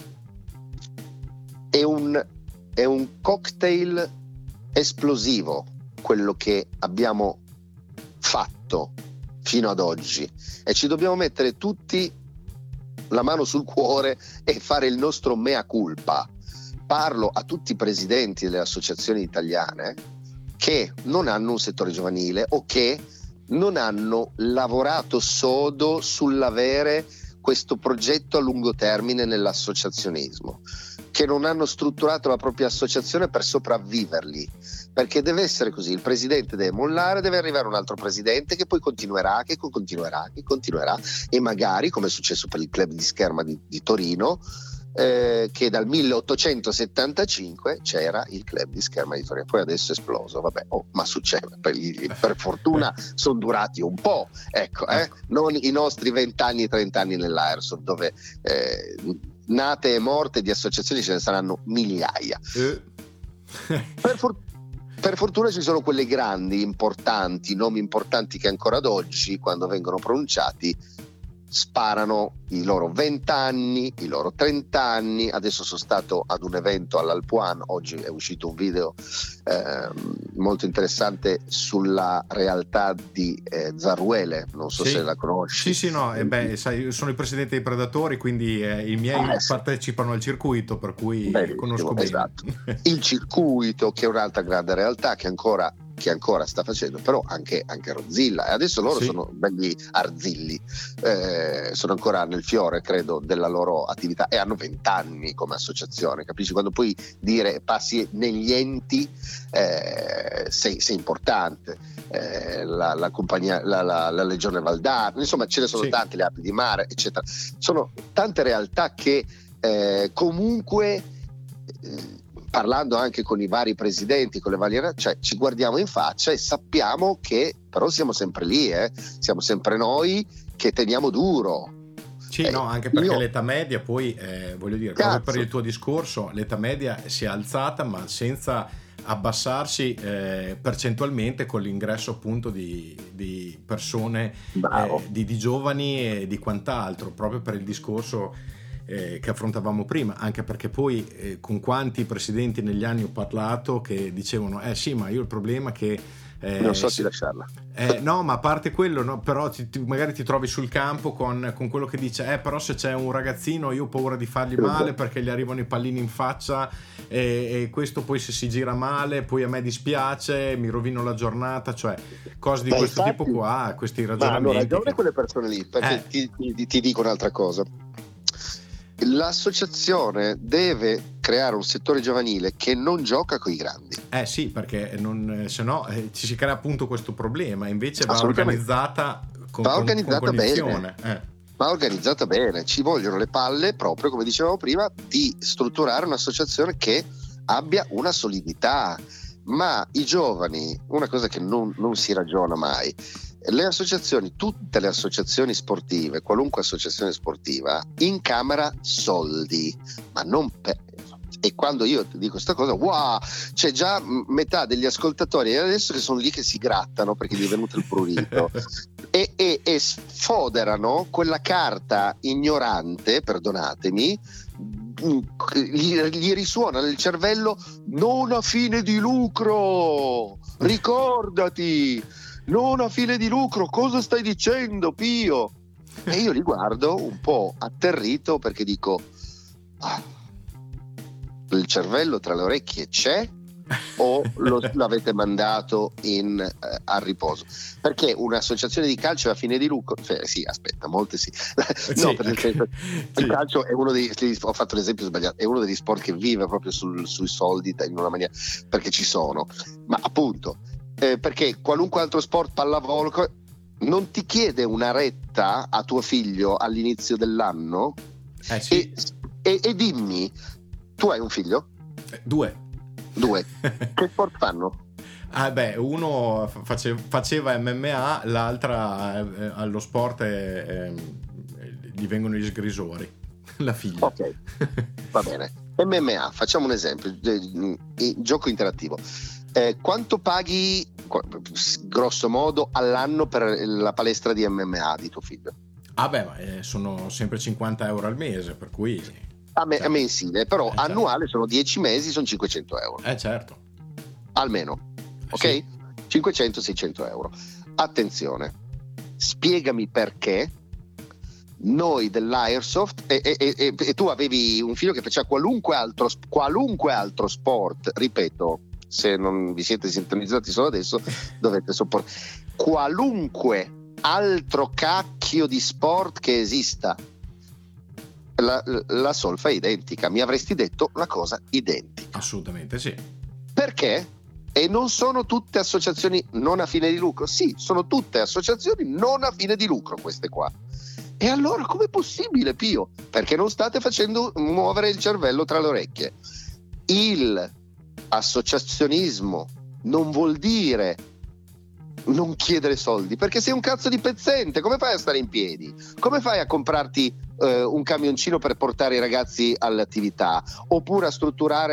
è un, è un cocktail esplosivo quello che abbiamo fatto fino ad oggi e ci dobbiamo mettere tutti la mano sul cuore e fare il nostro mea culpa. Parlo a tutti i presidenti delle associazioni italiane che non hanno un settore giovanile o che non hanno lavorato sodo sull'avere questo progetto a lungo termine nell'associazionismo, che non hanno strutturato la propria associazione per sopravviverli, perché deve essere così, il presidente deve mollare, deve arrivare un altro presidente che poi continuerà, che continuerà, che continuerà e magari, come è successo per il club di scherma di, di Torino, eh, che dal milleottocentosettantacinque c'era il club di scherma di Torino, poi adesso è esploso, vabbè, oh, ma succede, per, per fortuna sono durati un po', ecco, eh? Non i nostri vent'anni, trent'anni nell'Airsoft, dove eh, nate e morte di associazioni ce ne saranno migliaia. Eh. per, for- per fortuna ci sono quelle grandi, importanti, nomi importanti che ancora ad oggi, quando vengono pronunciati, sparano i loro venti anni, i loro trenta anni. Adesso sono stato ad un evento all'Alpuan, oggi è uscito un video eh, molto interessante sulla realtà di eh, Zaruele, non so sì. se la conosci. Sì, sì, no, eh beh, sai, sono il presidente dei Predatori, quindi eh, i miei ah, sì. partecipano al circuito, per cui Benissimo, conosco bene. Esatto. Il circuito, che è un'altra grande realtà che ancora che ancora sta facendo, però anche, anche Rozzilla, e adesso loro sì. sono belli arzilli, eh, sono ancora nel fiore, credo, della loro attività, e hanno vent'anni come associazione, capisci? Quando puoi dire passi negli enti, eh, sei, sei importante, eh, la, la compagnia, la, la, la Legione Valdarno, insomma ce ne sono sì. tante, le Api di Mare, eccetera. Sono tante realtà che eh, comunque eh, parlando anche con i vari presidenti, con le varie, cioè ci guardiamo in faccia e sappiamo che però siamo sempre lì, eh? siamo sempre noi che teniamo duro. Sì, eh, no, anche perché io... l'età media poi, eh, voglio dire, Cazzo. proprio per il tuo discorso, l'età media si è alzata ma senza abbassarsi eh, percentualmente con l'ingresso appunto di, di persone, eh, di, di giovani e di quant'altro, proprio per il discorso Eh, che affrontavamo prima, anche perché poi eh, con quanti presidenti negli anni ho parlato che dicevano eh sì ma io il problema è che eh, non so se lasciarla eh, no ma a parte quello no, però ti, ti, magari ti trovi sul campo con, con quello che dice eh però se c'è un ragazzino io ho paura di fargli male perché gli arrivano i pallini in faccia e, e questo poi se si gira male poi a me dispiace, mi rovino la giornata, cioè cose di Beh, questo infatti, tipo qua, questi ragionamenti. Ma allora dove che... quelle persone lì, perché eh. ti, ti, ti dico un'altra cosa. L'associazione deve creare un settore giovanile che non gioca con i grandi. Eh sì, perché non, se no eh, ci si crea appunto questo problema, invece va organizzata con, va organizzata con bene. Eh. Va organizzata bene, ci vogliono le palle proprio, come dicevamo prima, di strutturare un'associazione che abbia una solidità. Ma i giovani, una cosa che non, non si ragiona mai, le associazioni, tutte le associazioni sportive, qualunque associazione sportiva, incamera soldi, ma non per... E quando io ti dico questa cosa, wow, c'è già metà degli ascoltatori adesso che sono lì che si grattano perché gli è venuto il prurito e, e, e sfoderano quella carta ignorante, perdonatemi, gli, gli risuona nel cervello: non a fine di lucro, ricordati, non a fine di lucro, cosa stai dicendo, Pio? E io li guardo un po' atterrito perché dico: ah, il cervello tra le orecchie c'è o lo, l'avete mandato in, eh, a riposo? Perché un'associazione di calcio a fine di lucro, cioè, sì, aspetta, molte sì, no, sì. Perché il sì. calcio è uno dei, ho fatto l'esempio sbagliato, è uno degli sport che vive proprio sul, sui soldi in una maniera, perché ci sono, ma appunto eh, perché qualunque altro sport, pallavolo, non ti chiede una retta a tuo figlio all'inizio dell'anno? Eh sì. e, e, e dimmi, tu hai un figlio? Eh, due. Due. Che sport fanno? Ah beh, uno face, faceva M M A, l'altra eh, allo sport eh, eh, gli vengono gli sgrisori. La figlia. Ok, va bene. M M A, facciamo un esempio, eh, gioco interattivo. Eh, quanto paghi, grosso modo, all'anno per la palestra di M M A di tuo figlio? Ah beh, ma eh, sono sempre cinquanta euro al mese, per cui... A, me, certo. a mensile, però eh, certo. annuale sono dieci mesi, sono cinquecento euro. Eh certo. Almeno, ok? Sì. cinquecento seicento euro. Attenzione, spiegami perché noi dell'Airsoft e, e, e, e tu avevi un figlio che faceva qualunque altro, qualunque altro sport, ripeto, se non vi siete sintonizzati solo adesso dovete sopportare qualunque altro cacchio di sport che esista. La, la solfa è identica, mi avresti detto la cosa identica. Assolutamente sì. Perché? E non sono tutte associazioni non a fine di lucro? Sì, sono tutte associazioni non a fine di lucro queste qua. E allora com'è possibile, Pio? Perché non state facendo muovere il cervello tra le orecchie. Il associazionismo non vuol dire non chiedere soldi, perché sei un cazzo di pezzente, come fai a stare in piedi? Come fai a comprarti eh, un camioncino per portare i ragazzi alle attività, oppure a strutturare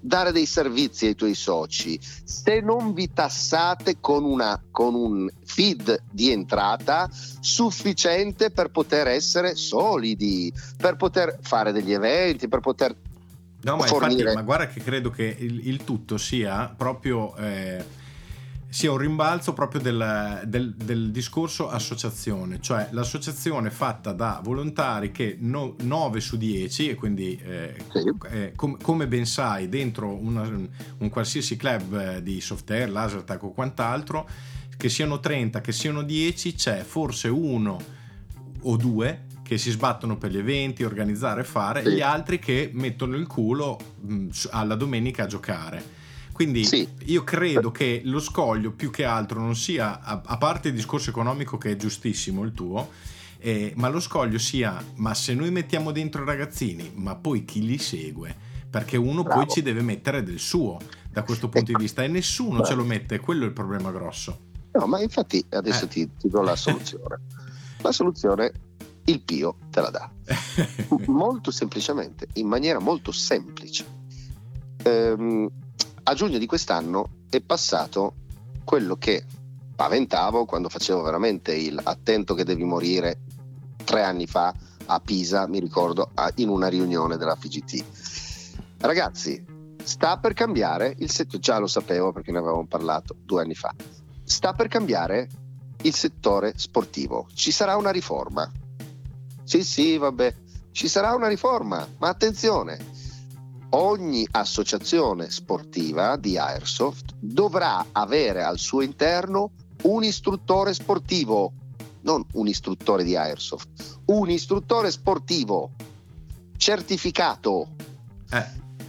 dare dei servizi ai tuoi soci, se non vi tassate con, una, con un feed di entrata sufficiente per poter essere solidi, per poter fare degli eventi, per poter no, ma fornire... infatti, ma guarda che credo che il, il tutto sia proprio eh, sia un rimbalzo proprio del, del, del discorso associazione, cioè l'associazione fatta da volontari che no, nove su dieci, e quindi eh, sì. eh, com, come ben sai dentro una, un qualsiasi club di Softair, Lasertag o quant'altro, che siano trenta, che siano dieci, c'è forse uno o due che si sbattono per gli eventi, organizzare, fare, sì. Gli altri che mettono il culo mh, alla domenica a giocare. Quindi sì. Io credo che lo scoglio più che altro non sia, a, a parte il discorso economico che è giustissimo il tuo, eh, ma lo scoglio sia, ma se noi mettiamo dentro i ragazzini, ma poi chi li segue? Perché uno Bravo. Poi ci deve mettere del suo da questo punto ecco. Di vista, e nessuno Bravo. Ce lo mette, quello è il problema grosso. No, ma infatti adesso eh. ti, ti do la soluzione. La soluzione il Pio te la dà. Molto semplicemente, in maniera molto semplice. Ehm, a giugno di quest'anno è passato quello che paventavo quando facevo veramente il attento che devi morire tre anni fa a Pisa, mi ricordo, in una riunione della F G T. Ragazzi, sta per cambiare il settore, già lo sapevo perché ne avevamo parlato due anni fa, sta per cambiare il settore sportivo, ci sarà una riforma. Sì, sì, vabbè, ci sarà una riforma, ma attenzione, ogni associazione sportiva di Airsoft dovrà avere al suo interno un istruttore sportivo, non un istruttore di Airsoft, un istruttore sportivo certificato. Eh.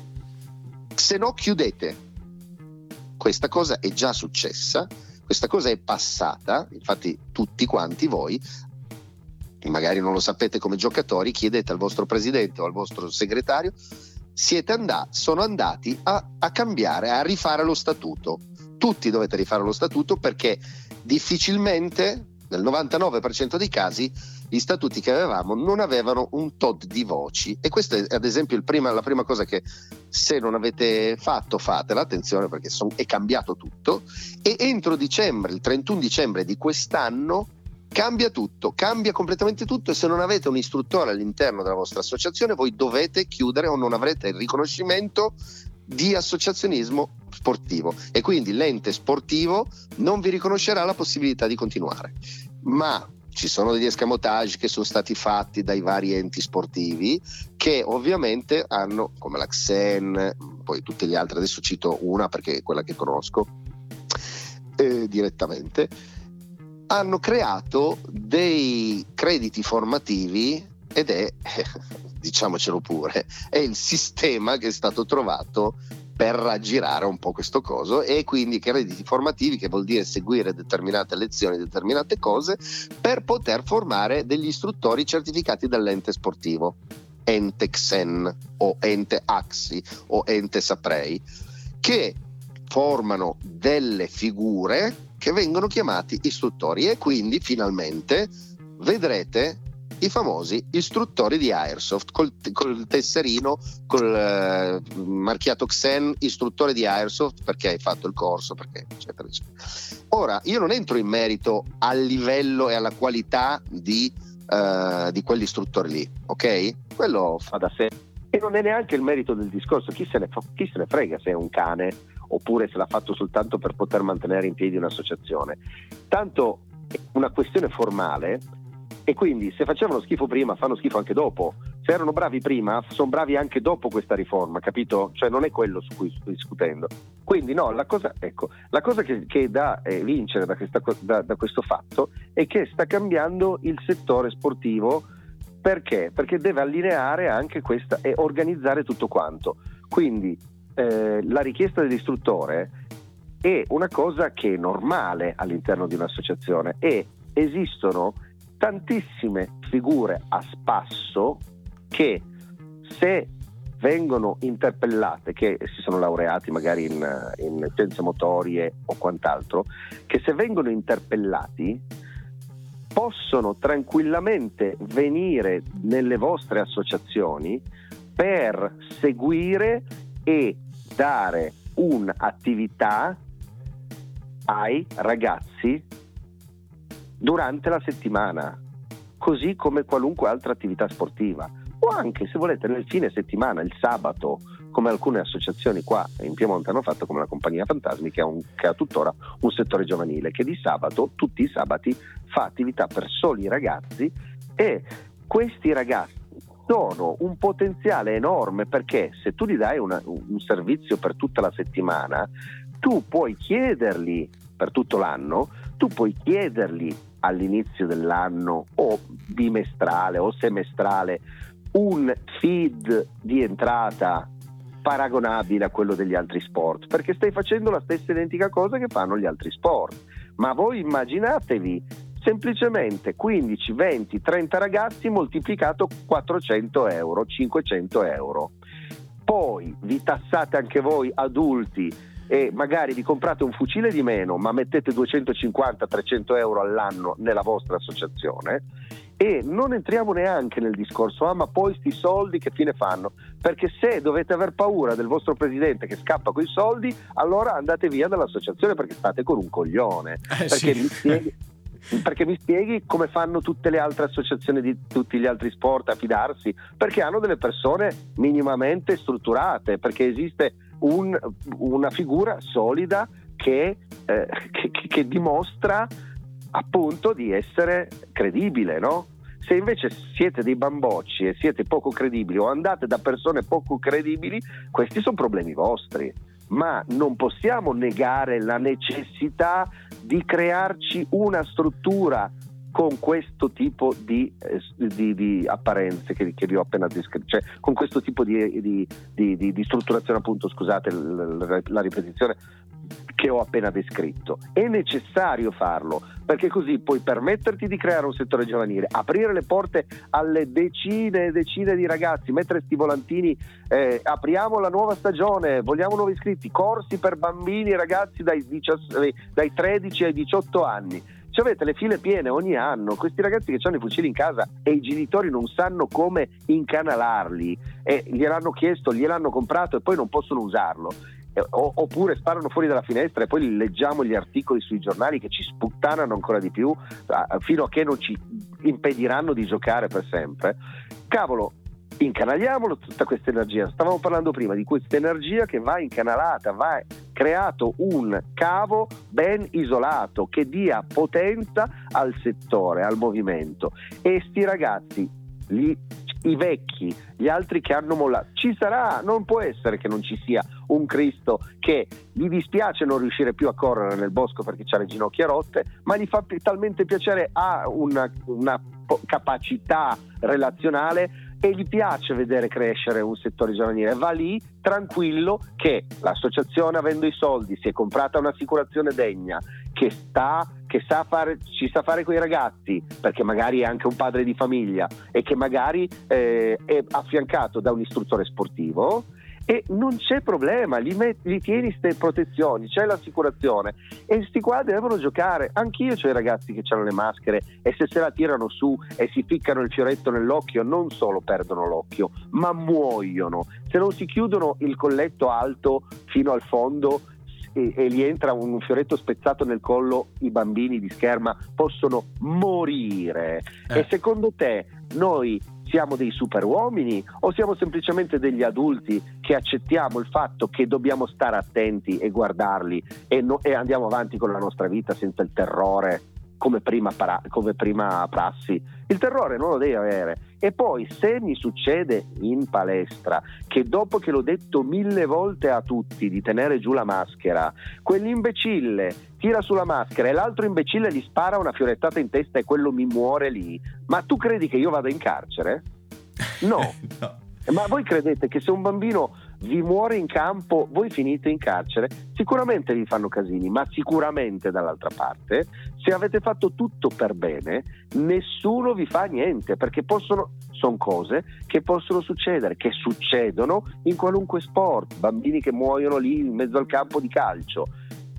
Se no chiudete. Questa cosa è già successa, questa cosa è passata, infatti tutti quanti voi, magari non lo sapete come giocatori, chiedete al vostro presidente o al vostro segretario, siete andati, sono andati a, a cambiare, a rifare lo statuto. Tutti dovete rifare lo statuto perché difficilmente, nel novantanove per cento dei casi, gli statuti che avevamo non avevano un tot di voci. E questo è ad esempio il prima, la prima cosa che, se non avete fatto, fatela, attenzione perché son, è cambiato tutto. E entro dicembre, il trentuno dicembre di quest'anno, cambia tutto, cambia completamente tutto, e se non avete un istruttore all'interno della vostra associazione voi dovete chiudere o non avrete il riconoscimento di associazionismo sportivo, e quindi l'ente sportivo non vi riconoscerà la possibilità di continuare. Ma ci sono degli escamotage che sono stati fatti dai vari enti sportivi che ovviamente hanno, come la Xen, poi tutte le altre, adesso cito una perché è quella che conosco eh, direttamente, hanno creato dei crediti formativi ed è, diciamocelo pure, è il sistema che è stato trovato per raggirare un po' questo coso, e quindi crediti formativi, che vuol dire seguire determinate lezioni, determinate cose, per poter formare degli istruttori certificati dall'ente sportivo, ente Xen o ente Axi o ente Saprei, che formano delle figure che vengono chiamati istruttori, e quindi finalmente vedrete i famosi istruttori di Airsoft col, col tesserino, col eh, marchiato Xen, istruttore di Airsoft, perché hai fatto il corso, perché eccetera eccetera. Ora io non entro in merito al livello e alla qualità di, uh, di quell'istruttore lì, ok? Quello fa da sé, e non è neanche il merito del discorso. Chi se ne, fa, chi se ne frega se è un cane oppure se l'ha fatto soltanto per poter mantenere in piedi un'associazione. Tanto è una questione formale, e quindi se facevano schifo prima fanno schifo anche dopo. Se erano bravi prima sono bravi anche dopo questa riforma, capito? Cioè non è quello su cui sto discutendo. Quindi no, la cosa, ecco, la cosa che, che dà eh, vincere da, questa, da, da questo fatto è che sta cambiando il settore sportivo. Perché? Perché deve allineare anche questa e organizzare tutto quanto. Quindi eh, la richiesta dell'istruttore è una cosa che è normale all'interno di un'associazione, e esistono tantissime figure a spasso che, se vengono interpellate, che si sono laureati magari in, in scienze motorie o quant'altro, che se vengono interpellati possono tranquillamente venire nelle vostre associazioni per seguire e dare un'attività ai ragazzi durante la settimana, così come qualunque altra attività sportiva, o anche se volete nel fine settimana, il sabato, come alcune associazioni qua in Piemonte hanno fatto, come la Compagnia Fantasmi, che ha, un, che ha tuttora un settore giovanile che di sabato, tutti i sabati, fa attività per soli ragazzi, e questi ragazzi sono un potenziale enorme, perché se tu gli dai una, un servizio per tutta la settimana, tu puoi chiederli per tutto l'anno, tu puoi chiederli all'inizio dell'anno o bimestrale o semestrale un feed di entrata paragonabile a quello degli altri sport, perché stai facendo la stessa identica cosa che fanno gli altri sport. Ma voi immaginatevi semplicemente quindici, venti, trenta ragazzi moltiplicato quattrocento euro, cinquecento euro. Poi vi tassate anche voi adulti e magari vi comprate un fucile di meno, ma mettete duecentocinquanta trecento euro all'anno nella vostra associazione, e non entriamo neanche nel discorso ah ma poi sti soldi che fine fanno, perché se dovete aver paura del vostro presidente che scappa coi soldi, allora andate via dall'associazione, perché state con un coglione. eh, perché sì. mi spieghi perché mi spieghi come fanno tutte le altre associazioni di tutti gli altri sport a fidarsi? Perché hanno delle persone minimamente strutturate, perché esiste un, una figura solida che, eh, che, che dimostra appunto di essere credibile, no? Se invece siete dei bambocci e siete poco credibili o andate da persone poco credibili, questi sono problemi vostri. Ma non possiamo negare la necessità di crearci una struttura con questo tipo di, eh, di, di apparenze che, che vi ho appena descritto, cioè con questo tipo di, di, di, di, di strutturazione, appunto, scusate la, la ripetizione, che ho appena descritto. È necessario farlo, perché così puoi permetterti di creare un settore giovanile, aprire le porte alle decine e decine di ragazzi, mettere sti volantini, eh, apriamo la nuova stagione, vogliamo nuovi iscritti, corsi per bambini e ragazzi dai, diciassette, dai tredici ai diciotto anni. Ci avete le file piene ogni anno, questi ragazzi che hanno i fucili in casa e i genitori non sanno come incanalarli, e gliel'hanno chiesto, gliel'hanno comprato e poi non possono usarlo. Oppure sparano fuori dalla finestra e poi leggiamo gli articoli sui giornali che ci sputtanano ancora di più fino a che non ci impediranno di giocare per sempre. Cavolo, incanaliamolo tutta questa energia. Stavamo parlando prima di questa energia che va incanalata, va creato un cavo ben isolato che dia potenza al settore, al movimento. E sti ragazzi, gli, i vecchi, gli altri che hanno mollato, ci sarà, non può essere che non ci sia un Cristo che gli dispiace non riuscire più a correre nel bosco perché ha le ginocchia rotte, ma gli fa talmente piacere, ha una, una capacità relazionale e gli piace vedere crescere un settore giovanile. Va lì tranquillo che l'associazione, avendo i soldi, si è comprata un'assicurazione degna, che sta che sa fare, ci sa fare coi ragazzi, perché magari è anche un padre di famiglia e che magari eh, è affiancato da un istruttore sportivo, e non c'è problema, gli, met- gli tieni ste protezioni, c'è l'assicurazione e sti qua devono giocare. Anch'io c'ho i ragazzi che hanno le maschere e se se la tirano su e si ficcano il fioretto nell'occhio non solo perdono l'occhio ma muoiono. Se non si chiudono il colletto alto fino al fondo e, e gli entra un fioretto spezzato nel collo, i bambini di Scherma possono morire. Eh. E secondo te noi siamo dei super uomini o siamo semplicemente degli adulti che accettiamo il fatto che dobbiamo stare attenti e guardarli e, no, e andiamo avanti con la nostra vita senza il terrore come prima, para, come prima prassi? Il terrore non lo devi avere. E poi se mi succede in palestra che dopo che l'ho detto mille volte a tutti di tenere giù la maschera, quell'imbecille tira sulla maschera e l'altro imbecille gli spara una fiorettata in testa e quello mi muore lì, ma tu credi che io vada in carcere? No. No. Ma voi credete che se un bambino vi muore in campo voi finite in carcere? Sicuramente vi fanno casini, ma sicuramente dall'altra parte, se avete fatto tutto per bene, nessuno vi fa niente, perché possono, sono cose che possono succedere, che succedono in qualunque sport. Bambini che muoiono lì in mezzo al campo di calcio.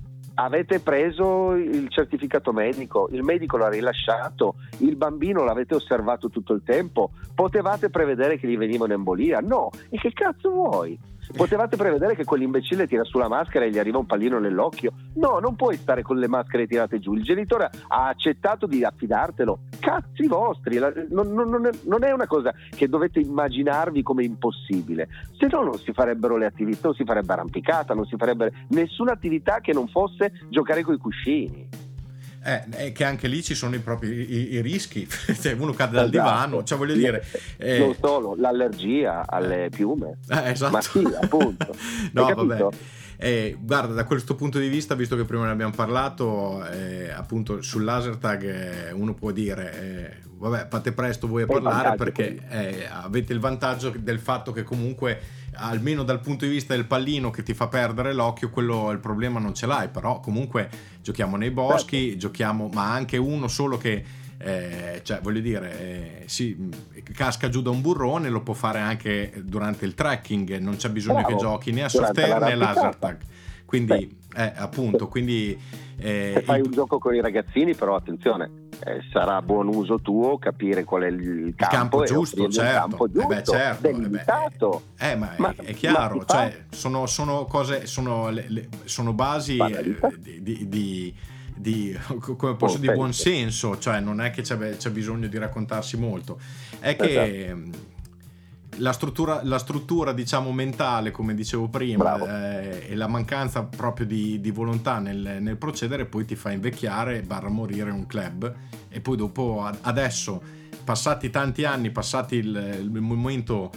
Avete preso il certificato medico, il medico l'ha rilasciato, il bambino l'avete osservato tutto il tempo, potevate prevedere che gli veniva un'embolia? No, e che cazzo vuoi? Potevate prevedere che quell'imbecille tira su la maschera e gli arriva un pallino nell'occhio? No, non puoi stare con le maschere tirate giù. Il genitore ha accettato di affidartelo. Cazzi vostri, non, non, non, è, non è una cosa che dovete immaginarvi come impossibile. Se no non si farebbero le attività, non si farebbe arrampicata, non si farebbe nessuna attività che non fosse giocare coi cuscini. Eh, è che anche lì ci sono i propri i, i rischi, cioè uno cade dal Esatto. divano, cioè voglio dire eh... non solo l'allergia alle piume, eh, esatto. ma sì, appunto. No, Hai vabbè. capito? Eh, guarda, da questo punto di vista, visto che prima ne abbiamo parlato, eh, appunto sul laser tag eh, uno può dire eh, vabbè, fate presto voi a parlare perché eh, avete il vantaggio del fatto che comunque almeno dal punto di vista del pallino che ti fa perdere l'occhio, quello il problema non ce l'hai, però comunque giochiamo nei boschi, certo. Giochiamo, ma anche uno solo che eh, cioè voglio dire eh, sì, casca giù da un burrone lo può fare anche durante il trekking, non c'è bisogno Bravo. Che giochi né a software né laser tag, quindi eh, appunto Beh. quindi eh, se fai il... un gioco con i ragazzini, però attenzione, eh, sarà buon uso tuo capire qual è il campo, campo giusto, e certo. campo giusto, eh beh, certo. delimitato. Eh, beh, eh, ma, ma è chiaro, ma cioè sono, sono cose, sono, le, le, sono basi eh, di, di, di di, come posso dire, buon senso, cioè non è che c'è, c'è bisogno di raccontarsi molto, è che esatto. la struttura, la struttura diciamo mentale, come dicevo prima, eh, e la mancanza proprio di, di volontà nel, nel procedere poi ti fa invecchiare barra morire un club, e poi dopo adesso, passati tanti anni, passati il, il momento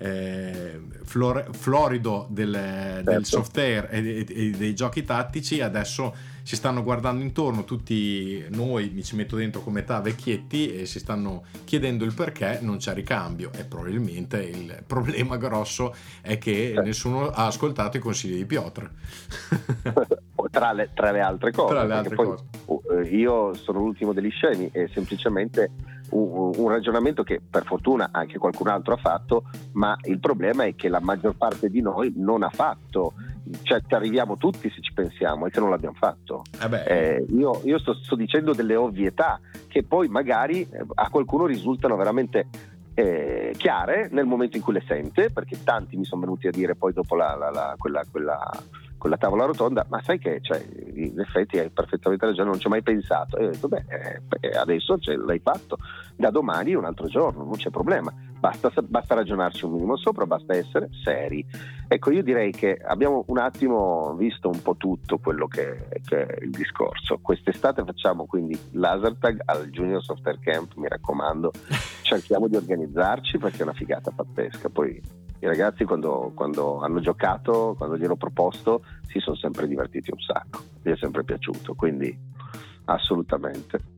eh, flor, florido del, certo. del software e, e dei giochi tattici, adesso si stanno guardando intorno tutti noi, mi ci metto dentro come età, vecchietti, e si stanno chiedendo il perché non c'è ricambio, e probabilmente il problema grosso è che eh. nessuno ha ascoltato i consigli di Piotr. Tra le, tra le altre cose, tra le altre poi, cose. Io sono l'ultimo degli scemi, è semplicemente un, un ragionamento che per fortuna anche qualcun altro ha fatto, ma il problema è che la maggior parte di noi non ha fatto, cioè ci arriviamo tutti se ci pensiamo, e che non l'abbiamo fatto. Eh beh. Eh, io io sto, sto dicendo delle ovvietà che poi magari a qualcuno risultano veramente eh, chiare nel momento in cui le sente, perché tanti mi sono venuti a dire poi dopo la, la, la, quella, quella, quella tavola rotonda, ma sai che cioè, in effetti hai perfettamente ragione, non ci ho mai pensato, e ho detto beh eh, adesso cioè, l'hai fatto, da domani è un altro giorno, non c'è problema, basta, basta ragionarci un minimo sopra, basta essere seri. Ecco, io direi che abbiamo un attimo visto un po' tutto quello che, che è il discorso. Quest'estate facciamo quindi laser tag al Junior Software Camp, mi raccomando, cerchiamo di organizzarci perché è una figata pazzesca. Poi i ragazzi quando, quando hanno giocato, quando gliel'ho proposto, si sono sempre divertiti un sacco, mi è sempre piaciuto, quindi assolutamente.